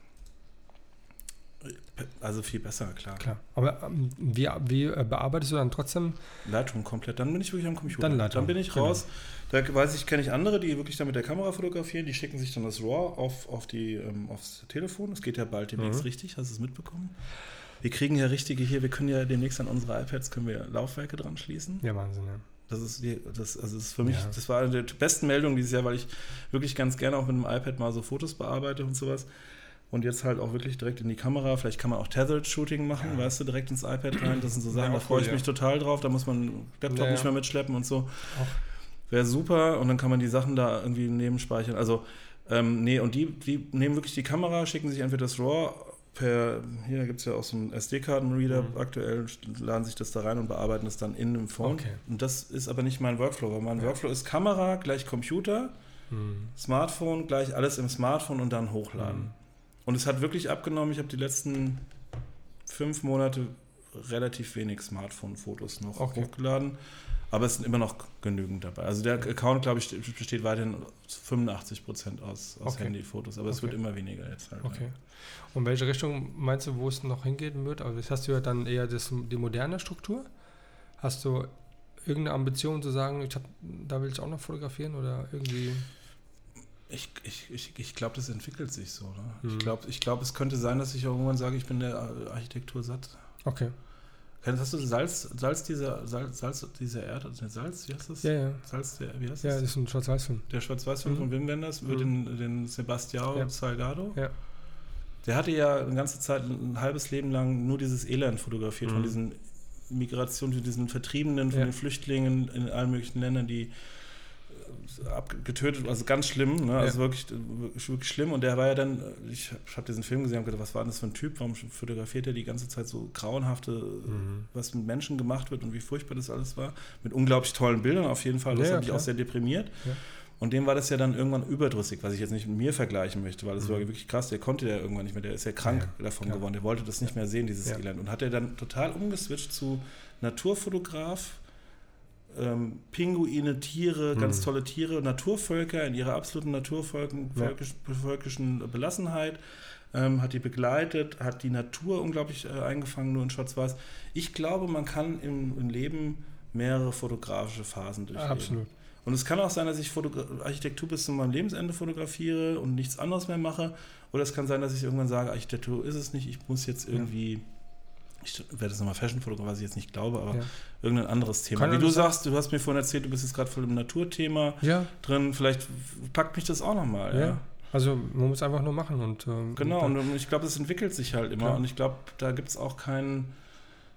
Also viel besser, klar.
Klar. Aber ähm, wie, wie bearbeitest du dann trotzdem?
Lightroom komplett. Dann bin ich wirklich am Computer.
Dann Lightroom.
Dann bin ich raus. Genau. Da weiß ich, kenne ich andere, die wirklich dann mit der Kamera fotografieren. Die schicken sich dann das RAW auf, auf die, ähm, aufs Telefon. Es geht ja bald demnächst mhm. richtig. Hast du es mitbekommen? Wir kriegen ja richtige hier. Wir können ja demnächst an unsere iPads können wir Laufwerke dran schließen.
Ja, Wahnsinn, ja.
Das ist, die, das, also das ist für mich, ja. das war eine der besten Meldungen dieses Jahr, weil ich wirklich ganz gerne auch mit dem iPad mal so Fotos bearbeite und sowas. Und jetzt halt auch wirklich direkt in die Kamera. Vielleicht kann man auch Tethered Shooting machen, ja. weißt du, direkt ins iPad rein. Das sind so Sachen, ja, da freue ich cool, mich ja. total drauf. Da muss man den Laptop ja, nicht mehr mitschleppen und so. Wäre super. Und dann kann man die Sachen da irgendwie nebenspeichern. Also, ähm, nee, und die, die nehmen wirklich die Kamera, schicken sich entweder das RAW per, hier gibt es ja auch so einen S D-Karten-Reader mhm. aktuell, laden sich das da rein und bearbeiten das dann in dem Phone. Okay. Und das ist aber nicht mein Workflow, weil mein ja. Workflow ist Kamera gleich Computer, mhm. Smartphone gleich alles im Smartphone und dann hochladen. Mhm. Und es hat wirklich abgenommen. Ich habe die letzten fünf Monate relativ wenig Smartphone-Fotos noch okay. hochgeladen. Aber es sind immer noch genügend dabei. Also der Account, glaube ich, besteht weiterhin zu fünfundachtzig Prozent aus, aus okay. Handyfotos. Aber okay. es wird immer weniger jetzt halt.
Okay. Und welche Richtung meinst du, wo es noch hingehen wird? Also hast du ja dann eher das, die moderne Struktur? Hast du irgendeine Ambition zu sagen, ich hab, da will ich auch noch fotografieren oder irgendwie...
Ich, ich, ich, ich glaube, das entwickelt sich so. Ne? Mhm. Ich glaube, ich glaub, es könnte sein, dass ich irgendwann sage, ich bin der Architektur satt.
Okay.
Hast du Salz, Salz dieser, Salz, Salz dieser Erde, Salz, wie heißt das?
Ja, ja.
Salz, der, wie heißt das?
Ja, das ist ein Schwarz-Weiß-Film.
Der Schwarz-Weiß-Film mhm. von Wim Wenders, mhm. den, den Sebastião ja. Salgado.
Ja.
Der hatte ja eine ganze Zeit, ein halbes Leben lang nur dieses Elend fotografiert, mhm. von diesen Migrationen, von diesen Vertriebenen, von ja. den Flüchtlingen in allen möglichen Ländern, die abgetötet, also ganz schlimm, ne? Also ja. wirklich, wirklich schlimm. Und der war ja dann, ich habe diesen Film gesehen und gedacht, was war denn das für ein Typ? Warum fotografiert er die ganze Zeit so grauenhafte, mhm. was mit Menschen gemacht wird und wie furchtbar das alles war? Mit unglaublich tollen Bildern auf jeden Fall. Das ja, hat mich klar. auch sehr deprimiert. Ja. Und dem war das ja dann irgendwann überdrüssig, was ich jetzt nicht mit mir vergleichen möchte, weil das mhm. war wirklich krass. Der konnte ja irgendwann nicht mehr, der ist ja krank ja, davon klar. geworden. Der wollte das nicht mehr sehen, dieses ja. Elend. Und hat er dann total umgeswitcht zu Naturfotograf, Ähm, Pinguine, Tiere, ganz mhm. tolle Tiere, Naturvölker in ihrer absoluten naturvölkischen ja. Belassenheit, ähm, hat die begleitet, hat die Natur unglaublich äh, eingefangen, nur in Schwarz-Weiß. Ich glaube, man kann im, im Leben mehrere fotografische Phasen durchleben.
Absolut.
Und es kann auch sein, dass ich Fotogra- Architektur bis zu meinem Lebensende fotografiere und nichts anderes mehr mache. Oder es kann sein, dass ich irgendwann sage, Architektur ist es nicht, ich muss jetzt irgendwie... Ja. Ich werde das nochmal Fashion-Fotograf, was ich jetzt nicht glaube, aber ja. irgendein anderes Thema. Kann Wie du sagst, du hast mir vorhin erzählt, du bist jetzt gerade voll im Naturthema
ja.
drin, vielleicht packt mich das auch nochmal. Ja.
ja, also man muss einfach nur machen. Und, ähm,
genau, und, und ich glaube, es entwickelt sich halt immer. Klar. Und ich glaube, da gibt es auch keinen,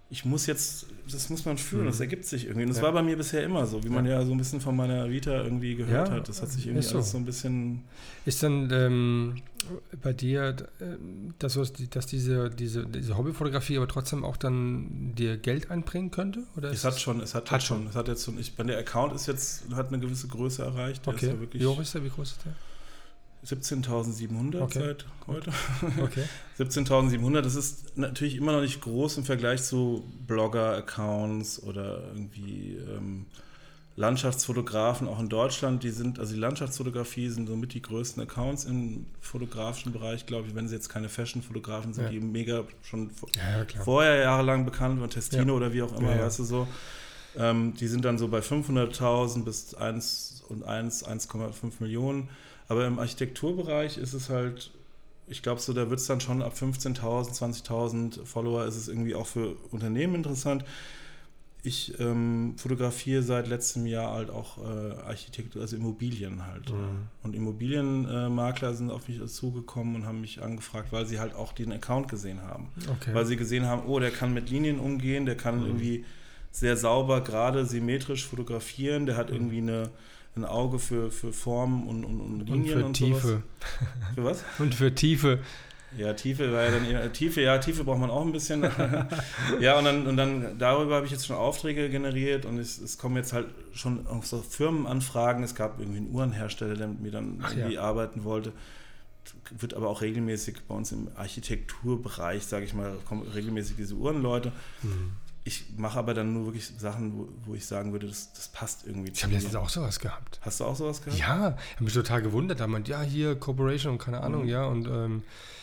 ich muss jetzt, das muss man fühlen, mhm. das ergibt sich irgendwie. Und das
ja.
war bei mir bisher immer so, wie man ja, ja so ein bisschen von meiner Vita irgendwie gehört
ja,
hat. Das hat sich irgendwie
so.
alles so ein bisschen...
Ist dann ähm, bei dir, dass, dass diese, diese, diese Hobbyfotografie aber trotzdem auch dann dir Geld einbringen könnte? Oder
es hat schon, es hat, hat schon. Es hat jetzt so, ich, der Account ist jetzt, hat eine gewisse Größe erreicht. Der
okay.
ist ja wirklich,
wie hoch ist der? Wie groß ist der?
siebzehntausendsiebenhundert
okay.
seit heute.
Okay.
siebzehntausendsiebenhundert, das ist natürlich immer noch nicht groß im Vergleich zu Blogger-Accounts oder irgendwie ähm, Landschaftsfotografen, auch in Deutschland. Die sind, also die Landschaftsfotografie sind somit die größten Accounts im fotografischen Bereich, glaube ich, wenn sie jetzt keine Fashion-Fotografen sind, ja. die mega schon
ja, ja,
vorher jahrelang bekannt waren, Testino ja. oder wie auch immer,
ja, ja.
weißt du so. Ähm, die sind dann so bei fünfhunderttausend bis eins und eins, eins Komma fünf Millionen. Aber im Architekturbereich ist es halt, ich glaube so, da wird es dann schon ab fünfzehntausend, zwanzigtausend Follower ist es irgendwie auch für Unternehmen interessant. Ich ähm, fotografiere seit letztem Jahr halt auch äh, Architektur, also Immobilien halt. Mhm. Und Immobilienmakler äh, sind auf mich zugekommen und haben mich angefragt, weil sie halt auch den Account gesehen haben.
Okay.
Weil sie gesehen haben, oh, der kann mit Linien umgehen, der kann mhm. irgendwie sehr sauber, gerade symmetrisch fotografieren, der hat mhm. irgendwie eine ein Auge für, für Formen und, und, und Linien und, für und
Tiefe.
Sowas. Für was?
Und für Tiefe.
Ja, Tiefe war ja dann eher, Tiefe, ja, Tiefe braucht man auch ein bisschen. Ja, und dann, und dann darüber habe ich jetzt schon Aufträge generiert und es, es kommen jetzt halt schon auch so Firmenanfragen. Es gab irgendwie einen Uhrenhersteller, der mit mir dann Ach, irgendwie ja. arbeiten wollte. Wird aber auch regelmäßig bei uns im Architekturbereich, sage ich mal, kommen regelmäßig diese Uhrenleute. Mhm. Ich mache aber dann nur wirklich Sachen, wo, wo ich sagen würde, das, das passt irgendwie.
Ich habe letztens auch sowas gehabt.
Hast du auch sowas gehabt?
Ja, ich habe mich total gewundert. Da meint, ja, hier Corporation und keine Ahnung, mhm. ja. Und, ähm,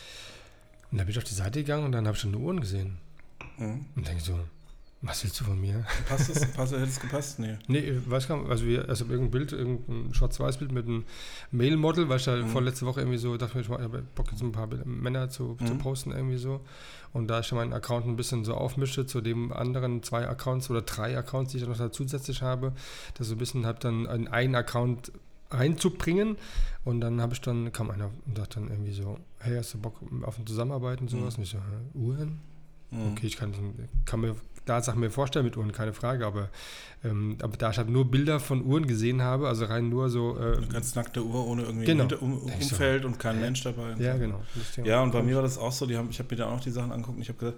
und da bin ich auf die Seite gegangen und dann habe ich schon eine Uhren gesehen. Mhm. Und denke so, was willst du von mir?
Passt das? Passt, hätte es gepasst? Nee.
Nee, weiß gar nicht. Also, wir, also irgendein Bild, irgendein Schwarz-Weiß-Bild mit einem Male-Model, weil ich da mhm. vorletzte Woche irgendwie so dachte, ich habe Bock jetzt ein paar Männer zu, mhm. zu posten irgendwie so. Und da ich meinen Account ein bisschen so aufmischte zu dem anderen zwei Accounts oder drei Accounts, die ich noch da zusätzlich habe, das so ein bisschen habe dann in einen Account reinzubringen. Und dann habe ich dann, kam einer und dachte dann irgendwie so, hey, hast du Bock auf ein Zusammenarbeiten und sowas? Mhm. Und ich so, Uhren? Mhm. Okay, ich kann, kann mir da Sachen mir vorstellen mit Uhren, keine Frage, aber, ähm, aber da ich halt nur Bilder von Uhren gesehen habe, also rein nur so... Äh,
Eine ganz nackte Uhr ohne irgendwie
genau.
Hinter- um, Umfeld so. Und kein Mensch dabei.
Ja, genau.
Ja, und bei mir war das auch so, die haben, ich habe mir da auch noch die Sachen angeguckt und ich habe gesagt,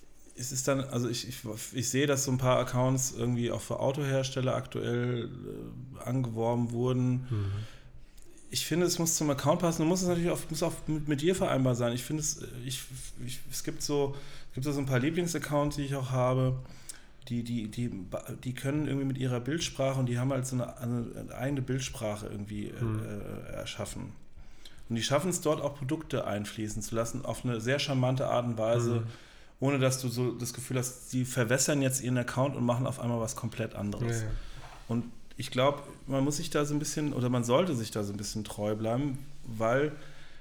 es ist dann, also ich, ich, ich sehe, dass so ein paar Accounts irgendwie auch für Autohersteller aktuell äh, angeworben wurden. Mhm. Ich finde, es muss zum Account passen und muss es natürlich auch, muss auch mit, mit dir vereinbar sein. Ich finde es, ich, ich, es gibt so, es gibt so ein paar Lieblingsaccounts, die ich auch habe, die, die, die, die können irgendwie mit ihrer Bildsprache und die haben halt so eine, eine eigene Bildsprache irgendwie mhm. äh, erschaffen. Und die schaffen es dort auch Produkte einfließen zu lassen auf eine sehr charmante Art und Weise, mhm. ohne dass du so das Gefühl hast, die verwässern jetzt ihren Account und machen auf einmal was komplett anderes. Ja, ja. Und ich glaube, man muss sich da so ein bisschen, oder man sollte sich da so ein bisschen treu bleiben, weil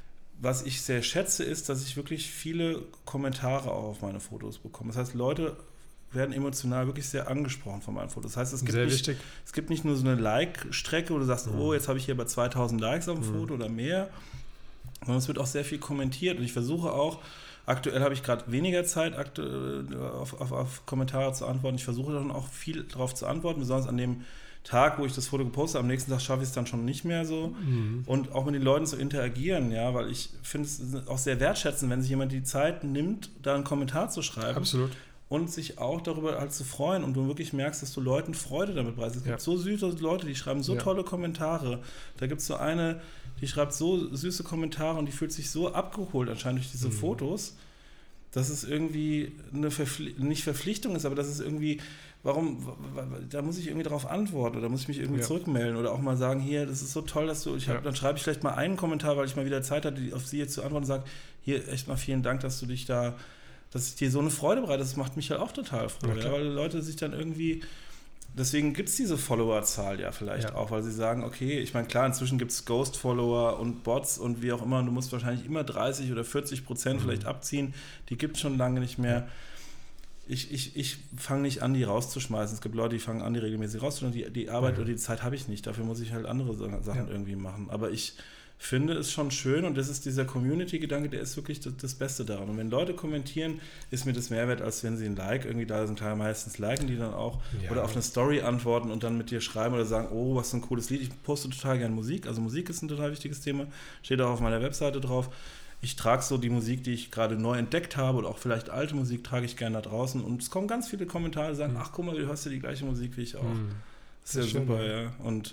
was ich sehr schätze, ist, dass ich wirklich viele Kommentare auch auf meine Fotos bekomme. Das heißt, Leute werden emotional wirklich sehr angesprochen von meinen Fotos. Das heißt, es gibt, nicht, es gibt nicht nur so eine Like-Strecke, wo du sagst, mhm. oh, jetzt habe ich hier aber zweitausend Likes auf dem mhm. Foto oder mehr, sondern es wird auch sehr viel kommentiert und ich versuche auch, aktuell habe ich gerade weniger Zeit aktuell auf, auf, auf Kommentare zu antworten. Ich versuche dann auch viel darauf zu antworten, besonders an dem Tag, wo ich das Foto gepostet habe, am nächsten Tag schaffe ich es dann schon nicht mehr so. Mhm. Und auch mit den Leuten zu interagieren, ja, weil ich finde es auch sehr wertschätzend, wenn sich jemand die Zeit nimmt, da einen Kommentar zu schreiben.
Absolut.
Und sich auch darüber halt zu freuen und du wirklich merkst, dass du Leuten Freude damit preisgibst. Es gibt ja. so süße Leute, die schreiben so ja. tolle Kommentare. Da gibt es so eine, die schreibt so süße Kommentare und die fühlt sich so abgeholt anscheinend durch diese mhm. Fotos, dass es irgendwie eine Verpfli- nicht Verpflichtung ist, aber dass es irgendwie, warum, da muss ich irgendwie darauf antworten oder muss ich mich irgendwie ja. zurückmelden oder auch mal sagen, hier, das ist so toll, dass du, ich hab, ja. dann schreibe ich vielleicht mal einen Kommentar, weil ich mal wieder Zeit hatte, auf sie jetzt zu antworten und sage, hier, echt mal vielen Dank, dass du dich da, dass ich dir so eine Freude bereite, das macht mich halt auch total Freude, ja, weil die Leute sich dann irgendwie, deswegen gibt es diese Followerzahl ja vielleicht ja. auch, weil sie sagen, okay, ich meine, klar, inzwischen gibt es Ghost-Follower und Bots und wie auch immer, du musst wahrscheinlich immer dreißig oder vierzig Prozent mhm. vielleicht abziehen, die gibt es schon lange nicht mehr. Ich, ich, ich fange nicht an, die rauszuschmeißen. Es gibt Leute, die fangen an, die regelmäßig rauszuschmeißen. Die, die Arbeit mhm. oder die Zeit habe ich nicht. Dafür muss ich halt andere Sachen ja. irgendwie machen. Aber ich finde, ist schon schön und das ist dieser Community-Gedanke, der ist wirklich das, das Beste daran. Und wenn Leute kommentieren, ist mir das mehr wert, als wenn sie ein Like irgendwie da sind. Klar, meistens liken die dann auch ja. oder auf eine Story antworten und dann mit dir schreiben oder sagen, oh, was für ein cooles Lied. Ich poste total gerne Musik, also Musik ist ein total wichtiges Thema, steht auch auf meiner Webseite drauf. Ich trage so die Musik, die ich gerade neu entdeckt habe oder auch vielleicht alte Musik, trage ich gerne da draußen und es kommen ganz viele Kommentare, die sagen, mhm. ach guck mal, du hörst ja die gleiche Musik wie ich auch. Mhm. Das ist ja schön, super, ja. Und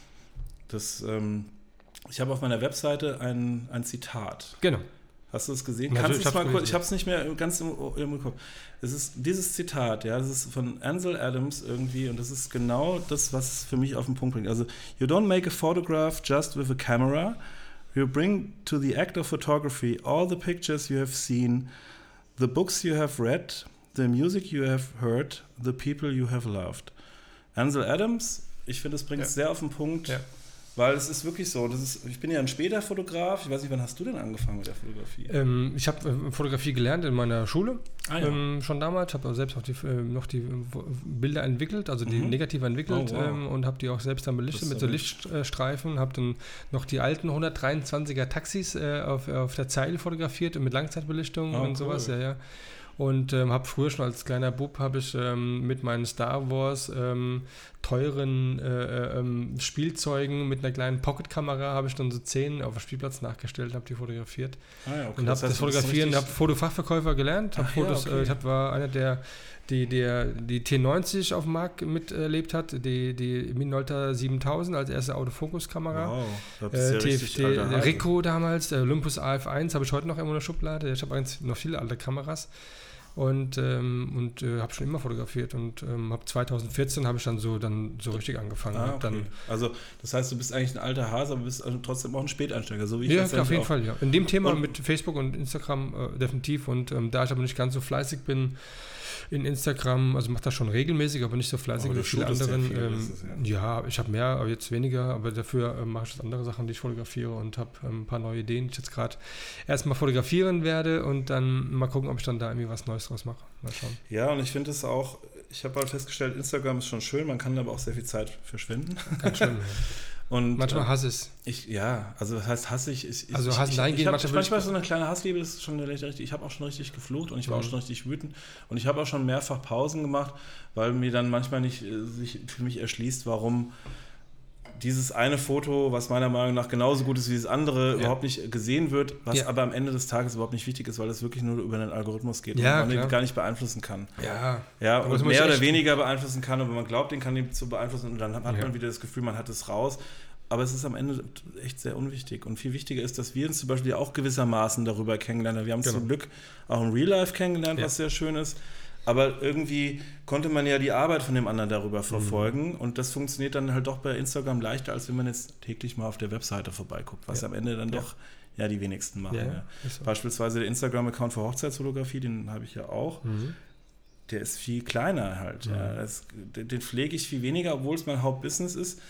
das, ähm, ich habe auf meiner Webseite ein, ein Zitat.
Genau.
Hast du es gesehen?
Natürlich,
Kannst du es mal kurz, ich habe es nicht mehr ganz im, im Kopf. Es ist dieses Zitat, ja, das ist von Ansel Adams irgendwie und das ist genau das, was es für mich auf den Punkt bringt. Also, you don't make a photograph just with a camera. You bring to the act of photography all the pictures you have seen, the books you have read, the music you have heard, the people you have loved. Ansel Adams, ich finde, es bringt es ja. sehr auf den Punkt, ja. weil es ist wirklich so. Das ist, ich bin ja ein später Fotograf. Ich weiß nicht, wann hast du denn angefangen mit der Fotografie?
Ähm, ich habe äh, Fotografie gelernt in meiner Schule, ah, ja. ähm, schon damals. Habe selbst auch die, äh, noch die Bilder entwickelt, also die mhm. Negative entwickelt oh, wow. ähm, und habe die auch selbst dann belichtet mit so Lichtstreifen. Habe dann noch die alten hundertdreiundzwanziger Taxis äh, auf, auf der Zeile fotografiert und mit Langzeitbelichtung oh, und sowas. Cool. Ja, ja. Und ähm, habe früher schon als kleiner Bub habe ich ähm, mit meinen Star Wars ähm, teuren äh, ähm, Spielzeugen mit einer kleinen Pocketkamera habe ich dann so zehn auf dem Spielplatz nachgestellt und habe die fotografiert. Ah, ja, okay. Und habe das, das Fotografieren, habe Fotofachverkäufer gelernt. Hab Ach, Fotos, ja, okay. äh, ich hab, war einer der die, der die T neunzig auf dem Markt miterlebt hat, die, die Minolta siebentausend als erste Autofokuskamera. Wow, äh, T F T, der Ricoh damals, der Olympus A F eins habe ich heute noch immer in der Schublade. Ich habe noch viele alte Kameras. Und, ähm, und äh, habe schon immer fotografiert und ähm, habe zweitausendvierzehn habe ich dann so dann so richtig angefangen. Ah, okay. dann,
also das heißt, du bist eigentlich ein alter Hase, aber bist also trotzdem auch ein Späteinsteiger, so wie ich
ja,
das
auf jeden
auch.
Fall, ja. In dem Thema und mit Facebook und Instagram äh, definitiv und ähm, da ich aber nicht ganz so fleißig bin in Instagram, also mache das schon regelmäßig, aber nicht so fleißig wie viele anderen. Viel, ähm, es, ja. ja, ich habe mehr, aber jetzt weniger, aber dafür ähm, mache ich jetzt andere Sachen, die ich fotografiere und habe ähm, ein paar neue Ideen, die ich jetzt gerade erstmal fotografieren werde und dann mal gucken, ob ich dann da irgendwie was Neues draus mache. Mal schauen.
Ja, und ich finde es auch, ich habe halt festgestellt, Instagram ist schon schön, man kann aber auch sehr viel Zeit verschwenden.
Ganz schön, ja. Und, manchmal äh, hasse ich es.
Ich, ja, also das heißt hasse ich. ich
also hassen dahingehend.
Ich, ich manchmal, manchmal so eine kleine Hassliebe, das ist schon richtig. Ich habe auch schon richtig geflucht und ich war mhm. auch schon richtig wütend. Und ich habe auch schon mehrfach Pausen gemacht, weil mir dann manchmal nicht äh, sich für mich erschließt, warum dieses eine Foto, was meiner Meinung nach genauso gut ist wie das andere, ja. überhaupt nicht gesehen wird, was ja. aber am Ende des Tages überhaupt nicht wichtig ist, weil es wirklich nur über einen Algorithmus geht
ja,
und man
klar.
den gar nicht beeinflussen kann.
Ja,
ja und mehr oder weniger beeinflussen kann, aber man glaubt, den kann den zu beeinflussen und dann hat ja. man wieder das Gefühl, man hat es raus. Aber es ist am Ende echt sehr unwichtig. Und viel wichtiger ist, dass wir uns zum Beispiel auch gewissermaßen darüber kennengelernt haben. Wir haben genau. zum Glück auch im Real Life kennengelernt, ja. was sehr schön ist. Aber irgendwie konnte man ja die Arbeit von dem anderen darüber verfolgen. Mhm. Und das funktioniert dann halt doch bei Instagram leichter, als wenn man jetzt täglich mal auf der Webseite vorbeiguckt, was ja. am Ende dann ja. doch ja die wenigsten machen. Ja, ja. So. Beispielsweise der Instagram-Account für Hochzeitsfotografie, den habe ich ja auch. Mhm. Der ist viel kleiner halt. Mhm. Ja. Das, den pflege ich viel weniger, obwohl es mein Hauptbusiness ist.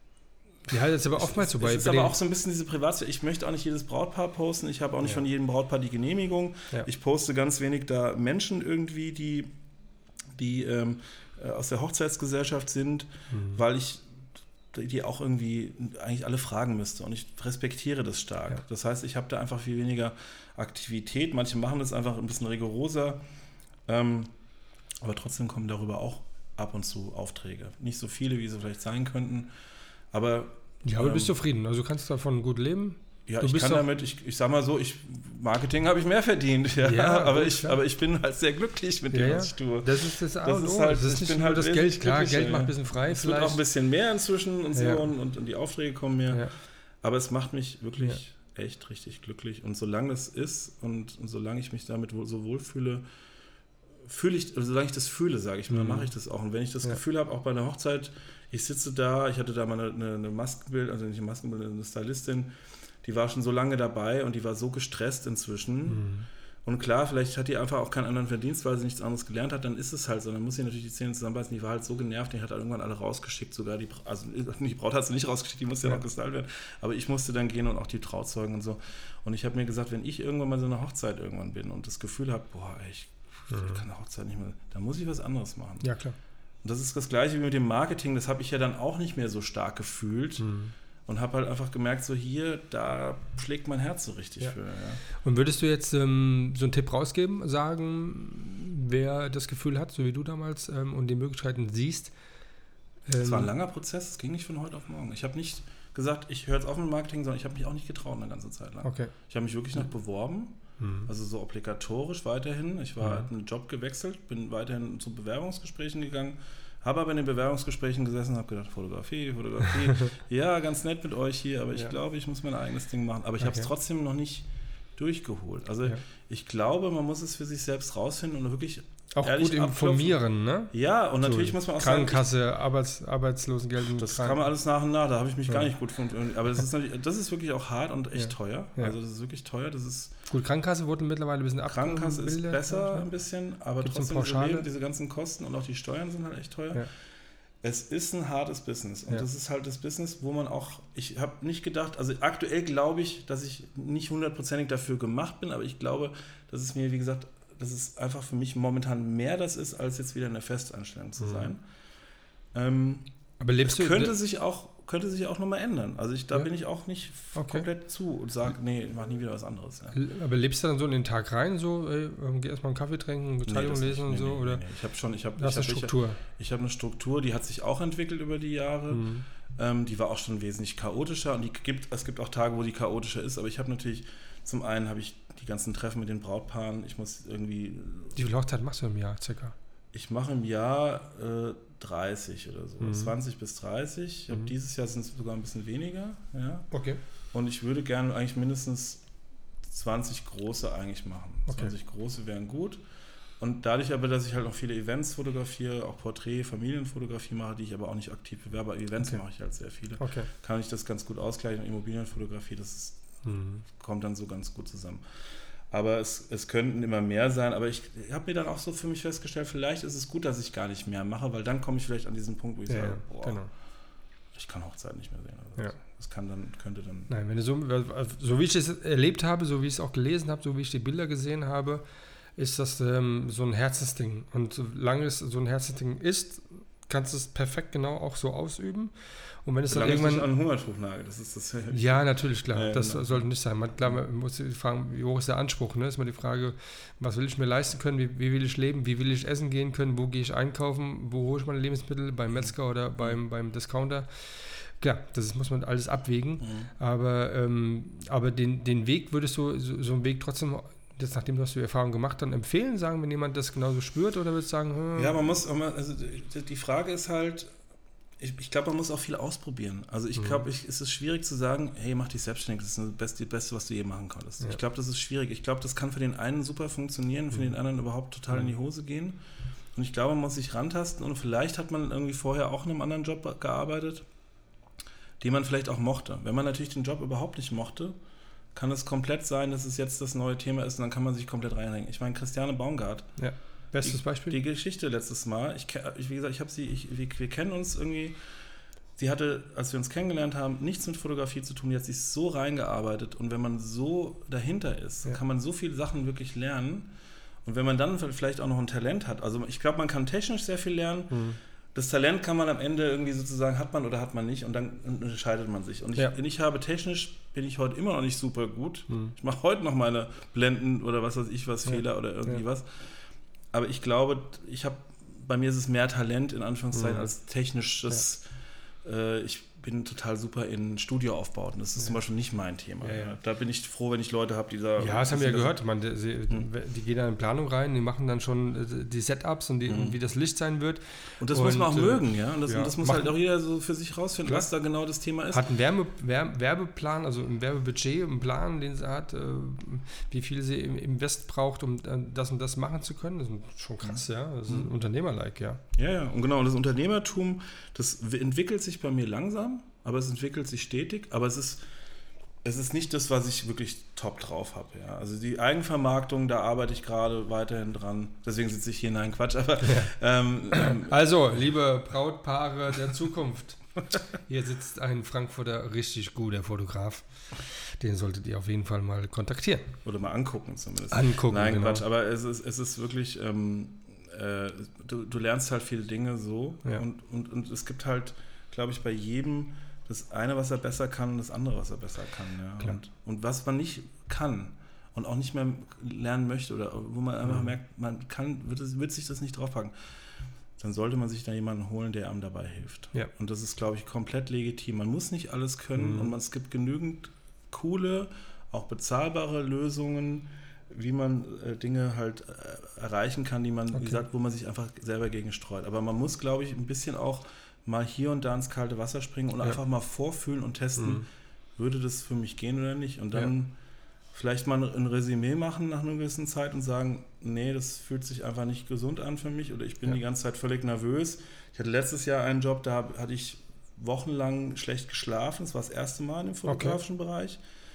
Ja, das ist aber oftmals so bei.
Es ist aber auch so ein bisschen diese Privatsphäre. Ich möchte auch nicht jedes Brautpaar posten. Ich habe auch nicht ja. von jedem Brautpaar die Genehmigung. Ja. Ich poste ganz wenig da Menschen irgendwie, die, die ähm, aus der Hochzeitsgesellschaft sind, mhm. weil ich die auch irgendwie eigentlich alle fragen müsste. Und ich respektiere das stark. Ja. Das heißt, ich habe da einfach viel weniger Aktivität. Manche machen das einfach ein bisschen rigoroser. Ähm, aber trotzdem kommen darüber auch ab und zu Aufträge. Nicht so viele, wie sie vielleicht sein könnten. Aber,
ja, aber ähm, bist zufrieden, also kannst du davon gut leben?
Ja,
du
ich
bist
kann damit, ich, ich sag mal so, ich, Marketing habe ich mehr verdient, ja, ja aber, ich, aber ich bin halt sehr glücklich mit dem, ja, was ich tue.
Das ist das, das ist halt, das ist nicht nur halt das Geld, klar, Geld macht ein bisschen frei.
Es wird auch ein bisschen mehr inzwischen und so ja. und, und, und die Aufträge kommen mehr, ja. aber es macht mich wirklich ja. echt richtig glücklich und solange es ist und, und solange ich mich damit so wohlfühle, fühle ich, also solange ich das fühle, sage ich mir, mhm. dann mache ich das auch und wenn ich das ja. Gefühl habe, auch bei einer Hochzeit, ich sitze da, ich hatte da mal eine, eine Maskenbild, also nicht eine Maskenbild, eine Stylistin, die war schon so lange dabei und die war so gestresst inzwischen. Mhm. Und klar, vielleicht hat die einfach auch keinen anderen Verdienst, weil sie nichts anderes gelernt hat, dann ist es halt so. Dann muss sie natürlich die Zähne zusammenbeißen. Die war halt so genervt, die hat halt irgendwann alle rausgeschickt, sogar die, also die Braut hat sie nicht rausgeschickt, die musste ja, ja noch gestylt werden. Aber ich musste dann gehen und auch die Trauzeugen und so. Und ich habe mir gesagt, wenn ich irgendwann mal so eine Hochzeit irgendwann bin und das Gefühl habe, boah, ey, ich mhm. kann eine Hochzeit nicht mehr, dann muss ich was anderes machen.
Ja, klar.
Und das ist das Gleiche wie mit dem Marketing, das habe ich ja dann auch nicht mehr so stark gefühlt. Mhm. und habe halt einfach gemerkt, so hier, da schlägt mein Herz so richtig ja. für. Ja.
Und würdest du jetzt ähm, so einen Tipp rausgeben, sagen, wer das Gefühl hat, so wie du damals, ähm, und die Möglichkeiten siehst?
Es ähm, war ein langer Prozess, es ging nicht von heute auf morgen. Ich habe nicht gesagt, ich höre jetzt auf mit Marketing, sondern ich habe mich auch nicht getraut eine ganze Zeit lang.
Okay.
Ich habe mich wirklich noch beworben, mhm. also so obligatorisch weiterhin. Ich war, mhm. habe einen Job gewechselt, bin weiterhin zu Bewerbungsgesprächen gegangen, habe aber in den Bewerbungsgesprächen gesessen und habe gedacht, Fotografie, Fotografie, ja, ganz nett mit euch hier, aber ich ja. glaube, ich muss mein eigenes Ding machen. Aber ich okay. habe es trotzdem noch nicht durchgeholt. Also ja. ich glaube, man muss es für sich selbst rausfinden und wirklich
auch gut informieren, ne?
Ja, und natürlich so, muss man auch
Krankenkasse, sagen... Krankenkasse, Arbeits, Arbeitslosengeld...
Das kann man alles nach und nach, da habe ich mich ja. gar nicht gut funktioniert. Aber das ist, natürlich, das ist wirklich auch hart und echt ja. teuer. Ja. Also das ist wirklich teuer. Das ist
gut, Krankenkasse wurde mittlerweile ein bisschen ab.
Krankenkasse ist besser ein bisschen, aber Gibt's trotzdem diese, Leben, diese ganzen Kosten und auch die Steuern sind halt echt teuer. Ja. Es ist ein hartes Business und ja. das ist halt das Business, wo man auch... Ich habe nicht gedacht... Also aktuell glaube ich, dass ich nicht hundertprozentig dafür gemacht bin, aber ich glaube, dass es mir, wie gesagt... dass es einfach für mich momentan mehr das ist, als jetzt wieder in der Festanstellung zu sein. Mhm. Ähm, Aber lebst du könnte sich auch könnte sich auch nochmal ändern. Also ich, da ja. bin ich auch nicht okay. komplett zu und sage, nee, ich mache nie wieder was anderes. Ja.
Aber lebst du dann so in den Tag rein, so, ey, geh erstmal einen Kaffee trinken, eine Zeitung nee, lesen und nee, so? Nee, oder? Nee,
ich habe schon, ich habe
ich hab, Struktur.
Ich, ich habe eine Struktur, die hat sich auch entwickelt über die Jahre. Mhm. Ähm, die war auch schon wesentlich chaotischer und die gibt, es gibt auch Tage, wo die chaotischer ist, aber ich habe natürlich, zum einen habe ich die ganzen Treffen mit den Brautpaaren, ich muss irgendwie...
Wie viel Hochzeit machst du im Jahr circa?
Ich mache im Jahr äh, dreißig oder so, mhm. zwanzig bis dreißig. Ich mhm. Dieses Jahr sind es sogar ein bisschen weniger. Ja.
Okay.
Und ich würde gerne eigentlich mindestens zwanzig große eigentlich machen.
Okay.
zwanzig große wären gut. Und dadurch aber, dass ich halt noch viele Events fotografiere, auch Porträt-, Familienfotografie mache, die ich aber auch nicht aktiv bewerbe, aber Events okay. mache ich halt sehr viele,
okay.
kann ich das ganz gut ausgleichen. Immobilienfotografie, das ist, mhm. kommt dann so ganz gut zusammen. Aber es, es könnten immer mehr sein, aber ich habe mir dann auch so für mich festgestellt, vielleicht ist es gut, dass ich gar nicht mehr mache, weil dann komme ich vielleicht an diesen Punkt, wo ich
ja,
sage, boah,
genau.
ich kann Hochzeit nicht mehr sehen. Also
ja.
Das kann dann, könnte dann...
Nein, wenn du so, so wie ich es erlebt habe, so wie ich es auch gelesen habe, so wie ich die Bilder gesehen habe, ist das ähm, so ein Herzensding. Und solange es so ein Herzensding ist, kannst du es perfekt genau auch so ausüben. Und wenn es dann irgendwann...
Ich an Hungertuch nagel, das ist das...
Ja, natürlich, klar.
Ja,
das
genau.
sollte nicht sein. Man, klar, man muss sich fragen, wie hoch ist der Anspruch? Ne? Ist mal die Frage, was will ich mir leisten können? Wie, wie will ich leben? Wie will ich essen gehen können? Wo gehe ich einkaufen? Wo hole ich meine Lebensmittel? Beim Metzger oder beim, beim Discounter? Klar, das muss man alles abwägen. Mhm. Aber, ähm, aber den, den Weg würdest du, so, so einen Weg trotzdem... Jetzt, nachdem du hast die Erfahrung gemacht, dann empfehlen, sagen, wenn jemand das genauso spürt, oder würdest du sagen, hm.
Ja, man muss, also die Frage ist halt, ich, ich glaube, man muss auch viel ausprobieren. Also ich glaube, ich, es ist schwierig zu sagen, hey, mach dich selbstständig, das ist das Beste, das Beste was du je machen konntest. Ja. Ich glaube, das ist schwierig. Ich glaube, das kann für den einen super funktionieren, für mhm. den anderen überhaupt total mhm. in die Hose gehen. Und ich glaube, man muss sich rantasten und vielleicht hat man irgendwie vorher auch in einem anderen Job gearbeitet, den man vielleicht auch mochte. Wenn man natürlich den Job überhaupt nicht mochte, kann es komplett sein, dass es jetzt das neue Thema ist und dann kann man sich komplett reinhängen. Ich meine, Christiane Baumgart.
Ja. Bestes Beispiel?
Die, die Geschichte letztes Mal. Ich, ich, wie gesagt, ich habe sie, ich, wir, wir kennen uns irgendwie. Sie hatte, als wir uns kennengelernt haben, nichts mit Fotografie zu tun. Die hat sich so reingearbeitet und wenn man so dahinter ist, ja. kann man so viele Sachen wirklich lernen. Und wenn man dann vielleicht auch noch ein Talent hat, also ich glaube, man kann technisch sehr viel lernen. Mhm. Das Talent kann man am Ende irgendwie sozusagen, hat man oder hat man nicht und dann entscheidet man sich. Und ich, ja. ich habe technisch, bin ich heute immer noch nicht super gut. Hm. Ich mache heute noch meine Blenden oder was weiß ich was, ja. Fehler oder irgendwie ja. was. Aber ich glaube, ich habe, bei mir ist es mehr Talent in Anführungszeichen hm. als technisches, ja. äh, ich bin total super in Studioaufbauten. Das ist ja. zum Beispiel nicht mein Thema.
Ja, ja.
Da bin ich froh, wenn ich Leute habe, die da...
Ja, das haben wir ja gehört. Man, die, hm. die gehen dann in Planung rein, die machen dann schon die Setups und, die, hm. und wie das Licht sein wird.
Und das und, muss man auch äh, mögen, ja. Und das, ja. und das muss machen, halt auch jeder so für sich rausfinden, klar. was da genau das Thema ist.
Hat einen Werbe, Werbe, Werbeplan, also ein Werbebudget, einen Plan, den sie hat, äh, wie viel sie im Invest braucht, um äh, das und das machen zu können. Das ist schon krass, ja. Das ist hm. Unternehmerlike, ja.
Ja, ja. Und genau, und das Unternehmertum, das entwickelt sich bei mir langsam. Aber es entwickelt sich stetig, aber es ist, es ist nicht das, was ich wirklich top drauf habe. Ja. Also die Eigenvermarktung, da arbeite ich gerade weiterhin dran. Deswegen sitze ich hier, nein, Quatsch. Aber,
ja.
ähm,
also, liebe Brautpaare der Zukunft, hier sitzt ein Frankfurter richtig guter Fotograf. Den solltet ihr auf jeden Fall mal kontaktieren.
Oder mal angucken zumindest.
Angucken,
Nein,
genau.
Quatsch, aber es ist, es ist wirklich, ähm, äh, du, du lernst halt viele Dinge so.
Ja.
Und, und, und es gibt halt, glaube ich, bei jedem das eine, was er besser kann, und das andere, was er besser kann. Ja. Und, und was man nicht kann und auch nicht mehr lernen möchte oder wo man einfach mhm. merkt, man kann, wird, es, wird sich das nicht draufpacken, dann sollte man sich da jemanden holen, der einem dabei hilft.
Ja.
Und das ist, glaube ich, komplett legitim. Man muss nicht alles können mhm. und man, es gibt genügend coole, auch bezahlbare Lösungen, wie man äh, Dinge halt äh, erreichen kann, die man, okay. wie gesagt, wo man sich einfach selber gegen streut. Aber man muss, glaube ich, ein bisschen auch mal hier und da ins kalte Wasser springen und ja. einfach mal vorfühlen und testen, mhm. würde das für mich gehen oder nicht. Und dann ja. vielleicht mal ein Resümee machen nach einer gewissen Zeit und sagen, nee, das fühlt sich einfach nicht gesund an für mich oder ich bin ja. die ganze Zeit völlig nervös. Ich hatte letztes Jahr einen Job, da hatte ich wochenlang schlecht geschlafen. Das war das erste Mal im fotografischen okay. Bereich.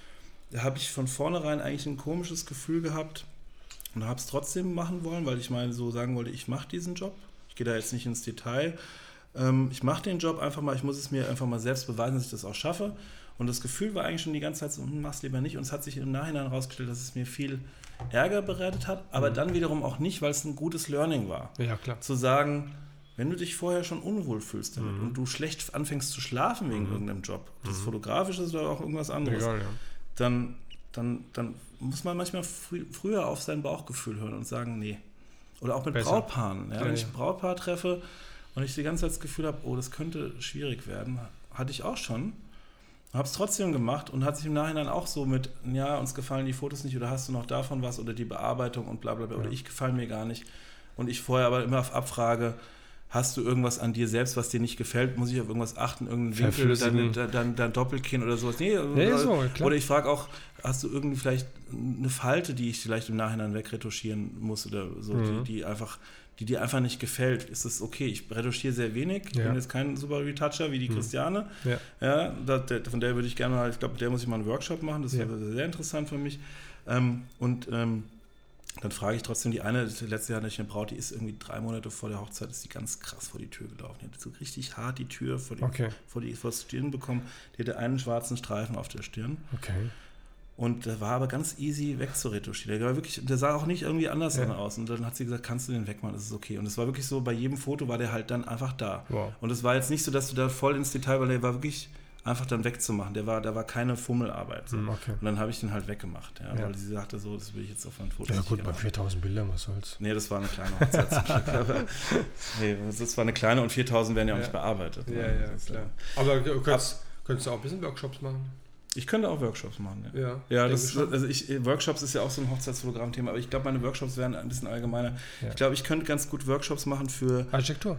Da habe ich von vornherein eigentlich ein komisches Gefühl gehabt und habe es trotzdem machen wollen, weil ich mal so sagen wollte, ich mache diesen Job. Ich gehe da jetzt nicht ins Detail. Ähm, ich mache den Job einfach mal, ich muss es mir einfach mal selbst beweisen, dass ich das auch schaffe. Und das Gefühl war eigentlich schon die ganze Zeit so, hm, mach's lieber nicht. Und es hat sich im Nachhinein herausgestellt, dass es mir viel Ärger bereitet hat, aber mhm. dann wiederum auch nicht, weil es ein gutes Learning war.
Ja, klar.
Zu sagen, wenn du dich vorher schon unwohl fühlst damit
mhm.
und du schlecht anfängst zu schlafen wegen mhm. irgendeinem Job, ob das mhm. fotografisch ist oder auch irgendwas anderes,
Egal, ja.
dann, dann, dann muss man manchmal frü- früher auf sein Bauchgefühl hören und sagen, nee. Oder auch mit
Besser.
Brautpaaren. Ja?
Ja,
Wenn ich
ja.
ein Brautpaar treffe und ich die ganze Zeit das Gefühl habe, oh, das könnte schwierig werden, hatte ich auch schon. Habe es trotzdem gemacht und hat sich im Nachhinein auch so mit, ja, uns gefallen die Fotos nicht oder hast du noch davon was oder die Bearbeitung und bla bla bla ja. oder ich gefalle mir gar nicht. Und ich vorher aber immer auf Abfrage, hast du irgendwas an dir selbst, was dir nicht gefällt, muss ich auf irgendwas achten, irgendeinen Winkel, dann, dann, dann, dann Doppelkinn oder sowas. Nee,
nee
oder,
so, klar.
Oder ich frage auch, hast du irgendwie vielleicht eine Falte, die ich vielleicht im Nachhinein wegretuschieren muss oder so, mhm. die, die einfach... die dir einfach nicht gefällt, ist es okay. Ich retuschiere sehr wenig. Ich ja. bin jetzt kein super Retoucher wie die hm. Christiane. Ja. Ja, da, der, von der würde ich gerne mal, ich glaube, der muss ich mal einen Workshop machen. Das ja. wäre sehr interessant für mich. Ähm, und ähm, dann frage ich trotzdem die eine, letztes Jahr hatte ich eine Braut, die ist irgendwie drei Monate vor der Hochzeit, ist die ganz krass vor die Tür gelaufen. Die hat so richtig hart die Tür vor die,
okay.
vor die, vor die Stirn bekommen. Die hatte einen schwarzen Streifen auf der Stirn.
Okay.
Und der war aber ganz easy wegzuretuschieren. Der war wirklich, der sah auch nicht irgendwie anders
ja.
aus. Und dann hat sie gesagt, kannst du den wegmachen, das ist okay. Und es war wirklich so, bei jedem Foto war der halt dann einfach da.
Wow.
Und es war jetzt nicht so, dass du da voll ins Detail, weil der war wirklich einfach dann wegzumachen. Der war, da war keine Fummelarbeit. So.
Okay.
Und dann habe ich den halt weggemacht. Ja,
ja.
Weil sie sagte so, das will ich jetzt auf ein Foto.
Ja gut, bei viertausend Bildern, was soll's.
Nee, das war eine kleine Hochzeit zum Glück. Aber, nee, das war eine kleine und viertausend werden ja auch
ja.
nicht bearbeitet.
Ja, ja, das klar. Aber du könntest, könntest du auch ein bisschen Workshops machen?
Ich könnte auch Workshops machen, ja.
Ja,
ja das, also ich, Workshops ist ja auch so ein Hochzeitsfotografenthema, aber ich glaube, meine Workshops wären ein bisschen allgemeiner. Ja. Ich glaube, ich könnte ganz gut Workshops machen für...
Architektur?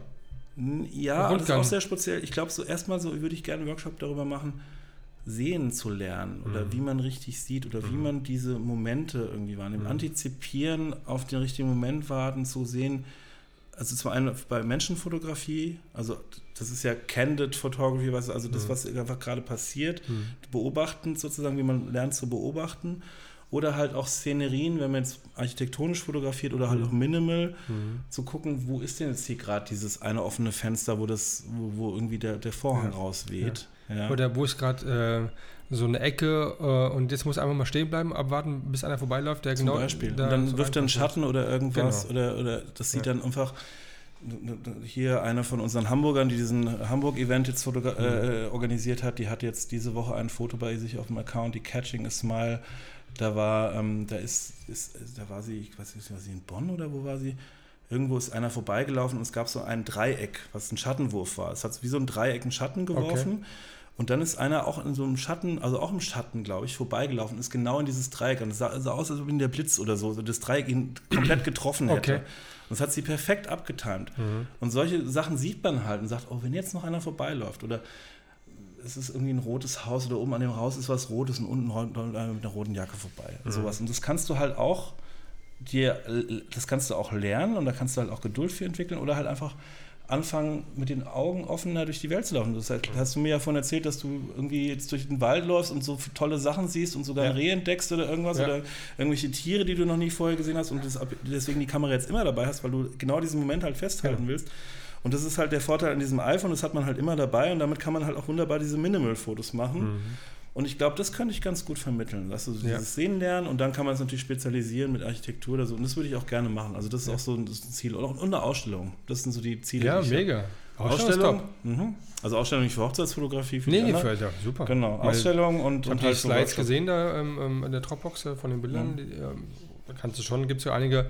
Ja, das ist auch sehr speziell. Ich glaube, so erstmal so würde ich gerne einen Workshop darüber machen, sehen zu lernen oder mhm. wie man richtig sieht oder mhm. wie man diese Momente irgendwie wahrnimmt. Mhm. Antizipieren, auf den richtigen Moment warten, zu sehen... Also zum einen bei Menschenfotografie, also das ist ja Candid Photography, also das, was einfach gerade passiert, mhm. beobachtend sozusagen, wie man lernt zu beobachten. Oder halt auch Szenerien, wenn man jetzt architektonisch fotografiert oder halt mhm. auch Minimal, mhm. zu gucken, wo ist denn jetzt hier gerade dieses eine offene Fenster, wo das, wo, wo irgendwie der, der Vorhang ja. rausweht. Ja. Ja.
Oder wo ist gerade äh, so eine Ecke äh, und jetzt muss einfach mal stehen bleiben, abwarten, bis einer vorbeiläuft, der
Zum
genau...
Beispiel.
Da
und dann
so
wirft er einen Schatten oder irgendwas
genau.
oder, oder das sieht
ja.
dann einfach... Hier einer von unseren Hamburgern, die diesen Hamburg-Event jetzt fotogra- mhm. äh, organisiert hat, die hat jetzt diese Woche ein Foto bei sich auf dem Account, die Catching a Smile. Da war, ähm, da ist, ist, da war sie, ich weiß nicht, war sie in Bonn oder wo war sie? Irgendwo ist einer vorbeigelaufen und es gab so ein Dreieck, was ein Schattenwurf war. Es hat wie so ein Dreieck einen Schatten geworfen. Okay. Und dann ist einer auch in so einem Schatten, also auch im Schatten, glaube ich, vorbeigelaufen, ist genau in dieses Dreieck. Und es sah, sah aus, als ob ihn der Blitz oder so, das Dreieck ihn komplett getroffen hätte. Okay. Und das hat sie perfekt abgetimt. Mhm. Und solche Sachen sieht man halt und sagt, oh, wenn jetzt noch einer vorbeiläuft oder es ist irgendwie ein rotes Haus oder oben an dem Haus ist was Rotes und unten läuft einer mit einer roten Jacke vorbei. Mhm. Sowas. Und das kannst du halt auch dir, das kannst du auch lernen und da kannst du halt auch Geduld für entwickeln oder halt einfach anfangen, mit den Augen offener durch die Welt zu laufen. Das hast du mir ja vorhin erzählt, dass du irgendwie jetzt durch den Wald läufst und so tolle Sachen siehst und sogar ja. ein Reh entdeckst oder irgendwas ja. oder irgendwelche Tiere, die du noch nie vorher gesehen hast und das, deswegen die Kamera jetzt immer dabei hast, weil du genau diesen Moment halt festhalten ja. willst. Und das ist halt der Vorteil an diesem iPhone, das hat man halt immer dabei und damit kann man halt auch wunderbar diese Minimal-Fotos machen. Mhm. Und ich glaube, das könnte ich ganz gut vermitteln. Also dieses ja. Sehen lernen und dann kann man es natürlich spezialisieren mit Architektur oder so. Und das würde ich auch gerne machen. Also das ist ja. auch so ein Ziel. Und auch eine Ausstellung. Das sind so die Ziele.
Ja,
die
mega.
Ausstellung. Mhm. Also Ausstellung nicht für Hochzeitsfotografie. Für
nee, nee, für, ja, super.
Genau, Ausstellung und,
ich
und
halt
halt
die Slides gesehen da ähm, in der Dropbox äh, von den Bildern. Mhm. Die, ähm, da kannst du schon, gibt es ja einige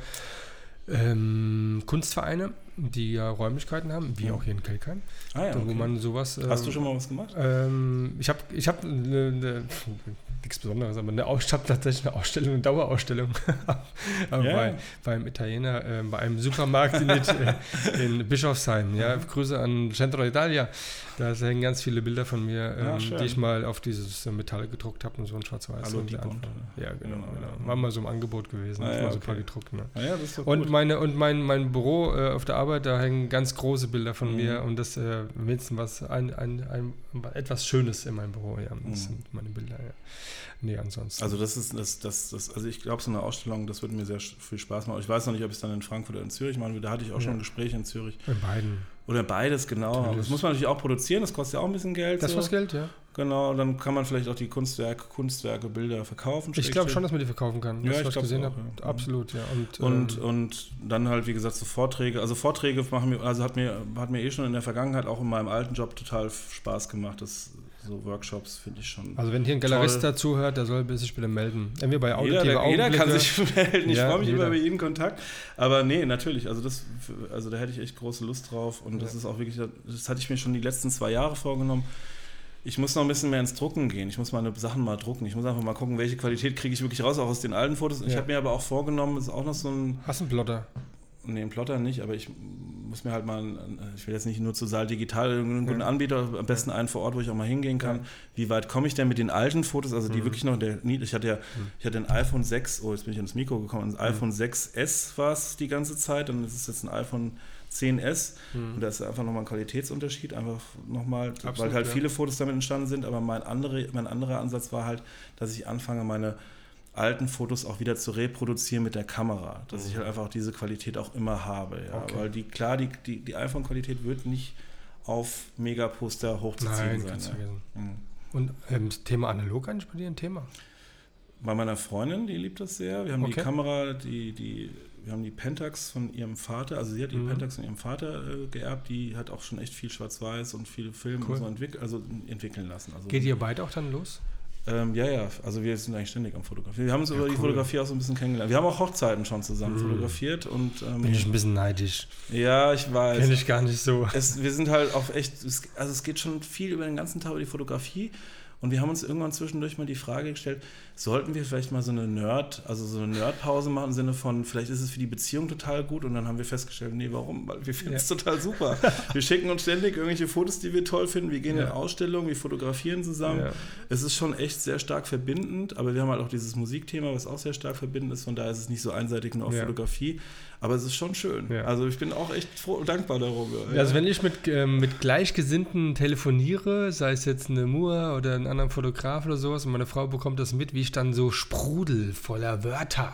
ähm, Kunstvereine, die ja Räumlichkeiten haben, wie mhm. auch hier in Kelkheim.
Ah ja, okay.
Wo man sowas... Ähm,
Hast du schon mal was gemacht?
Ähm, ich habe ich hab ne, ne, nichts Besonderes, aber eine Aus- ich habe tatsächlich eine Ausstellung, eine Dauerausstellung aber yeah. bei, beim Italiener, äh, bei einem Supermarkt in, äh, in Bischofsheim. Ja, mhm. Grüße an Centro Italia. Da hängen ganz viele Bilder von mir, ähm, ja, die ich mal auf dieses Metall gedruckt habe und so ein Schwarz-Weiß.
Hallo, die Bond,
ja, genau, genau. War mal so im Angebot gewesen.
Ah, ja,
mal so
okay.
ein paar gedruckt. Ne?
Ah, ja, das ist doch
und
gut.
meine, und mein, mein Büro äh, auf der Arbeit, da hängen ganz große Bilder von
mhm.
mir und das äh, wenigstens was, ein, ein, ein, etwas Schönes in meinem Büro. Ja, das
mhm.
sind meine Bilder. Ja. Nee, ansonsten.
Also das ist, das, das, das, also ich glaube, so eine Ausstellung, das würde mir sehr viel Spaß machen. Ich weiß noch nicht, ob ich es dann in Frankfurt oder in Zürich mache. Da hatte ich auch ja. schon Gespräche in Zürich.
In beiden.
Oder beides, genau. Natürlich. Das muss man natürlich auch produzieren, das kostet ja auch ein bisschen Geld.
Das
so.
kostet Geld, ja.
Genau, dann kann man vielleicht auch die Kunstwerke, Kunstwerke, Bilder verkaufen.
Ich glaube schon, dass man die verkaufen kann.
Ja,
das,
ich
was ich gesehen habe.
Ja.
Absolut, ja. Und,
und,
ähm,
und dann halt, wie gesagt, so Vorträge. Also Vorträge machen mir, also hat mir, hat mir eh schon in der Vergangenheit, auch in meinem alten Job, total Spaß gemacht. Das, so Workshops finde ich schon.
Also wenn hier ein Galerist dazu hört, der soll sich bitte melden. Entweder bei Auditive
jeder, jeder kann sich melden. Ich
ja,
freue mich
jeder.
immer über jeden Kontakt. Aber nee, natürlich. Also das, also da hätte ich echt große Lust drauf. Und ja. das ist auch wirklich, das hatte ich mir schon die letzten zwei Jahre vorgenommen. Ich muss noch ein bisschen mehr ins Drucken gehen. Ich muss meine Sachen mal drucken. Ich muss einfach mal gucken, welche Qualität kriege ich wirklich raus, auch aus den alten Fotos. Ja. Ich habe mir aber auch vorgenommen, ist auch noch so ein...
Hast du einen Plotter?
Nee, einen Plotter nicht, aber ich muss mir halt mal, ich will jetzt nicht nur zu Saal Digital einen guten ja. Anbieter, am besten einen vor Ort, wo ich auch mal hingehen kann. Ja. Wie weit komme ich denn mit den alten Fotos, also die mhm. wirklich noch, der, ich hatte ja, mhm. ich hatte ein iPhone sechs, oh, jetzt bin ich ans Mikro gekommen, ein iPhone mhm. sechs S war es die ganze Zeit, dann ist es jetzt ein iPhone zehn S mhm. und da ist einfach nochmal ein Qualitätsunterschied, einfach nochmal, weil halt ja. viele Fotos damit entstanden sind, aber mein, andere, mein anderer Ansatz war halt, dass ich anfange, meine alten Fotos auch wieder zu reproduzieren mit der Kamera, dass mhm. ich halt einfach diese Qualität auch immer habe. Ja. Okay. Weil die, klar, die, die, die iPhone-Qualität wird nicht auf Megaposter hochzuziehen
Nein,
sein. Ja. Mhm.
Und ähm, das Thema analog eigentlich bei dir ein Thema?
Bei meiner Freundin, die liebt das sehr. Wir haben okay. die Kamera, die, die, wir haben die Pentax von ihrem Vater, also sie hat die mhm. Pentax von ihrem Vater äh, geerbt, die hat auch schon echt viel Schwarz-Weiß und viele Filme cool. und so entwick- also entwickeln lassen. Also
geht ihr beide auch dann los?
Ähm, ja, ja, also wir sind eigentlich ständig am Fotografieren. Wir haben uns ja, über cool. die Fotografie auch so ein bisschen kennengelernt. Wir haben auch Hochzeiten schon zusammen mhm. fotografiert. Und, ähm,
bin ich ein bisschen neidisch.
Ja, ich weiß.
Kenn ich gar nicht so.
Es, wir sind halt auch echt, es, also es geht schon viel über den ganzen Tag über die Fotografie. Und wir haben uns irgendwann zwischendurch mal die Frage gestellt, sollten wir vielleicht mal so eine Nerd, also so eine Nerdpause machen im Sinne von, vielleicht ist es für die Beziehung total gut und dann haben wir festgestellt, nee, warum? Weil wir finden es ja. total super. Wir schicken uns ständig irgendwelche Fotos, die wir toll finden, wir gehen ja. in Ausstellungen, wir fotografieren zusammen. Ja. Es ist schon echt sehr stark verbindend, aber wir haben halt auch dieses Musikthema, was auch sehr stark verbindend ist, von daher ist es nicht so einseitig nur auf ja. Fotografie. Aber es ist schon schön. Ja. Also ich bin auch echt froh und dankbar darüber.
Ja. Also wenn ich mit, äh, mit Gleichgesinnten telefoniere, sei es jetzt eine Moore oder ein anderer Fotograf oder sowas, und meine Frau bekommt das mit, wie ich dann so sprudel voller Wörter.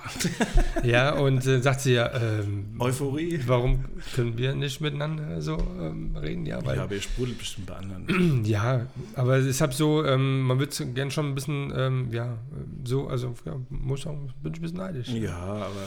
ja, und äh, sagt sie ja, ähm,
Euphorie.
Warum können wir nicht miteinander so ähm, reden? Ja, weil,
ja, aber ihr sprudelt bestimmt bei anderen.
ja, aber ich habe so, ähm, man würde gern schon ein bisschen, ähm, ja, so, also ja, muss ich sagen, bin ich ein bisschen neidisch.
Ja, aber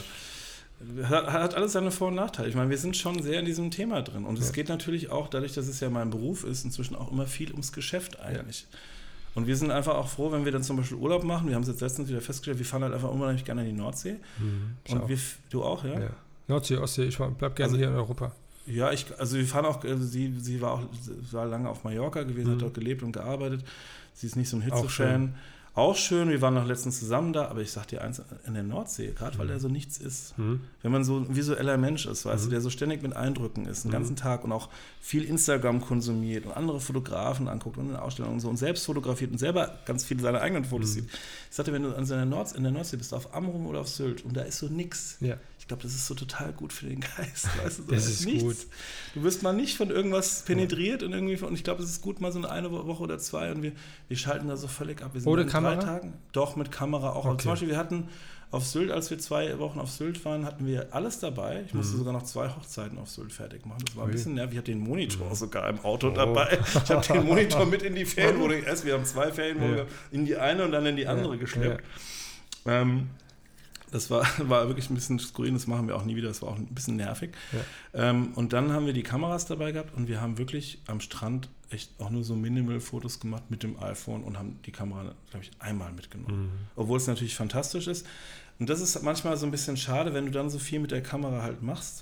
Hat, hat alles seine Vor- und Nachteile. Ich meine, wir sind schon sehr in diesem Thema drin. Und ja. es geht natürlich auch, dadurch, dass es ja mein Beruf ist, inzwischen auch immer viel ums Geschäft eigentlich. Ja. Und wir sind einfach auch froh, wenn wir dann zum Beispiel Urlaub machen. Wir haben es jetzt letztens wieder festgestellt, wir fahren halt einfach unheimlich gerne in die Nordsee. Mhm, und auch. Wir, du auch, ja? ja.
Nordsee, Ostsee, ich bleib gerne also, hier in Europa.
Ja, ich, also wir fahren auch, also sie, sie war auch war lange auf Mallorca gewesen, mhm. hat dort gelebt und gearbeitet. Sie ist nicht so ein Hitze-Fan. Auch schön, wir waren noch letztens zusammen da, aber ich sag dir eins, in der Nordsee, gerade weil da so nichts ist, mhm. wenn man so ein visueller Mensch ist, weißt mhm. du, der so ständig mit Eindrücken ist, den mhm. ganzen Tag und auch viel Instagram konsumiert und andere Fotografen anguckt und in Ausstellungen und so und selbst fotografiert und selber ganz viele seiner eigenen Fotos mhm. sieht. Ich sagte, wenn du in der, Nord- in der Nordsee bist, auf Amrum oder auf Sylt und da ist so nix, ja. ich glaube, das ist so total gut für den Geist, weißt du, so
das ist nichts. Gut.
Du wirst mal nicht von irgendwas penetriert ja. und irgendwie von, und ich glaube, es ist gut, mal so eine, eine Woche oder zwei und wir, wir schalten da so völlig ab. Wir sind
Ohne
in
Kamera?
drei Tagen, doch mit Kamera auch. Okay. Zum Beispiel, wir hatten auf Sylt, als wir zwei Wochen auf Sylt waren, hatten wir alles dabei. Ich musste mhm. sogar noch zwei Hochzeiten auf Sylt fertig machen. Das war ein bisschen nervig. Ich hatte den Monitor mhm. sogar im Auto oh. dabei. Ich habe den Monitor mit in die Ferienwohnung. Erst wir haben zwei Ferienwohnungen ja. in die eine und dann in die andere ja. geschleppt. Ja. Ähm, Das war, war wirklich ein bisschen skurril, das machen wir auch nie wieder, das war auch ein bisschen nervig. Ja. Ähm, und dann haben wir die Kameras dabei gehabt und wir haben wirklich am Strand echt auch nur so Minimal-Fotos gemacht mit dem iPhone und haben die Kamera, glaube ich, einmal mitgenommen. Mhm. Obwohl es natürlich fantastisch ist. Und das ist manchmal so ein bisschen schade, wenn du dann so viel mit der Kamera halt machst,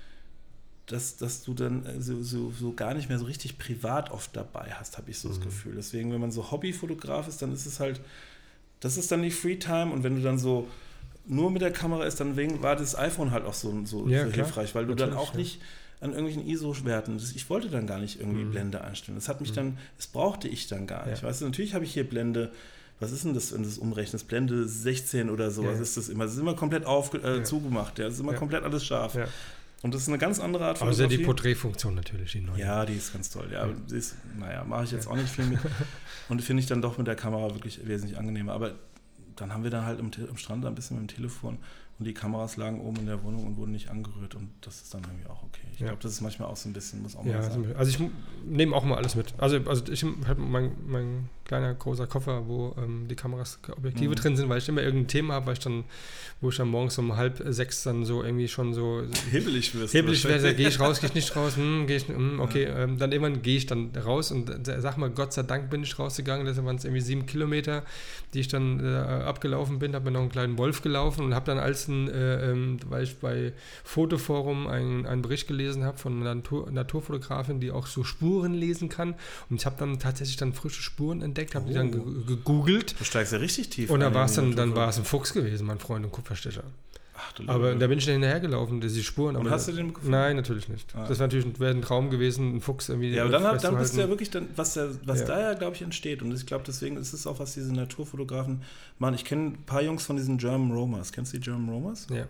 dass, dass du dann so, so, so gar nicht mehr so richtig privat oft dabei hast, habe ich so mhm. das Gefühl. Deswegen, wenn man so Hobbyfotograf ist, dann ist es halt, das ist dann die Freetime und wenn du dann so nur mit der Kamera ist, dann wegen, war das iPhone halt auch so, so,
ja,
so hilfreich, weil du
natürlich,
dann auch ja. nicht an irgendwelchen I S O-Werten, ich wollte dann gar nicht irgendwie mhm. Blende einstellen. Das hat mich mhm. dann, das brauchte ich dann gar nicht. Ja. Weißt du, natürlich habe ich hier Blende, was ist denn das, wenn du das umrechnest? Blende sechzehn oder so, ja. was ist das immer? Das ist immer komplett auf, äh, ja. zugemacht, ja. Das ist immer ja. komplett alles scharf. Ja. Und das ist eine ganz andere Art von
Fotografie. Außer die Porträtfunktion natürlich, die neue.
Ja, die ist ganz toll. Ja, ja. Die ist, naja, mache ich jetzt ja. auch nicht viel mit. Und finde ich dann doch mit der Kamera wirklich wesentlich angenehmer. Aber dann haben wir dann halt im, im Strand ein bisschen mit dem Telefon und die Kameras lagen oben in der Wohnung und wurden nicht angerührt und das ist dann irgendwie auch okay. Ich ja. glaube, das ist manchmal auch so ein bisschen, muss auch mal
ja, sein. Also ich nehme auch mal alles mit. Also, also ich habe mein, mein kleiner großer Koffer, wo ähm, die Kameras, Objektive mhm. drin sind, weil ich immer irgendein Thema habe, weil ich dann, wo ich dann morgens um halb sechs dann so irgendwie schon so
hibbelig wirst.
Hibbelig werde, gehe ich raus, gehe ich nicht raus, hm, gehe ich, hm, okay, ja. ähm, dann irgendwann gehe ich dann raus und äh, sag mal, Gott sei Dank bin ich rausgegangen, das waren es irgendwie sieben Kilometer, die ich dann äh, abgelaufen bin, habe mir noch einen kleinen Wolf gelaufen und habe dann als ein, äh, ähm, weil ich bei Fotoforum einen, einen Bericht gelesen habe von einer Natur, Naturfotografin, die auch so Spuren lesen kann und ich habe dann tatsächlich dann frische Spuren entdeckt, habe oh. die dann ge- gegoogelt.
Du steigst ja richtig tief.
Und da war es dann, dann war es ein Fuchs gewesen, mein Freund, ein Kupferstecher. Ach, du aber da bin ich dann hinterhergelaufen, diese Spuren.
Und
aber
hast du den gefunden?
Nein, natürlich nicht. Ah. Das war natürlich wäre ein Traum gewesen, ein Fuchs irgendwie.
Ja, aber dann, hat, dann bist du ja wirklich, dann, was, der, was ja. da ja, glaube ich, entsteht. Und ich glaube, deswegen ist es auch, was diese Naturfotografen machen. Ich kenne ein paar Jungs von diesen German Roamers. Kennst du die German Roamers?
Ja.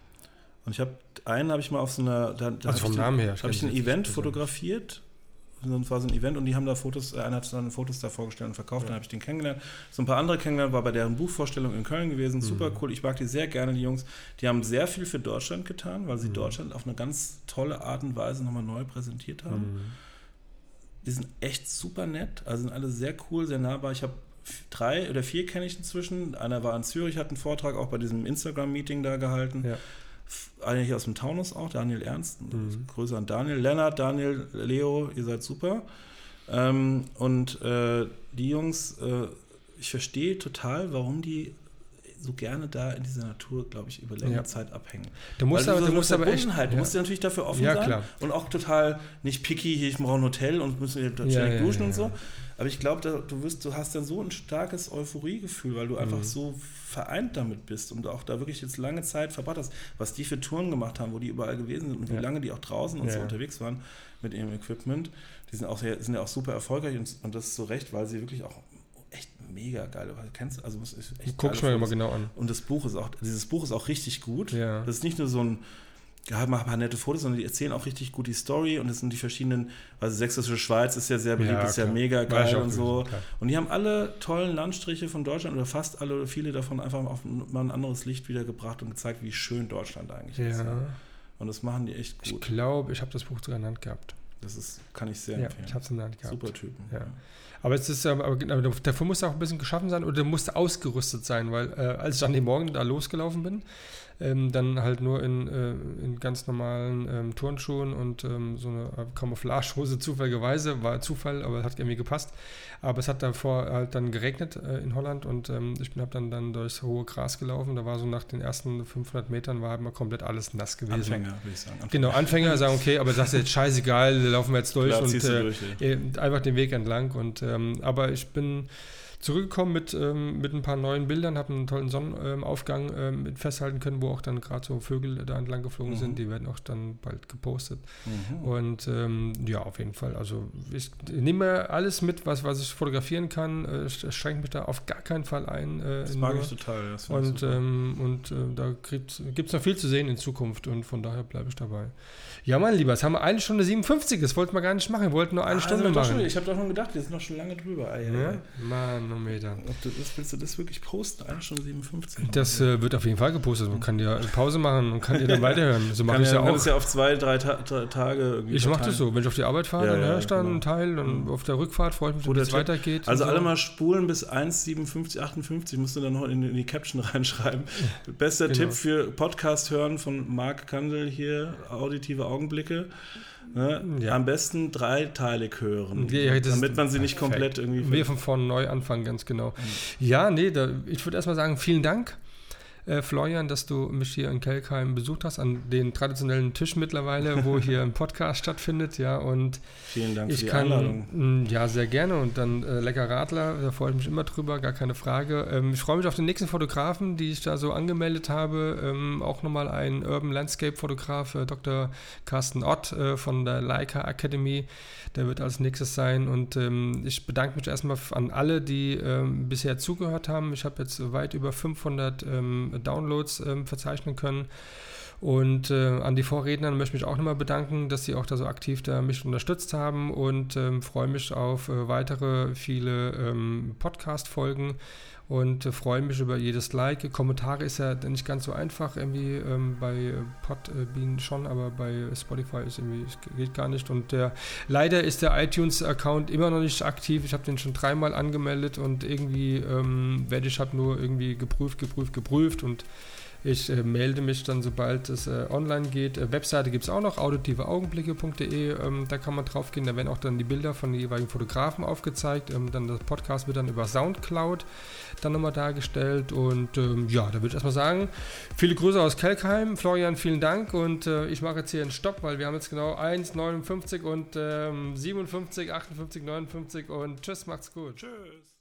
Und ich habe einen, habe ich mal auf so einer. Da, da
also vom ich Namen
den,
her.
Habe ich ein Event fotografiert. Das war so ein Event und die haben da Fotos, einer hat dann Fotos da vorgestellt und verkauft, ja. Dann habe ich den kennengelernt. So ein paar andere kennengelernt, war bei deren Buchvorstellung in Köln gewesen, super mhm. cool, ich mag die sehr gerne, die Jungs. Die haben sehr viel für Deutschland getan, weil sie mhm. Deutschland auf eine ganz tolle Art und Weise nochmal neu präsentiert haben. Mhm. Die sind echt super nett, also sind alle sehr cool, sehr nahbar. Ich habe drei oder vier kenne ich inzwischen. Einer war in Zürich, hat einen Vortrag auch bei diesem Instagram-Meeting da gehalten. Ja. Einer hier aus dem Taunus auch, Daniel Ernst, mhm. Grüße an Daniel, Lennart, Daniel, Leo, ihr seid super. Ähm, und äh, die Jungs, äh, ich verstehe total, warum die so gerne da in dieser Natur, glaube ich, über längere ja. Zeit abhängen.
Du musst
Weil
aber,
du, so
du musst aber echt,
ja. du musst ja natürlich dafür offen ja, sein
klar.
und auch total nicht picky, hier, ich brauche ein Hotel und müssen wir ständig
ja, ja,
duschen
ja,
und so.
Ja.
Aber ich glaube, du wirst, du hast dann so ein starkes Euphoriegefühl, weil du einfach mhm. so vereint damit bist und auch da wirklich jetzt lange Zeit verbracht hast, was die für Touren gemacht haben, wo die überall gewesen sind und wie
ja.
lange die auch draußen und
ja.
so unterwegs waren mit ihrem Equipment. Die sind auch sehr, sind ja auch super erfolgreich und, und das ist so recht, weil sie wirklich auch echt mega geil. Kennst du? Also es ist echt.
Guck mir mal genau an.
Und das Buch ist auch, dieses Buch ist auch richtig gut.
Ja.
Das ist nicht nur so ein ja, mach ein paar nette Fotos, sondern die erzählen auch richtig gut die Story und es sind die verschiedenen, also Sächsische Schweiz ist ja sehr beliebt, ja, ist ja mega geil und so. Klar. Und die haben alle tollen Landstriche von Deutschland oder fast alle oder viele davon einfach auf mal ein anderes Licht wiedergebracht und gezeigt, wie schön Deutschland eigentlich
ja.
ist. Ja. Und das machen die echt gut.
Ich glaube, ich habe das Buch sogar in der Hand gehabt.
Das ist, kann ich sehr
ja,
empfehlen.
Ich habe es in der Hand gehabt.
Super Typen.
Ja. Aber es ist aber, aber dafür musst du auch ein bisschen geschaffen sein oder du musst ausgerüstet sein, weil äh, als ich an dem Morgen da losgelaufen bin, ähm, dann halt nur in, äh, in ganz normalen ähm, Turnschuhen und ähm, so eine Camouflagehose zufälligerweise, war Zufall, aber hat irgendwie gepasst. Aber es hat davor halt dann geregnet äh, in Holland und ähm, ich habe dann, dann durchs hohe Gras gelaufen. Da war so nach den ersten fünfhundert Metern war halt mal komplett alles nass gewesen.
Anfänger, würde ich sagen. Anfänger.
Genau, Anfänger sagen, okay, aber das ist jetzt scheißegal, da laufen wir jetzt durch. Klar, und äh,
durch,
ja. einfach den Weg entlang. Und, ähm, aber ich bin zurückgekommen mit, ähm, mit ein paar neuen Bildern, habe einen tollen Sonnenaufgang ähm, mit festhalten können, wo auch dann gerade so Vögel da entlang geflogen mhm. sind. Die werden auch dann bald gepostet. Mhm. Und ähm, ja, auf jeden Fall. Also ich nehme alles mit, was, was ich fotografieren kann. Ich schränke mich da auf gar keinen Fall ein. Äh,
das mag nur. ich total. Das
und ähm, und äh, da gibt es noch viel zu sehen in Zukunft und von daher bleibe ich dabei. Ja, mein Lieber, es haben wir eine Stunde siebenundfünfzig. Das wollten wir gar nicht machen. Wir wollten nur eine ah, Stunde
also
machen.
Schon, ich habe doch schon gedacht, wir sind noch schon lange drüber. Ah, ja,
ja? Mann, Mann. Nanometer.
Ob du das, willst du das wirklich posten? Eine Stunde siebenundfünfzig.
Das äh, wird auf jeden Fall gepostet. Man kann ja Pause machen und kann dir dann weiterhören. So mache ich
ja,
ja auch.
Das ja auf zwei, drei, Ta- drei Tage irgendwie.
Ich mache das so. Wenn ich auf die Arbeit fahre,
ja,
dann
ja,
höre ich dann
genau.
einen Teil und auf der Rückfahrt freue ich mich, wenn es weitergeht.
Also
so.
alle mal spulen bis eins siebenundfünfzig, achtundfünfzig, musst du dann noch in, in die Caption reinschreiben. Bester genau. Tipp für Podcast hören von Marc Kandel hier, auditive Augenblicke. Ne? Ja. Am besten dreiteilig hören, ja, damit man sie nicht perfekt. komplett irgendwie...
Wir von vorne neu anfangen, ganz genau. Mhm. Ja, nee, da, ich würde erstmal sagen, vielen Dank, äh, Florian, dass du mich hier in Kelkheim besucht hast, an den traditionellen Tisch mittlerweile, wo hier ein Podcast stattfindet. Ja, und
vielen Dank
ich
für die
kann,
Einladung.
Ja, sehr gerne. Und dann äh, lecker Radler, da freue ich mich immer drüber, gar keine Frage. Ähm, ich freue mich auf den nächsten Fotografen, die ich da so angemeldet habe. Ähm, auch nochmal ein Urban Landscape Fotograf, äh, Doktor Carsten Ott äh, von der Leica Academy. Der wird als nächstes sein. Und ähm, ich bedanke mich erstmal an alle, die ähm, bisher zugehört haben. Ich habe jetzt weit über fünfhundert ähm, Downloads ähm, verzeichnen können. Und äh, an die Vorredner möchte ich mich auch nochmal bedanken, dass sie auch da so aktiv da mich unterstützt haben und ähm, freue mich auf äh, weitere viele ähm, Podcast-Folgen und äh, freue mich über jedes Like. Kommentare ist ja nicht ganz so einfach, irgendwie ähm, bei Podbean schon, aber bei Spotify ist irgendwie, es geht gar nicht. Und der, leider ist der iTunes-Account immer noch nicht aktiv. Ich habe den schon dreimal angemeldet und irgendwie ähm, werde ich halt nur irgendwie geprüft, geprüft, geprüft und ich äh, melde mich dann, sobald es äh, online geht. Äh, Webseite gibt es auch noch, auditive augenblicke punkt de. Ähm, da kann man drauf gehen. Da werden auch dann die Bilder von den jeweiligen Fotografen aufgezeigt. Ähm, dann das Podcast wird dann über Soundcloud dann nochmal dargestellt. Und ähm, ja, da würde ich erstmal sagen, viele Grüße aus Kelkheim. Florian, vielen Dank. Und äh, ich mache jetzt hier einen Stopp, weil wir haben jetzt genau eins neunundfünfzig und ähm, siebenundfünfzig, achtundfünfzig, neunundfünfzig und tschüss, macht's gut.
Tschüss.